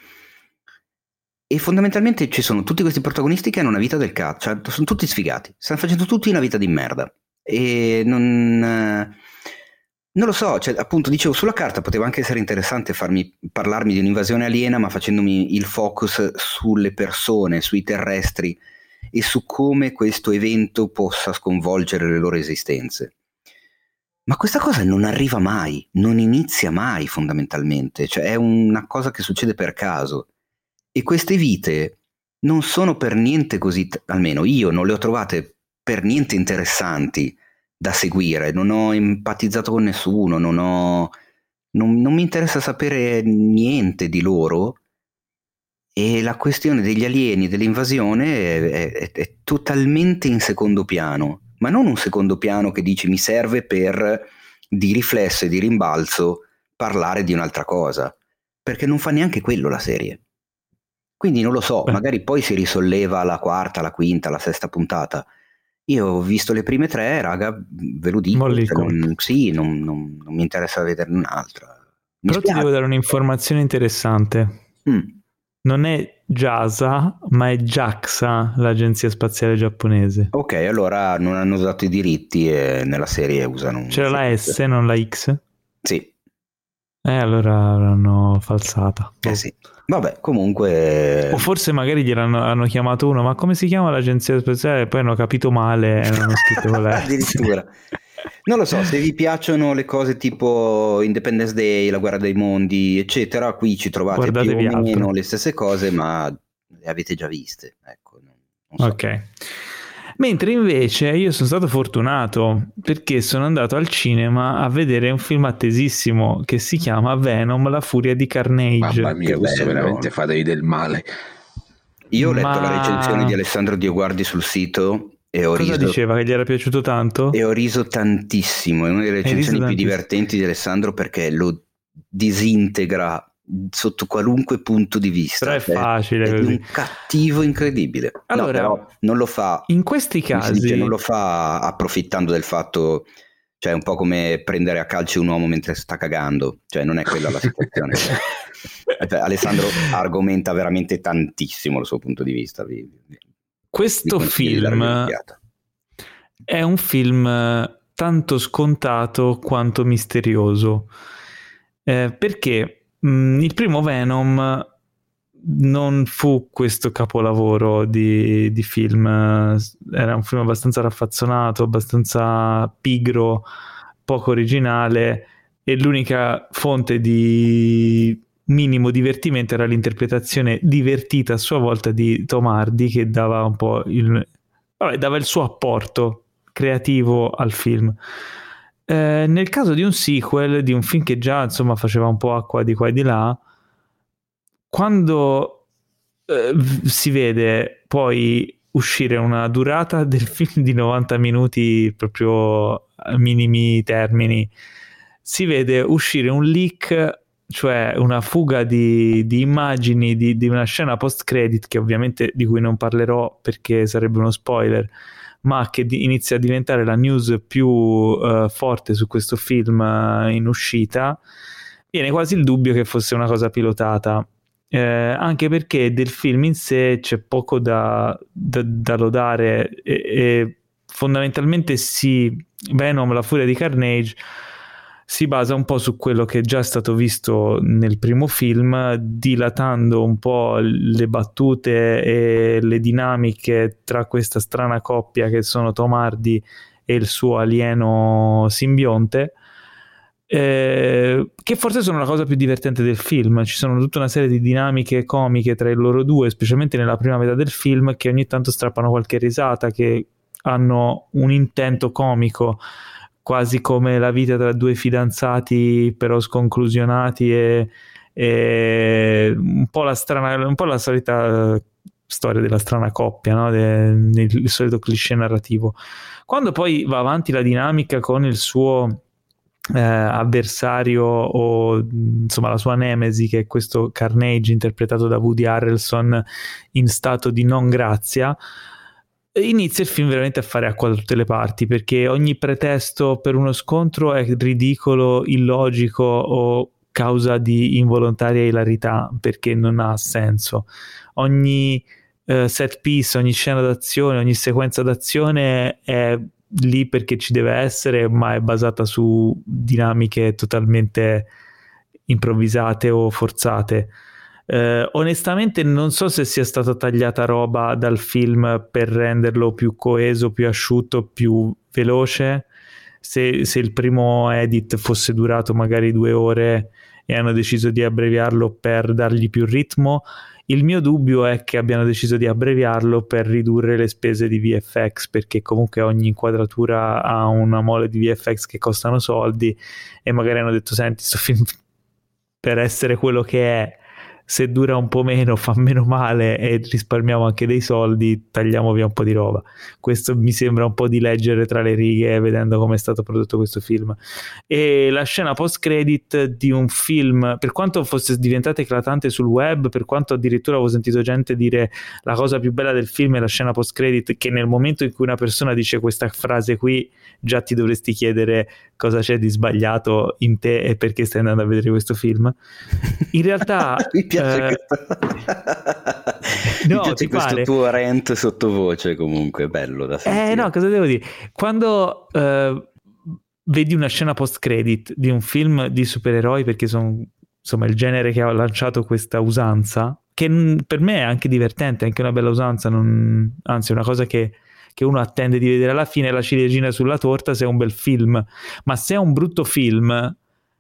e fondamentalmente ci sono tutti questi protagonisti che hanno una vita del cazzo, cioè sono tutti sfigati, stanno facendo tutti una vita di merda, e non Non lo so, cioè, appunto dicevo, sulla carta poteva anche essere interessante farmi, parlarmi di un'invasione aliena, ma facendomi il focus sulle persone, sui terrestri e su come questo evento possa sconvolgere le loro esistenze. Ma questa cosa non arriva mai, non inizia mai fondamentalmente, cioè è una cosa che succede per caso. E queste vite non sono per niente così, almeno io non le ho trovate per niente interessanti da seguire, non ho empatizzato con nessuno, non ho non, non mi interessa sapere niente di loro, e la questione degli alieni, dell'invasione è, è, è totalmente in secondo piano, ma non un secondo piano che dici mi serve per di riflesso e di rimbalzo parlare di un'altra cosa, perché non fa neanche quello la serie. Quindi non lo so, Beh. magari poi si risolleva la quarta, la quinta, la sesta puntata. Io ho visto le prime tre, raga, ve lo dico, cioè non, sì, non, non, non mi interessa vederne un'altra. Mi Però spiace. Ti devo dare un'informazione interessante. Mm. Non è JAXA, ma è JAXA, l'agenzia spaziale giapponese. Ok, allora non hanno usato i diritti e nella serie usano... C'era la S, non la X? Sì. Eh, allora l'hanno falsata. Eh sì. Vabbè, comunque... O forse magari gliel'hanno hanno chiamato uno, ma come si chiama l'agenzia spaziale? E poi hanno capito male e non hanno scritto con la S. Addirittura. Non lo so, se vi piacciono le cose tipo Independence Day, La guerra dei mondi, eccetera, qui ci trovate Guardatevi più o meno altro. le stesse cose, ma le avete già viste. Ecco, non, non so. Ok. Mentre invece io sono stato fortunato perché sono andato al cinema a vedere un film attesissimo che si chiama Venom, la furia di Carnage. Mamma mia, Che questo bello. veramente fatevi del male. Io ho letto Ma... la recensione di Alessandro Dioguardi sul sito e ho Cosa riso. diceva? Che gli era piaciuto tanto? E ho riso tantissimo, è una delle recensioni più divertenti di Alessandro perché lo disintegra sotto qualunque punto di vista. Però è facile, è, è così. un cattivo incredibile. Allora, no, però non lo fa in questi casi dice, non lo fa approfittando del fatto, cioè un po' come prendere a calci un uomo mentre sta cagando, cioè non è quella la situazione. Alessandro argomenta veramente tantissimo il suo punto di vista. Vi, vi, questo vi film è un film tanto scontato quanto misterioso, eh, perché mh, il primo Venom non fu questo capolavoro di, di film, era un film abbastanza raffazzonato, abbastanza pigro, poco originale, e l'unica fonte di minimo divertimento era l'interpretazione divertita a sua volta di Tom Hardy, che dava un po' il, vabbè, dava il suo apporto creativo al film. Eh, nel caso di un sequel, di un film che già insomma faceva un po' acqua di qua e di là, quando eh, si vede poi uscire una durata del film di novanta minuti proprio a minimi termini, si vede uscire un leak, cioè una fuga di, di immagini di, di una scena post credit, che ovviamente di cui non parlerò perché sarebbe uno spoiler, ma che di, inizia a diventare la news più uh, forte su questo film uh, in uscita. Viene quasi il dubbio che fosse una cosa pilotata, eh, anche perché del film in sé c'è poco da, da, da lodare, e, e fondamentalmente si Venom, la furia di Carnage, si basa un po' su quello che è già stato visto nel primo film, dilatando un po' le battute e le dinamiche tra questa strana coppia che sono Tom Hardy e il suo alieno simbionte, eh, che forse sono la cosa più divertente del film. Ci sono tutta una serie di dinamiche comiche tra i loro due, specialmente nella prima metà del film, che ogni tanto strappano qualche risata, che hanno un intento comico, quasi come la vita tra due fidanzati però sconclusionati, e, e un po' la strana, un po' la solita storia della strana coppia, no? De, il, il solito cliché narrativo. Quando poi va avanti la dinamica con il suo eh, avversario, o insomma la sua nemesi, che è questo Carnage interpretato da Woody Harrelson in stato di non grazia, inizia il film veramente a fare acqua da tutte le parti, perché ogni pretesto per uno scontro è ridicolo, illogico o causa di involontaria ilarità, perché non ha senso. Ogni uh, set piece, ogni scena d'azione, ogni sequenza d'azione è lì perché ci deve essere, ma è basata su dinamiche totalmente improvvisate o forzate. Eh, onestamente non so se sia stata tagliata roba dal film per renderlo più coeso, più asciutto, più veloce, se, se il primo edit fosse durato magari due ore e hanno deciso di abbreviarlo per dargli più ritmo. Il mio dubbio è che abbiano deciso di abbreviarlo per ridurre le spese di V F X, perché comunque ogni inquadratura ha una mole di V F X che costano soldi, e magari hanno detto: senti, sto film per essere quello che è, se dura un po' meno, fa meno male e risparmiamo anche dei soldi, tagliamo via un po' di roba. Questo mi sembra un po' di leggere tra le righe vedendo come è stato prodotto questo film. E la scena post credit di un film, per quanto fosse diventata eclatante sul web, per quanto addirittura avevo sentito gente dire la cosa più bella del film è la scena post credit, che nel momento in cui una persona dice questa frase qui già ti dovresti chiedere cosa c'è di sbagliato in te e perché stai andando a vedere questo film. In realtà mi piace, eh, questo, no, mi piace ti questo pare? tuo rant sottovoce, comunque bello da sentire. Eh no, cosa devo dire? Quando eh, vedi una scena post credit di un film di supereroi, perché sono insomma il genere che ha lanciato questa usanza, che per me è anche divertente, anche una bella usanza, non, anzi è una cosa che che uno attende di vedere alla fine, la ciliegina sulla torta se è un bel film. Ma se è un brutto film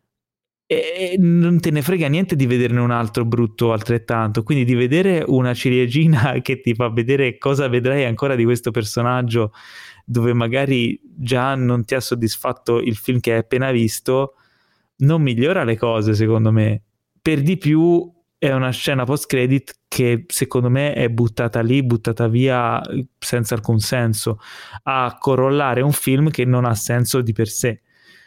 e non te ne frega niente di vederne un altro brutto altrettanto, quindi di vedere una ciliegina che ti fa vedere cosa vedrai ancora di questo personaggio, dove magari già non ti ha soddisfatto il film che hai appena visto, non migliora le cose, secondo me. Per di più è una scena post credit che secondo me è buttata lì, buttata via senza alcun senso, a corollare un film che non ha senso di per sé.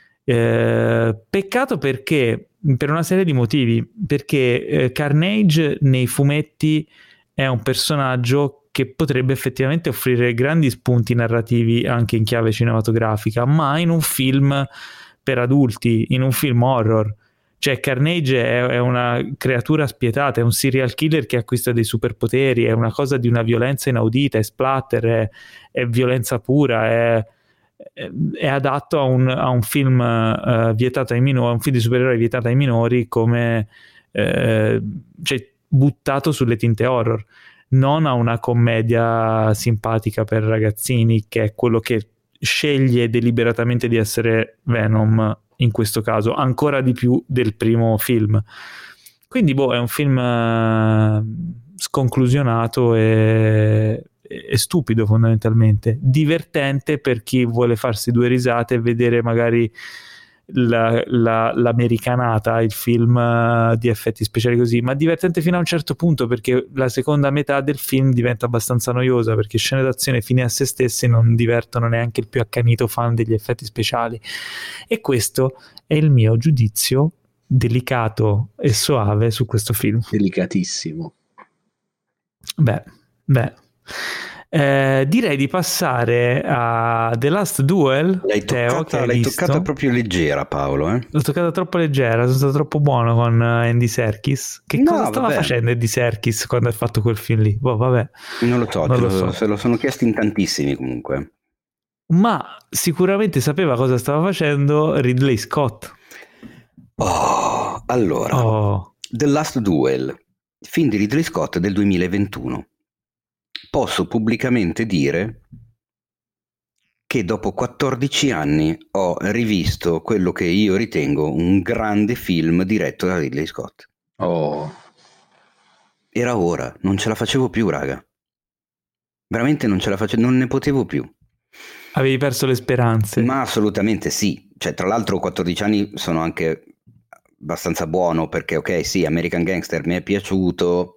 Eh, peccato perché, per una serie di motivi, perché eh, Carnage nei fumetti è un personaggio che potrebbe effettivamente offrire grandi spunti narrativi anche in chiave cinematografica, ma in un film per adulti, in un film horror. Cioè Carnage è, è una creatura spietata, è un serial killer che acquista dei superpoteri, è una cosa di una violenza inaudita, è splatter, è, è violenza pura, è, è, è adatto a un, a un film uh, vietato ai minori, a un film di supereroi vietato ai minori, come eh, cioè buttato sulle tinte horror, non a una commedia simpatica per ragazzini, che è quello che sceglie deliberatamente di essere Venom in questo caso, ancora di più del primo film. Quindi boh, è un film uh, sconclusionato e, e stupido, fondamentalmente divertente per chi vuole farsi due risate e vedere magari la, la, l'americanata, il film uh, di effetti speciali così, ma divertente fino a un certo punto, perché la seconda metà del film diventa abbastanza noiosa, perché scene d'azione fine a se stesse non divertono neanche il più accanito fan degli effetti speciali. E questo è il mio giudizio delicato e soave su questo film. Delicatissimo. Beh, beh. Eh, direi di passare a The Last Duel. L'hai Teo, toccata, l'hai toccata proprio leggera, Paolo. Eh? L'ho toccata troppo leggera, sono stato troppo buono con Andy Serkis. Che no, cosa stava vabbè. facendo Andy Serkis quando ha fatto quel film lì? Boh, vabbè. Non lo so, non lo lo, so. se lo sono chiesti in tantissimi comunque. Ma sicuramente sapeva cosa stava facendo Ridley Scott. Oh, allora, oh. The Last Duel, film di Ridley Scott del duemilaventuno. Posso pubblicamente dire che dopo quattordici anni ho rivisto quello che io ritengo un grande film diretto da Ridley Scott. Oh. Era ora, non ce la facevo più, raga. Veramente non ce la facevo, non ne potevo più. Avevi perso le speranze? Ma assolutamente sì. Cioè, tra l'altro quattordici anni sono anche abbastanza buono, perché ok, sì, American Gangster mi è piaciuto,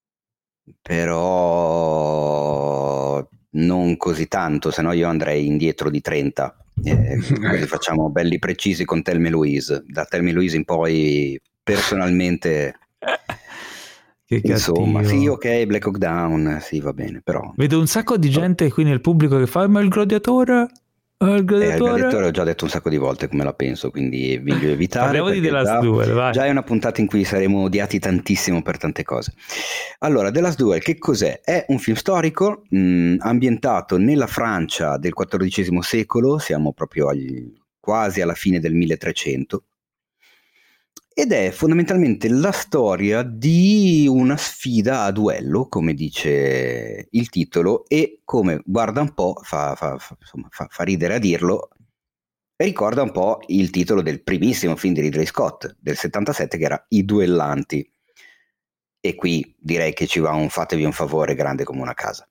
però non così tanto, se no io andrei indietro di trenta, eh, così facciamo belli precisi con Thelma e Louise. Da Thelma e Louise in poi personalmente che insomma cattivo. sì, ok, Black Hawk Down, sì, va bene, però vedo un sacco di gente qui nel pubblico che fa: ma il gladiatore il Eh, il gladiatore. gladiatore ho già detto un sacco di volte come la penso, quindi vi voglio evitare. Parliamo di perché The Last già, Duel, vai. già è una puntata in cui saremo odiati tantissimo per tante cose. Allora, The Last Duel che cos'è? È un film storico mh, ambientato nella Francia del quattordicesimo secolo, siamo proprio agli, quasi alla fine del milletrecento, ed è fondamentalmente la storia di una sfida a duello, come dice il titolo, e come guarda un po', fa, fa, fa, insomma, fa, fa ridere a dirlo, ricorda un po' il titolo del primissimo film di Ridley Scott del settantasette, che era I Duellanti, e qui direi che ci va un fatevi un favore grande come una casa.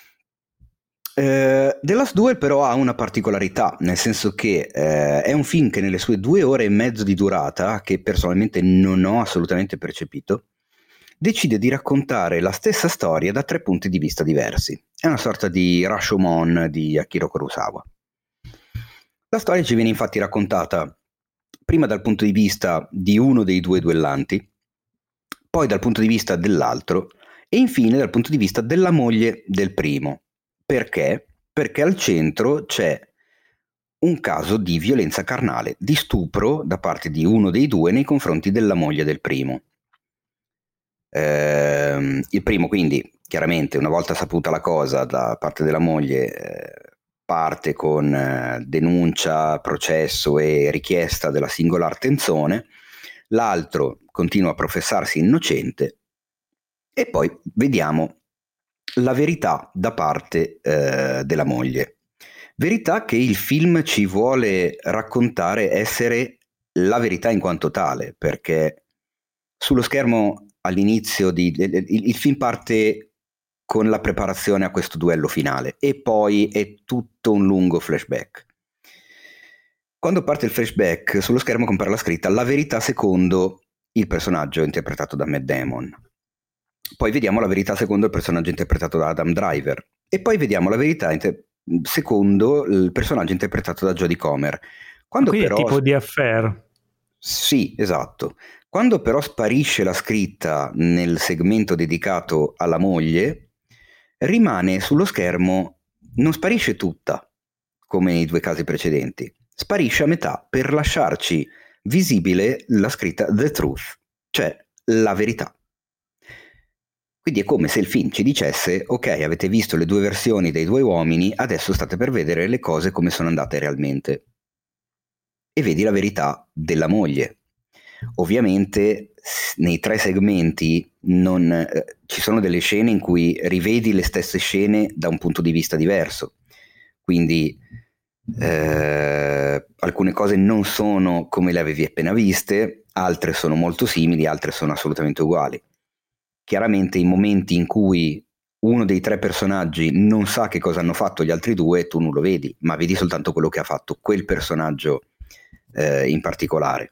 Uh, The Last Duel però ha una particolarità, nel senso che uh, è un film che nelle sue due ore e mezzo di durata, che personalmente non ho assolutamente percepito, decide di raccontare la stessa storia da tre punti di vista diversi. È una sorta di Rashomon di Akira Kurosawa. La storia ci viene infatti raccontata prima dal punto di vista di uno dei due duellanti, poi dal punto di vista dell'altro e infine dal punto di vista della moglie del primo. Perché? Perché al centro c'è un caso di violenza carnale, di stupro da parte di uno dei due nei confronti della moglie del primo. Eh, il primo quindi, chiaramente, una volta saputa la cosa da parte della moglie, eh, parte con eh, denuncia, processo e richiesta della singolar tenzone, l'altro continua a professarsi innocente e poi vediamo la verità da parte eh, della moglie. Verità che il film ci vuole raccontare essere la verità in quanto tale, perché sullo schermo all'inizio di, il, il film parte con la preparazione a questo duello finale e poi è tutto un lungo flashback. Quando parte il flashback sullo schermo compare la scritta "la verità secondo il personaggio interpretato da Matt Damon". Poi vediamo la verità secondo il personaggio interpretato da Adam Driver e poi vediamo la verità inter- secondo il personaggio interpretato da Jodie Comer. Quando Quindi però è tipo di Affair. Sì, esatto. Quando però sparisce la scritta nel segmento dedicato alla moglie, rimane sullo schermo, non sparisce tutta, come nei due casi precedenti, sparisce a metà per lasciarci visibile la scritta The Truth, cioè la verità. Quindi è come se il film ci dicesse: ok, avete visto le due versioni dei due uomini, adesso state per vedere le cose come sono andate realmente. E vedi la verità della moglie. Ovviamente nei tre segmenti non, eh, ci sono delle scene in cui rivedi le stesse scene da un punto di vista diverso, quindi eh, alcune cose non sono come le avevi appena viste, altre sono molto simili, altre sono assolutamente uguali. Chiaramente i momenti in cui uno dei tre personaggi non sa che cosa hanno fatto gli altri due, tu non lo vedi, ma vedi soltanto quello che ha fatto quel personaggio eh, in particolare.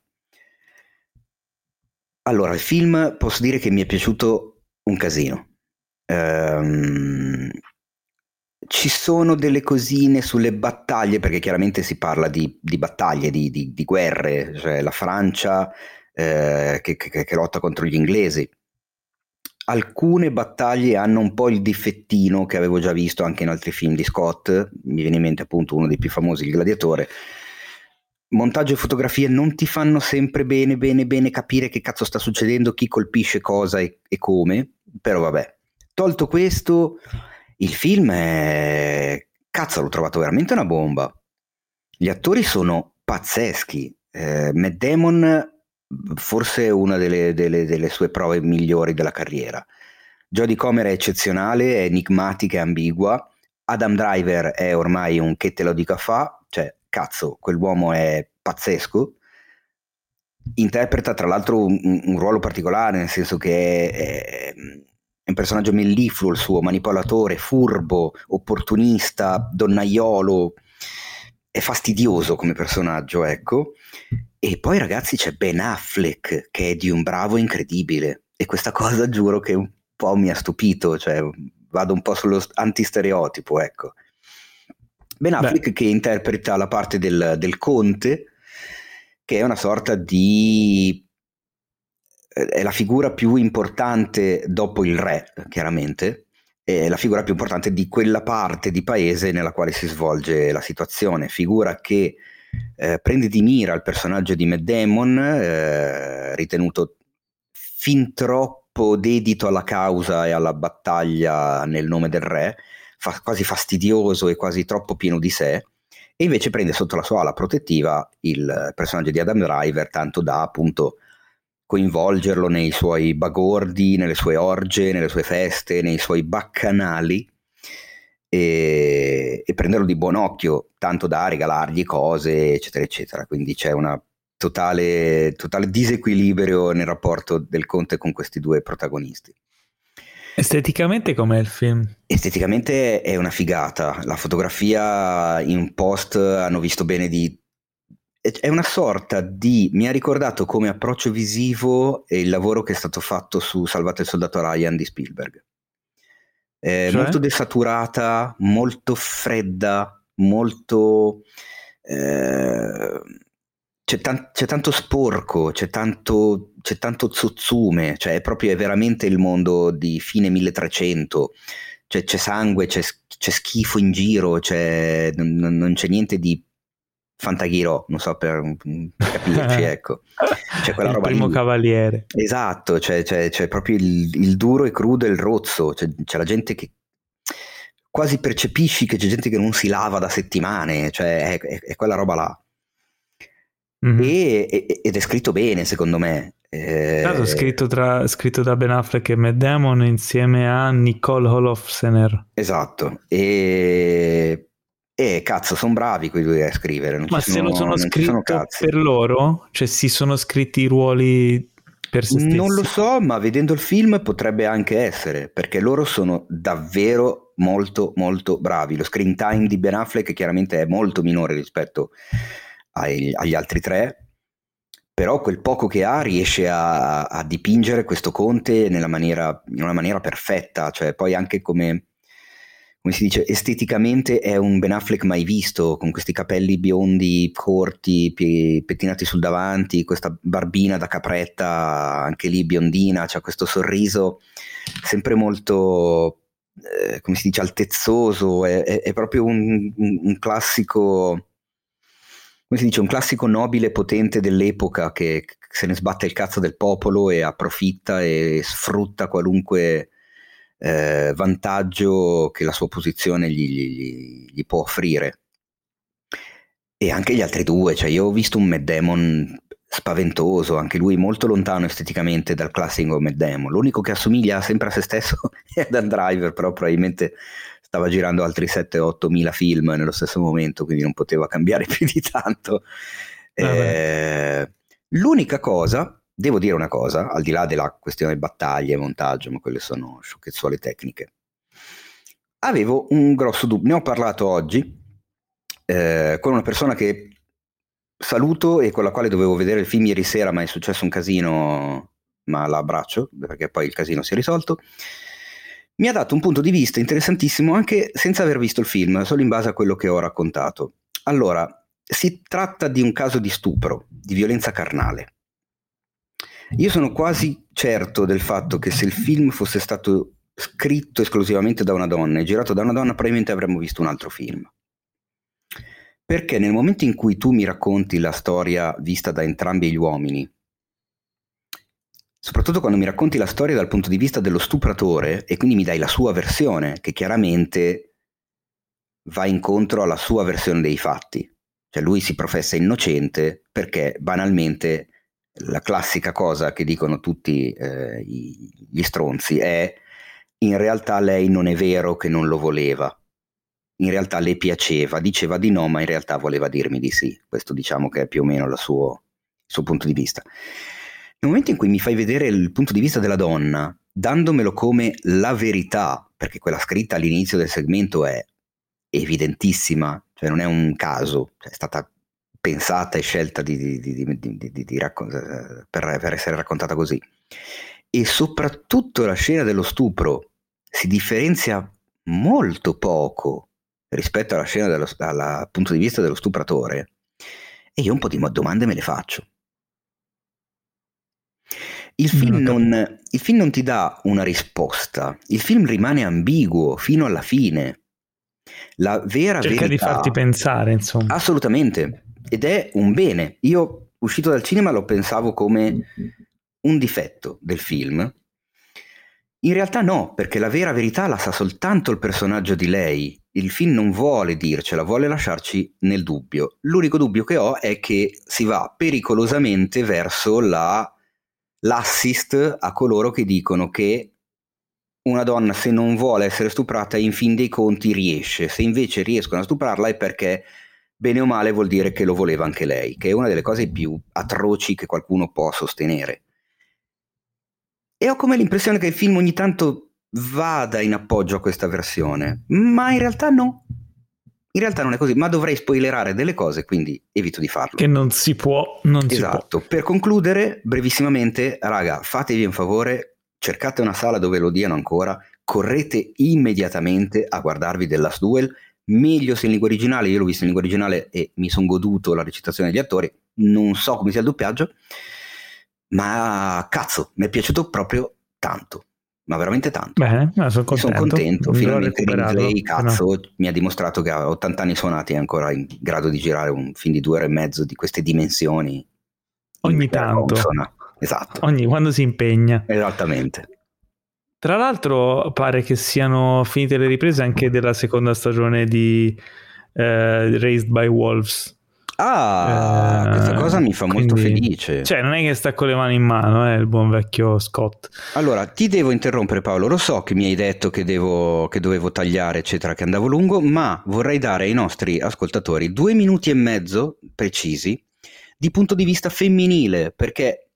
Allora, il film posso dire che mi è piaciuto un casino. Ehm, ci sono delle cosine sulle battaglie, perché chiaramente si parla di, di battaglie, di, di, di guerre, cioè la Francia eh, che, che, che lotta contro gli inglesi. Alcune battaglie hanno un po' il difettino che avevo già visto anche in altri film di Scott, mi viene in mente appunto uno dei più famosi, Il Gladiatore. Montaggio e fotografie non ti fanno sempre bene bene bene capire che cazzo sta succedendo, chi colpisce cosa e, e come, però vabbè. Tolto questo, il film è... cazzo, l'ho trovato veramente una bomba. Gli attori sono pazzeschi. eh, Matt Damon forse una delle, delle, delle sue prove migliori della carriera. Jodie Comer è eccezionale, è enigmatica e ambigua. Adam Driver è ormai un che te lo dica fa, cioè cazzo, quell'uomo è pazzesco. Interpreta tra l'altro un, un ruolo particolare, nel senso che è, è un personaggio mellifluo il suo, manipolatore, furbo, opportunista, donnaiolo, è fastidioso come personaggio, ecco. E poi ragazzi c'è Ben Affleck che è di un bravo incredibile, e questa cosa giuro che un po' mi ha stupito, cioè vado un po' sullo antistereotipo, ecco. Ben Affleck Beh. che interpreta la parte del, del conte, che è una sorta di... è la figura più importante dopo il re, chiaramente, è la figura più importante di quella parte di paese nella quale si svolge la situazione, figura che eh, prende di mira il personaggio di Matt Damon, eh, ritenuto fin troppo dedito alla causa e alla battaglia nel nome del re, fa- quasi fastidioso e quasi troppo pieno di sé, e invece prende sotto la sua ala protettiva il personaggio di Adam Driver, tanto da appunto coinvolgerlo nei suoi bagordi, nelle sue orge, nelle sue feste, nei suoi baccanali, e, e prenderlo di buon occhio, tanto da regalargli cose, eccetera, eccetera. Quindi c'è una totale, totale disequilibrio nel rapporto del conte con questi due protagonisti. Esteticamente com'è il film? Esteticamente è una figata, la fotografia in post hanno visto bene di... È una sorta di... mi ha ricordato come approccio visivo il lavoro che è stato fatto su Salvate il soldato Ryan di Spielberg. È Cioè? molto desaturata, molto fredda, molto... Eh, c'è, tan- c'è tanto sporco, c'è tanto, c'è tanto zozzume, cioè è proprio è veramente il mondo di fine milletrecento, cioè c'è sangue, c'è, c'è schifo in giro, c'è, non, non c'è niente di Fantaghiro, non so, per, per capirci, ecco. C'è quella Il roba primo lì. cavaliere. Esatto, c'è, c'è, c'è proprio il, il duro e crudo e il rozzo, c'è, c'è la gente che quasi percepisci che c'è gente che non si lava da settimane, cioè è, è, è quella roba là. Mm-hmm. E, e, ed è scritto bene, secondo me. È stato scritto, tra, scritto da Ben Affleck e Matt Damon insieme a Nicole Holofcener. Esatto, e, e cazzo, sono bravi quei due a scrivere. Non Ma ci se sono, lo sono non ci sono scritto cazzi. per loro? Cioè si sono scritti i ruoli per se stessi? Non lo so, ma vedendo il film potrebbe anche essere, perché loro sono davvero molto molto bravi. Lo screen time di Ben Affleck chiaramente è molto minore rispetto ai, agli altri tre, però quel poco che ha riesce a, a dipingere questo conte nella maniera, in una maniera perfetta, cioè poi anche come, come si dice, esteticamente è un Ben Affleck mai visto, con questi capelli biondi corti, pie, pettinati sul davanti, questa barbina da capretta anche lì biondina, c'ha questo sorriso sempre molto, eh, come si dice, altezzoso, è, è, è proprio un, un, un classico... come si dice, un classico nobile potente dell'epoca che se ne sbatte il cazzo del popolo e approfitta e sfrutta qualunque eh, vantaggio che la sua posizione gli, gli, gli può offrire. E anche gli altri due, cioè io ho visto un Matt Damon spaventoso, anche lui molto lontano esteticamente dal classico Matt Damon. L'unico che assomiglia sempre a se stesso è Adam Driver, però probabilmente stava girando altri sette otto mila film nello stesso momento, quindi non poteva cambiare più di tanto. Eh, l'unica cosa, devo dire una cosa, al di là della questione battaglie e montaggio, ma quelle sono sciocchezzuole tecniche, avevo un grosso dubbio, ne ho parlato oggi eh, con una persona che saluto e con la quale dovevo vedere il film ieri sera, ma è successo un casino, ma la abbraccio perché poi il casino si è risolto. Mi ha dato un punto di vista interessantissimo anche senza aver visto il film, solo in base a quello che ho raccontato. Allora, si tratta di un caso di stupro, di violenza carnale. Io sono quasi certo del fatto che se il film fosse stato scritto esclusivamente da una donna e girato da una donna, probabilmente avremmo visto un altro film. Perché nel momento in cui tu mi racconti la storia vista da entrambi gli uomini, soprattutto quando mi racconti la storia dal punto di vista dello stupratore e quindi mi dai la sua versione, che chiaramente va incontro alla sua versione dei fatti, cioè lui si professa innocente perché banalmente la classica cosa che dicono tutti eh, gli stronzi è: in realtà lei non è vero che non lo voleva, in realtà le piaceva, diceva di no ma in realtà voleva dirmi di sì. Questo diciamo che è più o meno il suo, il suo punto di vista. Nel momento in cui mi fai vedere il punto di vista della donna, dandomelo come la verità, perché quella scritta all'inizio del segmento è evidentissima, cioè non è un caso, cioè è stata pensata e scelta di, di, di, di, di, di, di raccon- per, per essere raccontata così. E soprattutto la scena dello stupro si differenzia molto poco rispetto alla scena dello, dal punto di vista dello stupratore, e io un po' di domande me le faccio. Il film, non non, il film non ti dà una risposta, il film rimane ambiguo fino alla fine. La vera cerca verità, di farti pensare, insomma. assolutamente, ed è un bene. Io, uscito dal cinema, lo pensavo come un difetto del film. In realtà no, perché la vera verità la sa soltanto il personaggio di lei. Il film non vuole dircela, vuole lasciarci nel dubbio. L'unico dubbio che ho è che si va pericolosamente verso la, l'assist a coloro che dicono che una donna, se non vuole essere stuprata, in fin dei conti riesce. Se invece riescono a stuprarla è perché, bene o male, vuol dire che lo voleva anche lei, che è una delle cose più atroci che qualcuno può sostenere. E ho come l'impressione che il film ogni tanto vada in appoggio a questa versione, ma in realtà no. In realtà non è così, ma dovrei spoilerare delle cose, quindi evito di farlo. Che non si può, non Esatto. si può. Per concludere, brevissimamente, raga, fatevi un favore, cercate una sala dove lo diano ancora, correte immediatamente a guardarvi The Last Duel, meglio se in lingua originale. Io l'ho visto in lingua originale e mi sono goduto la recitazione degli attori, non so come sia il doppiaggio, ma cazzo, mi è piaciuto proprio tanto, ma veramente tanto. Bene, ma sono contento. Sono contento, L'ho finalmente recuperato, Linkley, cazzo, no. mi ha dimostrato che a ottanta anni suonati è ancora in grado di girare un film di due ore e mezzo di queste dimensioni. Ogni tanto. Consona. Esatto. Ogni, quando si impegna. Esattamente. Tra l'altro pare che siano finite le riprese anche della seconda stagione di eh, Raised by Wolves. Ah, eh, questa cosa mi fa quindi, molto felice. Cioè non è che sta con le mani in mano, eh, il buon vecchio Scott. Allora, ti devo interrompere, Paolo, lo so che mi hai detto che, devo, che dovevo tagliare eccetera, che andavo lungo, ma vorrei dare ai nostri ascoltatori due minuti e mezzo precisi di punto di vista femminile, perché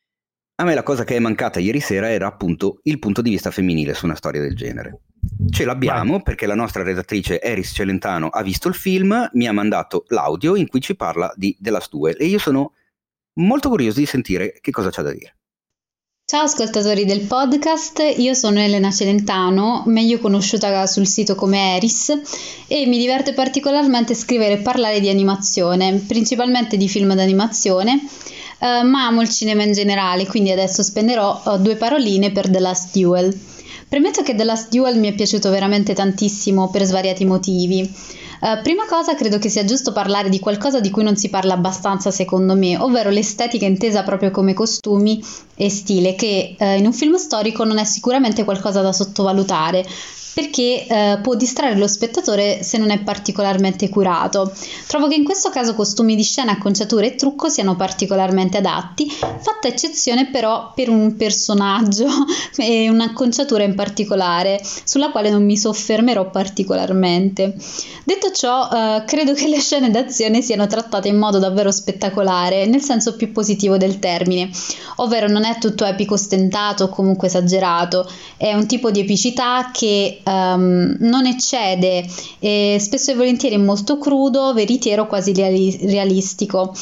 a me la cosa che è mancata ieri sera era appunto il punto di vista femminile su una storia del genere. Ce l'abbiamo Vai. Perché la nostra redattrice Eris Celentano ha visto il film, mi ha mandato l'audio in cui ci parla di The Last Duel e io sono molto curioso di sentire che cosa c'ha da dire. Ciao ascoltatori del podcast, io sono Elena Celentano, meglio conosciuta sul sito come Eris, e mi diverte particolarmente scrivere e parlare di animazione, principalmente di film d'animazione, eh, ma amo il cinema in generale, quindi adesso spenderò uh, due paroline per The Last Duel. Premetto che The Last Duel mi è piaciuto veramente tantissimo per svariati motivi. Uh, prima cosa, credo che sia giusto parlare di qualcosa di cui non si parla abbastanza secondo me, ovvero l'estetica intesa proprio come costumi e stile, che uh, in un film storico non è sicuramente qualcosa da sottovalutare, perché eh, può distrarre lo spettatore se non è particolarmente curato. Trovo che in questo caso costumi di scena, acconciature e trucco siano particolarmente adatti, fatta eccezione però per un personaggio e un'acconciatura in particolare, sulla quale non mi soffermerò particolarmente. Detto ciò, eh, credo che le scene d'azione siano trattate in modo davvero spettacolare, nel senso più positivo del termine, ovvero non è tutto epico ostentato o comunque esagerato, è un tipo di epicità che Um, non eccede e spesso e volentieri è molto crudo, veritiero, quasi reali- realistico.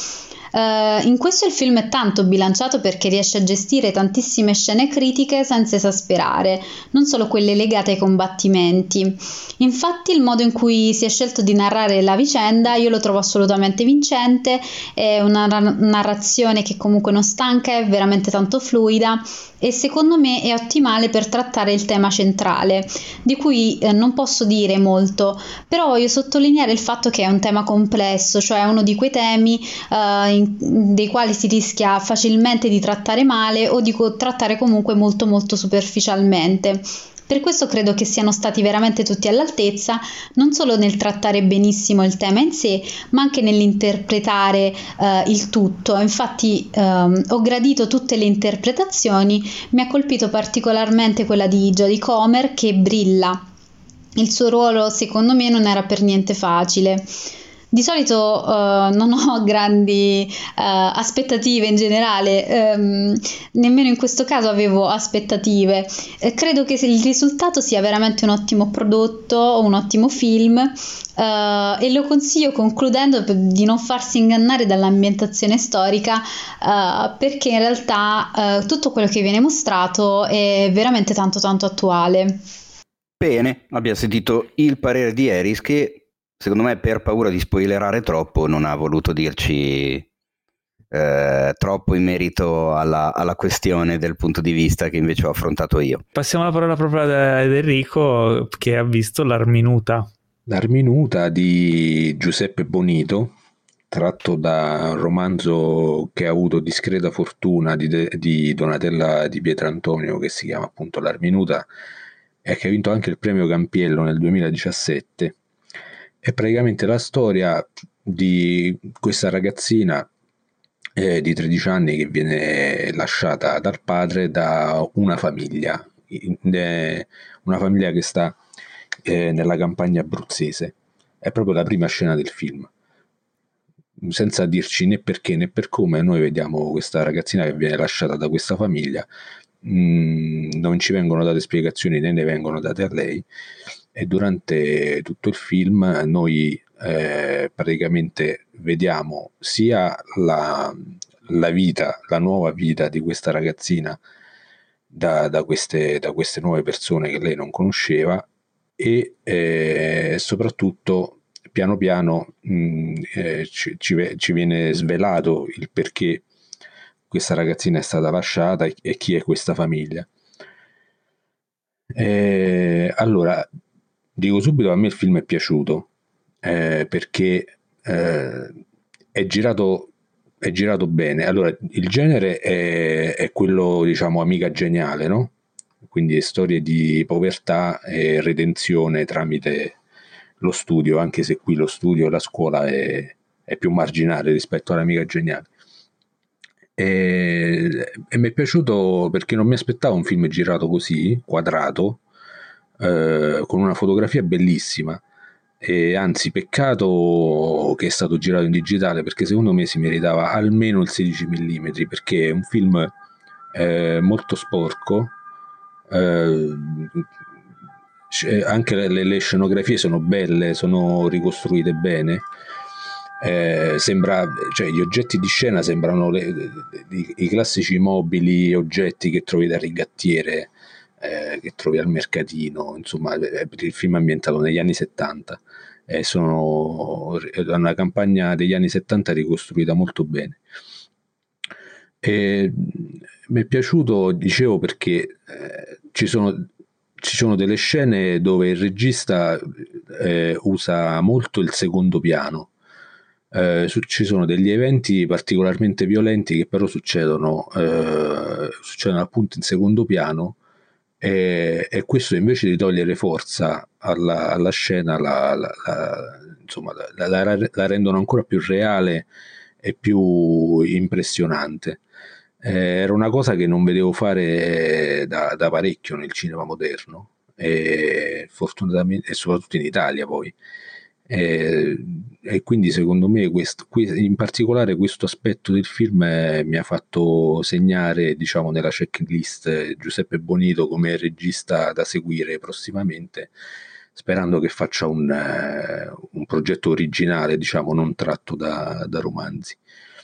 Uh, in questo il film è tanto bilanciato perché riesce a gestire tantissime scene critiche senza esasperare, non solo quelle legate ai combattimenti. Infatti il modo in cui si è scelto di narrare la vicenda io lo trovo assolutamente vincente, è una ra- narrazione che comunque non stanca, è veramente tanto fluida e secondo me è ottimale per trattare il tema centrale, di cui eh, non posso dire molto, però voglio sottolineare il fatto che è un tema complesso, cioè uno di quei temi eh, in, dei quali si rischia facilmente di trattare male o di co- trattare comunque molto molto superficialmente. Per questo credo che siano stati veramente tutti all'altezza, non solo nel trattare benissimo il tema in sé, ma anche nell'interpretare eh, il tutto. Infatti ehm, ho gradito tutte le interpretazioni, mi ha colpito particolarmente quella di Jodie Comer che brilla. Il suo ruolo secondo me non era per niente facile. Di solito uh, non ho grandi uh, aspettative in generale, um, nemmeno in questo caso avevo aspettative. Eh, credo che il risultato sia veramente un ottimo prodotto, un ottimo film uh, e lo consiglio concludendo di non farsi ingannare dall'ambientazione storica uh, perché in realtà uh, tutto quello che viene mostrato è veramente tanto tanto attuale. Bene, abbiamo sentito il parere di Eris che secondo me per paura di spoilerare troppo non ha voluto dirci eh, troppo in merito alla, alla questione del punto di vista che invece ho affrontato io. Passiamo la parola proprio ad Enrico, che ha visto L'Arminuta. L'Arminuta di Giuseppe Bonito, tratto da un romanzo che ha avuto discreta fortuna di, de- di Donatella Di Pietrantonio, che si chiama appunto L'Arminuta, e che ha vinto anche il premio Campiello nel duemiladiciassette. È praticamente la storia di questa ragazzina eh, di tredici anni che viene lasciata dal padre da una famiglia, eh, una famiglia che sta eh, nella campagna abruzzese. È proprio la prima scena del film. Senza dirci né perché né per come, noi vediamo questa ragazzina che viene lasciata da questa famiglia. Mm, non ci vengono date spiegazioni né ne vengono date a lei, e durante tutto il film noi eh, praticamente vediamo sia la, la vita, la nuova vita di questa ragazzina da, da, queste, da queste nuove persone che lei non conosceva, e eh, soprattutto piano piano mh, eh, ci, ci, ci viene svelato il perché questa ragazzina è stata lasciata e, e chi è questa famiglia. Eh, allora, dico subito, a me il film è piaciuto eh, perché eh, è girato è girato bene. Allora, il genere è, è quello, diciamo, amica geniale, no? Quindi storie di povertà e redenzione tramite lo studio, anche se qui lo studio, la scuola è, è più marginale rispetto all'amica geniale. E, e mi è piaciuto perché non mi aspettavo un film girato così, quadrato, eh, con una fotografia bellissima. E anzi, peccato che è stato girato in digitale, perché secondo me si meritava almeno il sedici millimetri, perché è un film eh, molto sporco. Eh, anche le, le scenografie sono belle, sono ricostruite bene. Eh, sembra, cioè, gli oggetti di scena sembrano le, i, i classici mobili, oggetti che trovi da rigattiere, eh, che trovi al mercatino. Insomma, il film è ambientato negli anni settanta, eh, sono una campagna degli anni settanta ricostruita molto bene. E mi è piaciuto, dicevo, perché eh, ci sono ci sono delle scene dove il regista eh, usa molto il secondo piano. Eh, su, ci sono degli eventi particolarmente violenti che però succedono, eh, succedono appunto in secondo piano, e, e questo invece di togliere forza alla, alla scena la, la, la, insomma, la, la, la rendono ancora più reale e più impressionante. Eh, era una cosa che non vedevo fare da, da parecchio nel cinema moderno, e fortunatamente, e soprattutto in Italia poi. E, e quindi secondo me questo, in particolare questo aspetto del film è, mi ha fatto segnare, diciamo, nella checklist Giuseppe Bonito come regista da seguire prossimamente, sperando che faccia un, eh, un progetto originale, diciamo, non tratto da, da romanzi.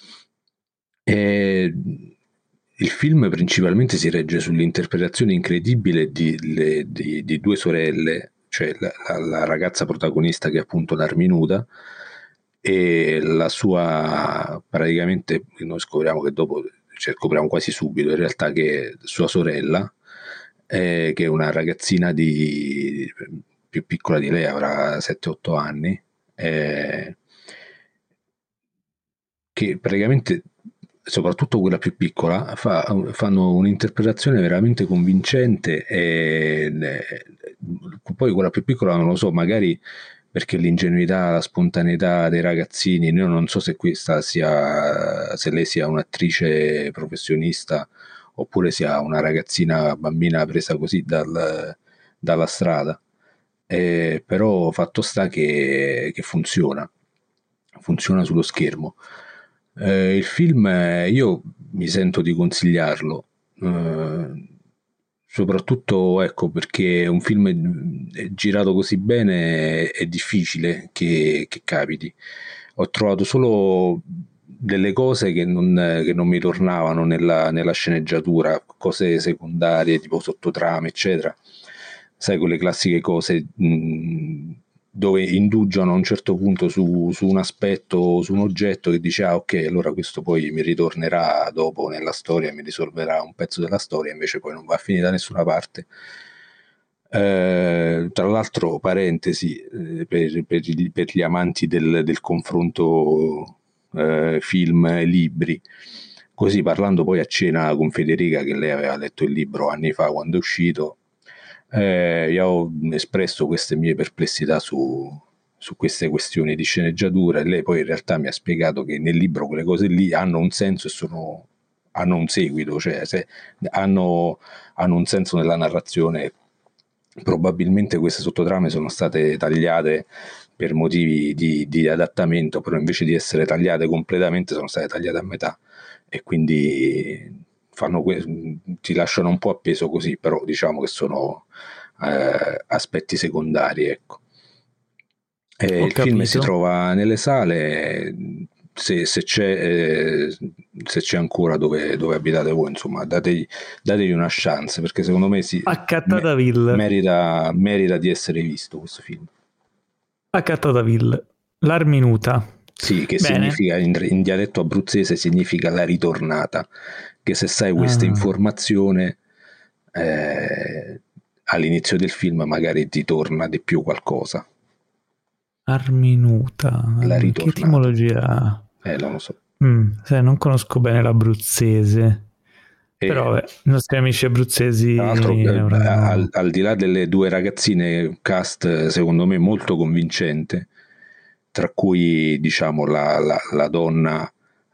E il film principalmente si regge sull'interpretazione incredibile di, le, di, di due sorelle, cioè la, la, la ragazza protagonista che è appunto l'Arminuta, e la sua, praticamente noi scopriamo che dopo, cioè scopriamo quasi subito in realtà che sua sorella, eh, che è una ragazzina di, più piccola di lei, avrà sette otto anni, eh, che praticamente, soprattutto quella più piccola, fa, fanno un'interpretazione veramente convincente, e, e poi quella più piccola non lo so, magari perché l'ingenuità, la spontaneità dei ragazzini, io non so se questa sia, se lei sia un'attrice professionista oppure sia una ragazzina bambina presa così dal, dalla strada, eh, però fatto sta che, che funziona, funziona sullo schermo. Eh, il film, eh, io mi sento di consigliarlo, eh, soprattutto ecco perché un film girato così bene è difficile che, che capiti. Ho trovato solo delle cose che non, che non mi tornavano nella, nella sceneggiatura, cose secondarie tipo sottotrame eccetera, sai, quelle classiche cose mh, dove indugiano a un certo punto su, su un aspetto, su un oggetto che dice ah ok, allora questo poi mi ritornerà dopo nella storia, mi risolverà un pezzo della storia, invece poi non va a finire da nessuna parte. Eh, tra l'altro, parentesi, eh, per, per, gli, per gli amanti del, del confronto eh, film e libri, così parlando poi a cena con Federica, che lei aveva letto il libro anni fa quando è uscito, eh, io ho espresso queste mie perplessità su, su queste questioni di sceneggiatura, e lei poi in realtà mi ha spiegato che nel libro quelle cose lì hanno un senso e sono, hanno un seguito, cioè se, hanno, hanno un senso nella narrazione. Probabilmente queste sottotrame sono state tagliate per motivi di, di adattamento, però invece di essere tagliate completamente sono state tagliate a metà, e quindi fanno que- ti lasciano un po' appeso così, però diciamo che sono eh, aspetti secondari, ecco. E il film si trova nelle sale, se, se, c'è, eh, se c'è ancora dove, dove abitate voi, insomma, dategli, dategli una chance, perché secondo me si, me, merita, merita di essere visto questo film. A Cattadaville, l'Arminuta. Sì, che Bene. significa in, in dialetto abruzzese significa la ritornata, che se sai questa ah. informazione eh, all'inizio del film magari ti torna di più qualcosa. Arminuta, la che etimologia? Eh, non lo so. Mm, sai, non conosco bene l'abruzzese, e però beh, i nostri amici abruzzesi. Tra l'altro, avranno... al, al di là delle due ragazzine, cast secondo me molto convincente, tra cui diciamo la, la, la donna,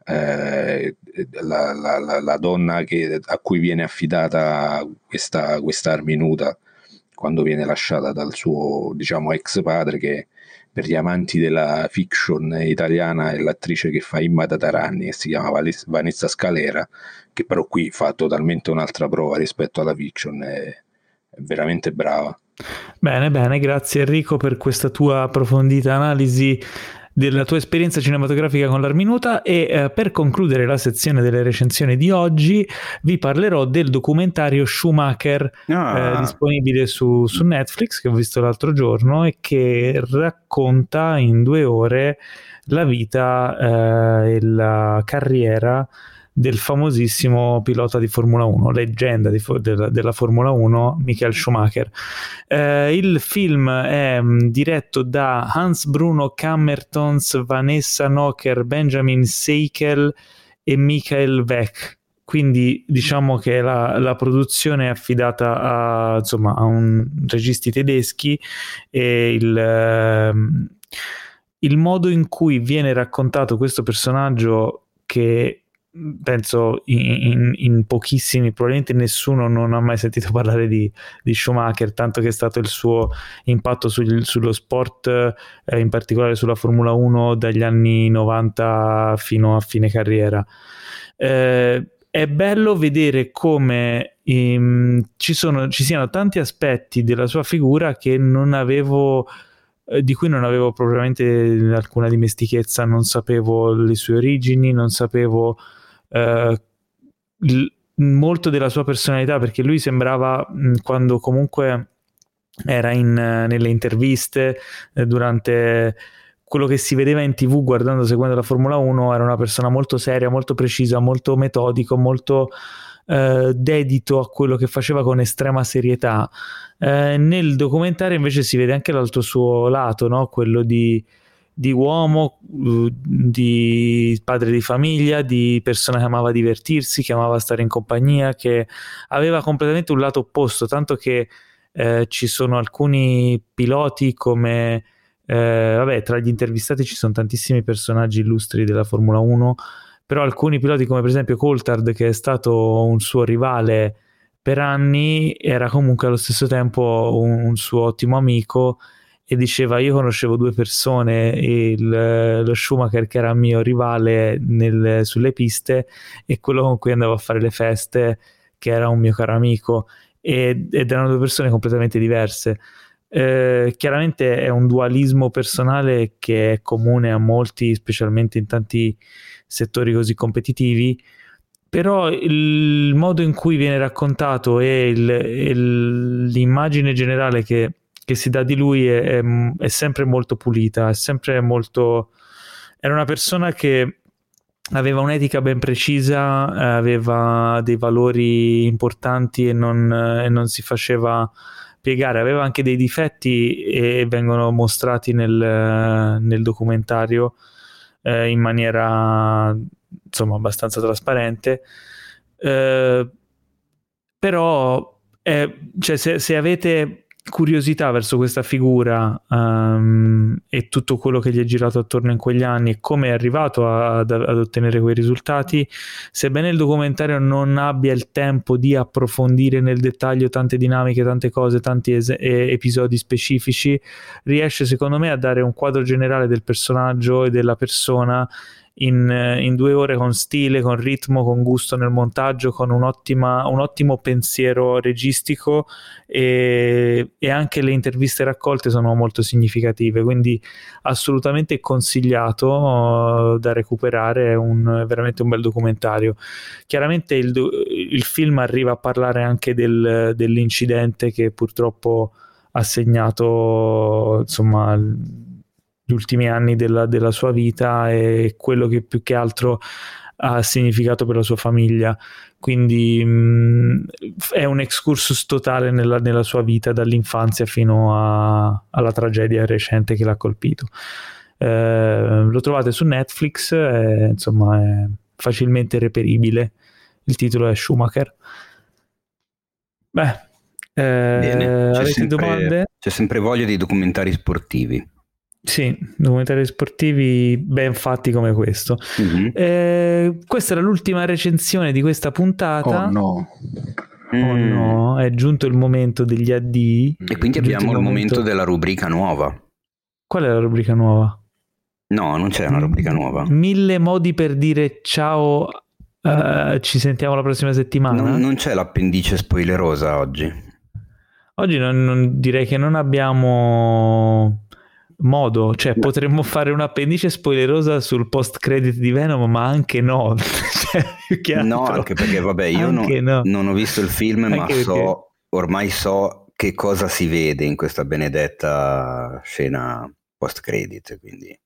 eh, la, la, la, la donna che, a cui viene affidata questa, questa Arminuta quando viene lasciata dal suo diciamo ex padre, che per gli amanti della fiction italiana è l'attrice che fa Imma Tataranni, che si chiama Vanessa Scalera, che però qui fa totalmente un'altra prova rispetto alla fiction, è, è veramente brava. Bene, bene, grazie Enrico per questa tua approfondita analisi della tua esperienza cinematografica con l'Arminuta, e eh, per concludere la sezione delle recensioni di oggi vi parlerò del documentario Schumacher ah. eh, disponibile su, su Netflix, che ho visto l'altro giorno e che racconta in due ore la vita eh, e la carriera del famosissimo pilota di Formula uno, leggenda di, della, della Formula uno, Michael Schumacher. Eh, il film è mh, diretto da Hans Bruno Kammertons, Vanessa Nocker, Benjamin Seikel e Michael Weck. Quindi diciamo che la, la produzione è affidata a, insomma, a un registi tedeschi, e il, ehm, il modo in cui viene raccontato questo personaggio, che penso in, in, in pochissimi, probabilmente nessuno non ha mai sentito parlare di, di Schumacher, tanto che è stato il suo impatto sul, sullo sport, eh, in particolare sulla Formula uno, dagli anni novanta fino a fine carriera. Eh, è bello vedere come um, ci sono, ci siano tanti aspetti della sua figura che non avevo di cui non avevo propriamente alcuna dimestichezza, non sapevo le sue origini, non sapevo Uh, l- molto della sua personalità, perché lui sembrava, mh, quando comunque era in, uh, nelle interviste, eh, durante quello che si vedeva in tv guardando, seguendo la Formula uno, era una persona molto seria, molto precisa, molto metodico, molto uh, dedito a quello che faceva con estrema serietà. Uh, nel documentario invece si vede anche l'altro suo lato, no? Quello di di uomo, di padre di famiglia, di persona che amava divertirsi, che amava stare in compagnia, che aveva completamente un lato opposto, tanto che eh, ci sono alcuni piloti come eh, vabbè, tra gli intervistati ci sono tantissimi personaggi illustri della Formula uno, però alcuni piloti come per esempio Coulthard, che è stato un suo rivale per anni, era comunque allo stesso tempo un, un suo ottimo amico, e diceva: io conoscevo due persone, il, lo Schumacher che era mio rivale nel, sulle piste, e quello con cui andavo a fare le feste che era un mio caro amico, ed, ed erano due persone completamente diverse. Eh, chiaramente è un dualismo personale che è comune a molti, specialmente in tanti settori così competitivi, però il modo in cui viene raccontato e il, il, l'immagine generale che che si dà di lui è, è, è sempre molto pulita, è sempre molto... Era una persona che aveva un'etica ben precisa, aveva dei valori importanti e non, e non si faceva piegare, aveva anche dei difetti e vengono mostrati nel, nel documentario eh, in maniera insomma abbastanza trasparente, eh, però eh, cioè, se, se avete curiosità verso questa figura um, e tutto quello che gli è girato attorno in quegli anni e come è arrivato a, ad, ad ottenere quei risultati, sebbene il documentario non abbia il tempo di approfondire nel dettaglio tante dinamiche, tante cose, tanti es- episodi specifici, riesce secondo me a dare un quadro generale del personaggio e della persona In, in due ore, con stile, con ritmo, con gusto nel montaggio, con un'ottima, un ottimo pensiero registico, e, e anche le interviste raccolte sono molto significative, quindi assolutamente consigliato uh, da recuperare, è un, veramente un bel documentario. Chiaramente il, il film arriva a parlare anche del, dell'incidente che purtroppo ha segnato insomma gli ultimi anni della, della sua vita e quello che più che altro ha significato per la sua famiglia, quindi mh, è un excursus totale nella, nella sua vita, dall'infanzia fino a, alla tragedia recente che l'ha colpito. Eh, lo trovate su Netflix, è, insomma è facilmente reperibile, il titolo è Schumacher. Beh, eh, Bene, c'è avete sempre, domande? C'è sempre voglia di documentari sportivi. Sì, documentari sportivi ben fatti come questo. Mm-hmm. Eh, questa era l'ultima recensione di questa puntata. Oh no. Oh no, è giunto il momento degli addii. E quindi abbiamo il momento... momento della rubrica nuova. Qual è la rubrica nuova? No, non c'è una rubrica M- nuova. Mille modi per dire ciao, uh, ci sentiamo la prossima settimana. Non, non c'è l'appendice spoilerosa oggi. Oggi non, non direi che non abbiamo... modo, cioè potremmo fare un'appendice spoilerosa sul post credit di Venom, ma anche no, cioè, che no, anche perché vabbè io non, no. non ho visto il film, anche ma so perché... ormai so che cosa si vede in questa benedetta scena post credit, quindi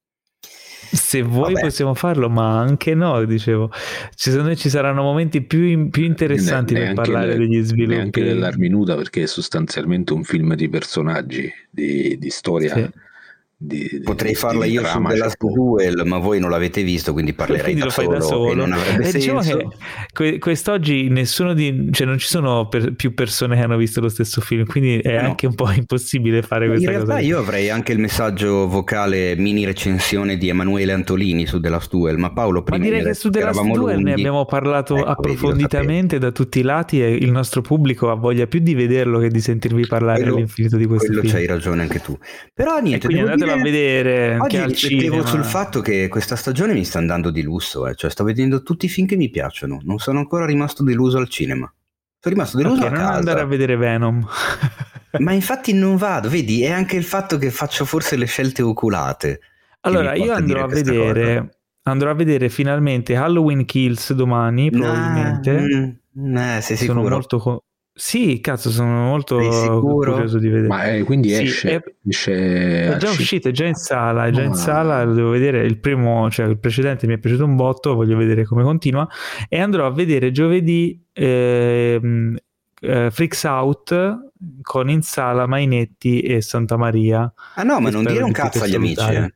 se vuoi vabbè. Possiamo farlo, ma anche no, dicevo, secondo me ci saranno momenti più, più interessanti ne, per parlare le, degli sviluppi, neanche dell'armi nuda, perché è sostanzialmente un film di personaggi, di, di storia. Sì. Di, di, potrei di, farla di io su The Last Duel, ma voi non l'avete visto, quindi parlerei quindi da, lo solo, fai da solo e non avrebbe e senso. Diciamo che que- quest'oggi nessuno di, cioè non ci sono per, più persone che hanno visto lo stesso film, quindi è no. anche un po' impossibile fare questa cosa. In realtà io avrei anche il messaggio vocale mini recensione di Emanuele Antolini su The Last Duel, ma Paolo prima ma direi che su The Last Duel lunghi. Ne abbiamo parlato ecco, approfonditamente da tutti i lati e il nostro pubblico ha voglia più di vederlo che di sentirvi parlare quello, all'infinito di questo quello film. Quello c'hai ragione anche tu, però niente, e quindi andatelo dire... a vedere. Oggi al riflettevo sul fatto che questa stagione mi sta andando di lusso, eh. Cioè sto vedendo tutti i film che mi piacciono, non sono ancora rimasto deluso al cinema, sono rimasto deluso okay, a casa. Non andare a vedere Venom. Ma infatti non vado, vedi, è anche il fatto che faccio forse le scelte oculate. Allora io andrò a, a vedere cosa. andrò a vedere finalmente Halloween Kills domani, probabilmente. Nah, eh, sei sicuro? Sono molto co- Sì, cazzo, sono molto curioso di vedere. Ma eh, quindi sì, esce, è, esce è già uscito, è già in sala, è già in sala, lo devo vedere. Il primo, cioè il precedente mi è piaciuto un botto, voglio vedere come continua. E andrò a vedere giovedì eh, eh, Freaks Out con in sala Mainetti e Santa Maria. Ah no, ma non dire un cazzo agli amici, eh.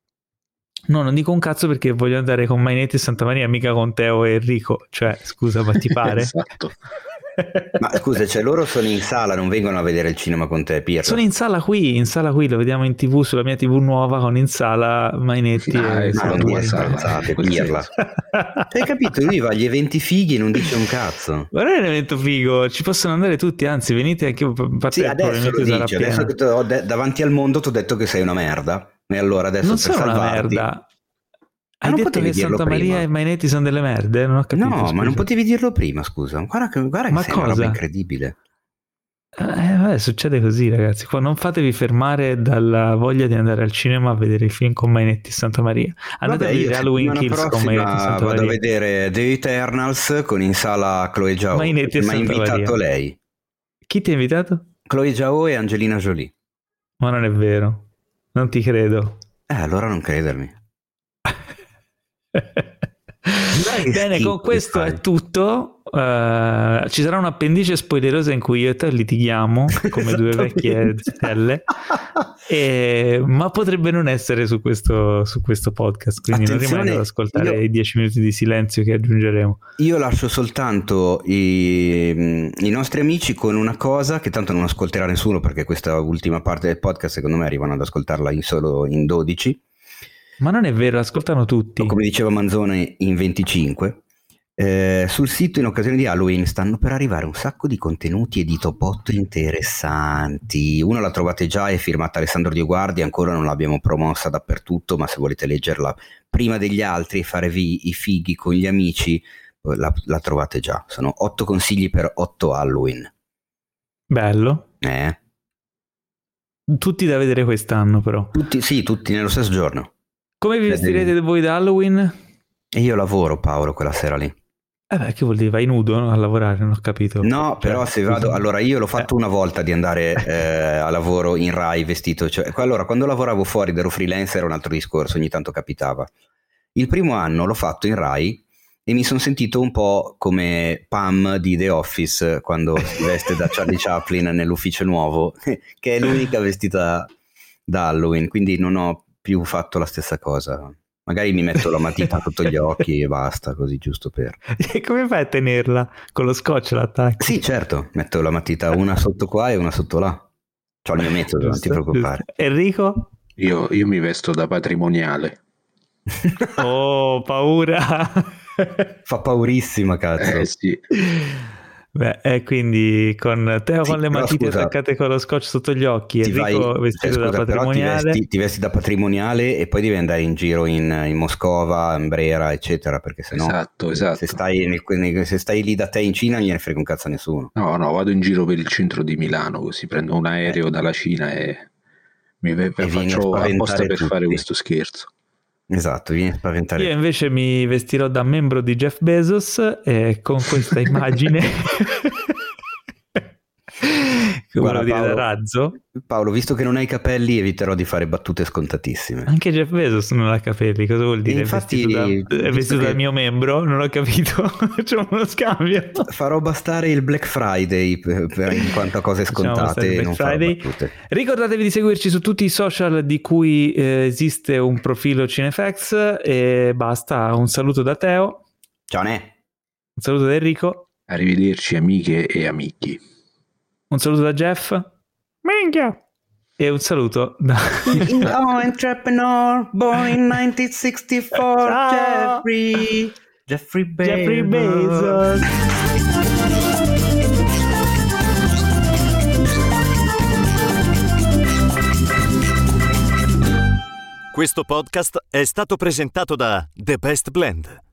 No, non dico un cazzo perché voglio andare con Mainetti e Santa Maria, mica con Teo e Enrico. Cioè, scusa, ma ti pare? Esatto. Ma scusa, cioè loro sono in sala, non vengono a vedere il cinema con te, Pirlo? Sono in sala qui, in sala qui, lo vediamo in tv, sulla mia tv nuova, con in sala Mainetti ah, e no, non dire stronzate, Pirla. Hai capito? Lui va agli eventi fighi e non dice un cazzo. Ma non è un evento figo, ci possono andare tutti, anzi venite anche sì, adesso lo dici, adesso che ho de- davanti al mondo ti ho detto che sei una merda e allora adesso non per sono salvarti... una merda. Hai detto che Santa Maria prima. e Mainetti sono delle merde? Non ho capito, no, scusa. ma non potevi dirlo prima, scusa. Guarda che, guarda che ma sei cosa? una roba incredibile. Eh, vabbè, succede così, ragazzi. Poi non fatevi fermare dalla voglia di andare al cinema a vedere i film con Mainetti e Santa Maria. Andate vabbè, a vedere Halloween Kills con Mainetti e Santa Maria. Vado a vedere The Eternals con in sala Chloe Zhao. Mainetti e mi ha invitato Maria. lei. Chi ti ha invitato? Chloe Zhao e Angelina Jolie. Ma non è vero, non ti credo. Eh, allora non credermi. Bene, con questo è tutto. Uh, ci sarà un'appendice spoilerosa in cui io e te litighiamo come due vecchie stelle, e... ma potrebbe non essere su questo, su questo podcast, quindi Attenzione, non rimanete ad ascoltare io... i dieci minuti di silenzio che aggiungeremo. Io lascio soltanto i, i nostri amici con una cosa che tanto non ascolterà nessuno, perché questa ultima parte del podcast secondo me arrivano ad ascoltarla in solo in dodici. Ma non è vero, ascoltano tutti. O come diceva Manzone, in venticinque. Eh, sul sito in occasione di Halloween stanno per arrivare un sacco di contenuti e di top otto interessanti. Una la trovate già, è firmata Alessandro Dioguardi, ancora non l'abbiamo promossa dappertutto, ma se volete leggerla prima degli altri e farvi i fighi con gli amici, la, la trovate già. Sono otto consigli per otto Halloween. Bello. Eh. Tutti da vedere quest'anno però. Tutti, sì, tutti nello stesso giorno. Come vi vestirete voi da Halloween? E io lavoro, Paolo, quella sera lì. Eh beh, che vuol dire? Vai nudo, no? A lavorare? Non ho capito. No, cioè, però se vado... Allora, io l'ho fatto eh. una volta di andare eh, a lavoro in Rai vestito. Cioè, allora, quando lavoravo fuori ed ero freelance era un altro discorso, ogni tanto capitava. Il primo anno l'ho fatto in Rai e mi sono sentito un po' come Pam di The Office quando si veste da Charlie Chaplin nell'ufficio nuovo, che è l'unica vestita da Halloween, quindi non ho più fatto la stessa cosa. Magari mi metto la matita sotto gli occhi e basta, così giusto per... E come fai a tenerla? Con lo scotch l'attacchi? Sì, certo, metto la matita una sotto qua e una sotto là. C'ho il mio metodo, giusto, non ti preoccupare. Giusto. Enrico? Io, io mi vesto da patrimoniale. Oh, paura! Fa paurissima, cazzo. Eh sì. Beh, e quindi con Teo sì, con le matite scusa, attaccate con lo scotch sotto gli occhi, Enrico vai, vestito cioè, scusa, da patrimoniale. Ti vesti, ti vesti da patrimoniale e poi devi andare in giro in, in Moscova, in Brera, eccetera, perché sennò esatto, esatto. Se, stai nel, se stai lì da te in Cina non gliene frega un cazzo a nessuno. No, no, vado in giro per il centro di Milano, così prendo un aereo eh. dalla Cina e mi e faccio apposta per tutti. Fare questo scherzo. Esatto, vieni a spaventare. Io invece mi vestirò da membro di Jeff Bezos e con questa immagine che vuol dire da razzo. Paolo, visto che non hai capelli, eviterò di fare battute scontatissime. Anche Jeff Bezos non ha capelli, cosa vuol dire? Infatti, è vestito, da, è vestito che... dal mio membro, non ho capito. Facciamo uno scambio. Farò bastare il Black Friday per, per in quanto a cose scontate e non farò battute. Ricordatevi di seguirci su tutti i social di cui eh, esiste un profilo Cinefax e basta. Un saluto da Teo. Ciao Ne. Un saluto da Enrico. Arrivederci amiche e amici. Un saluto da Jeff. Minchia. E un saluto da oh, entrepreneur born in nineteen sixty-four. Ciao. Jeffrey Jeffrey Bezos. Jeffrey Bezos. Questo podcast è stato presentato da The Best Blend,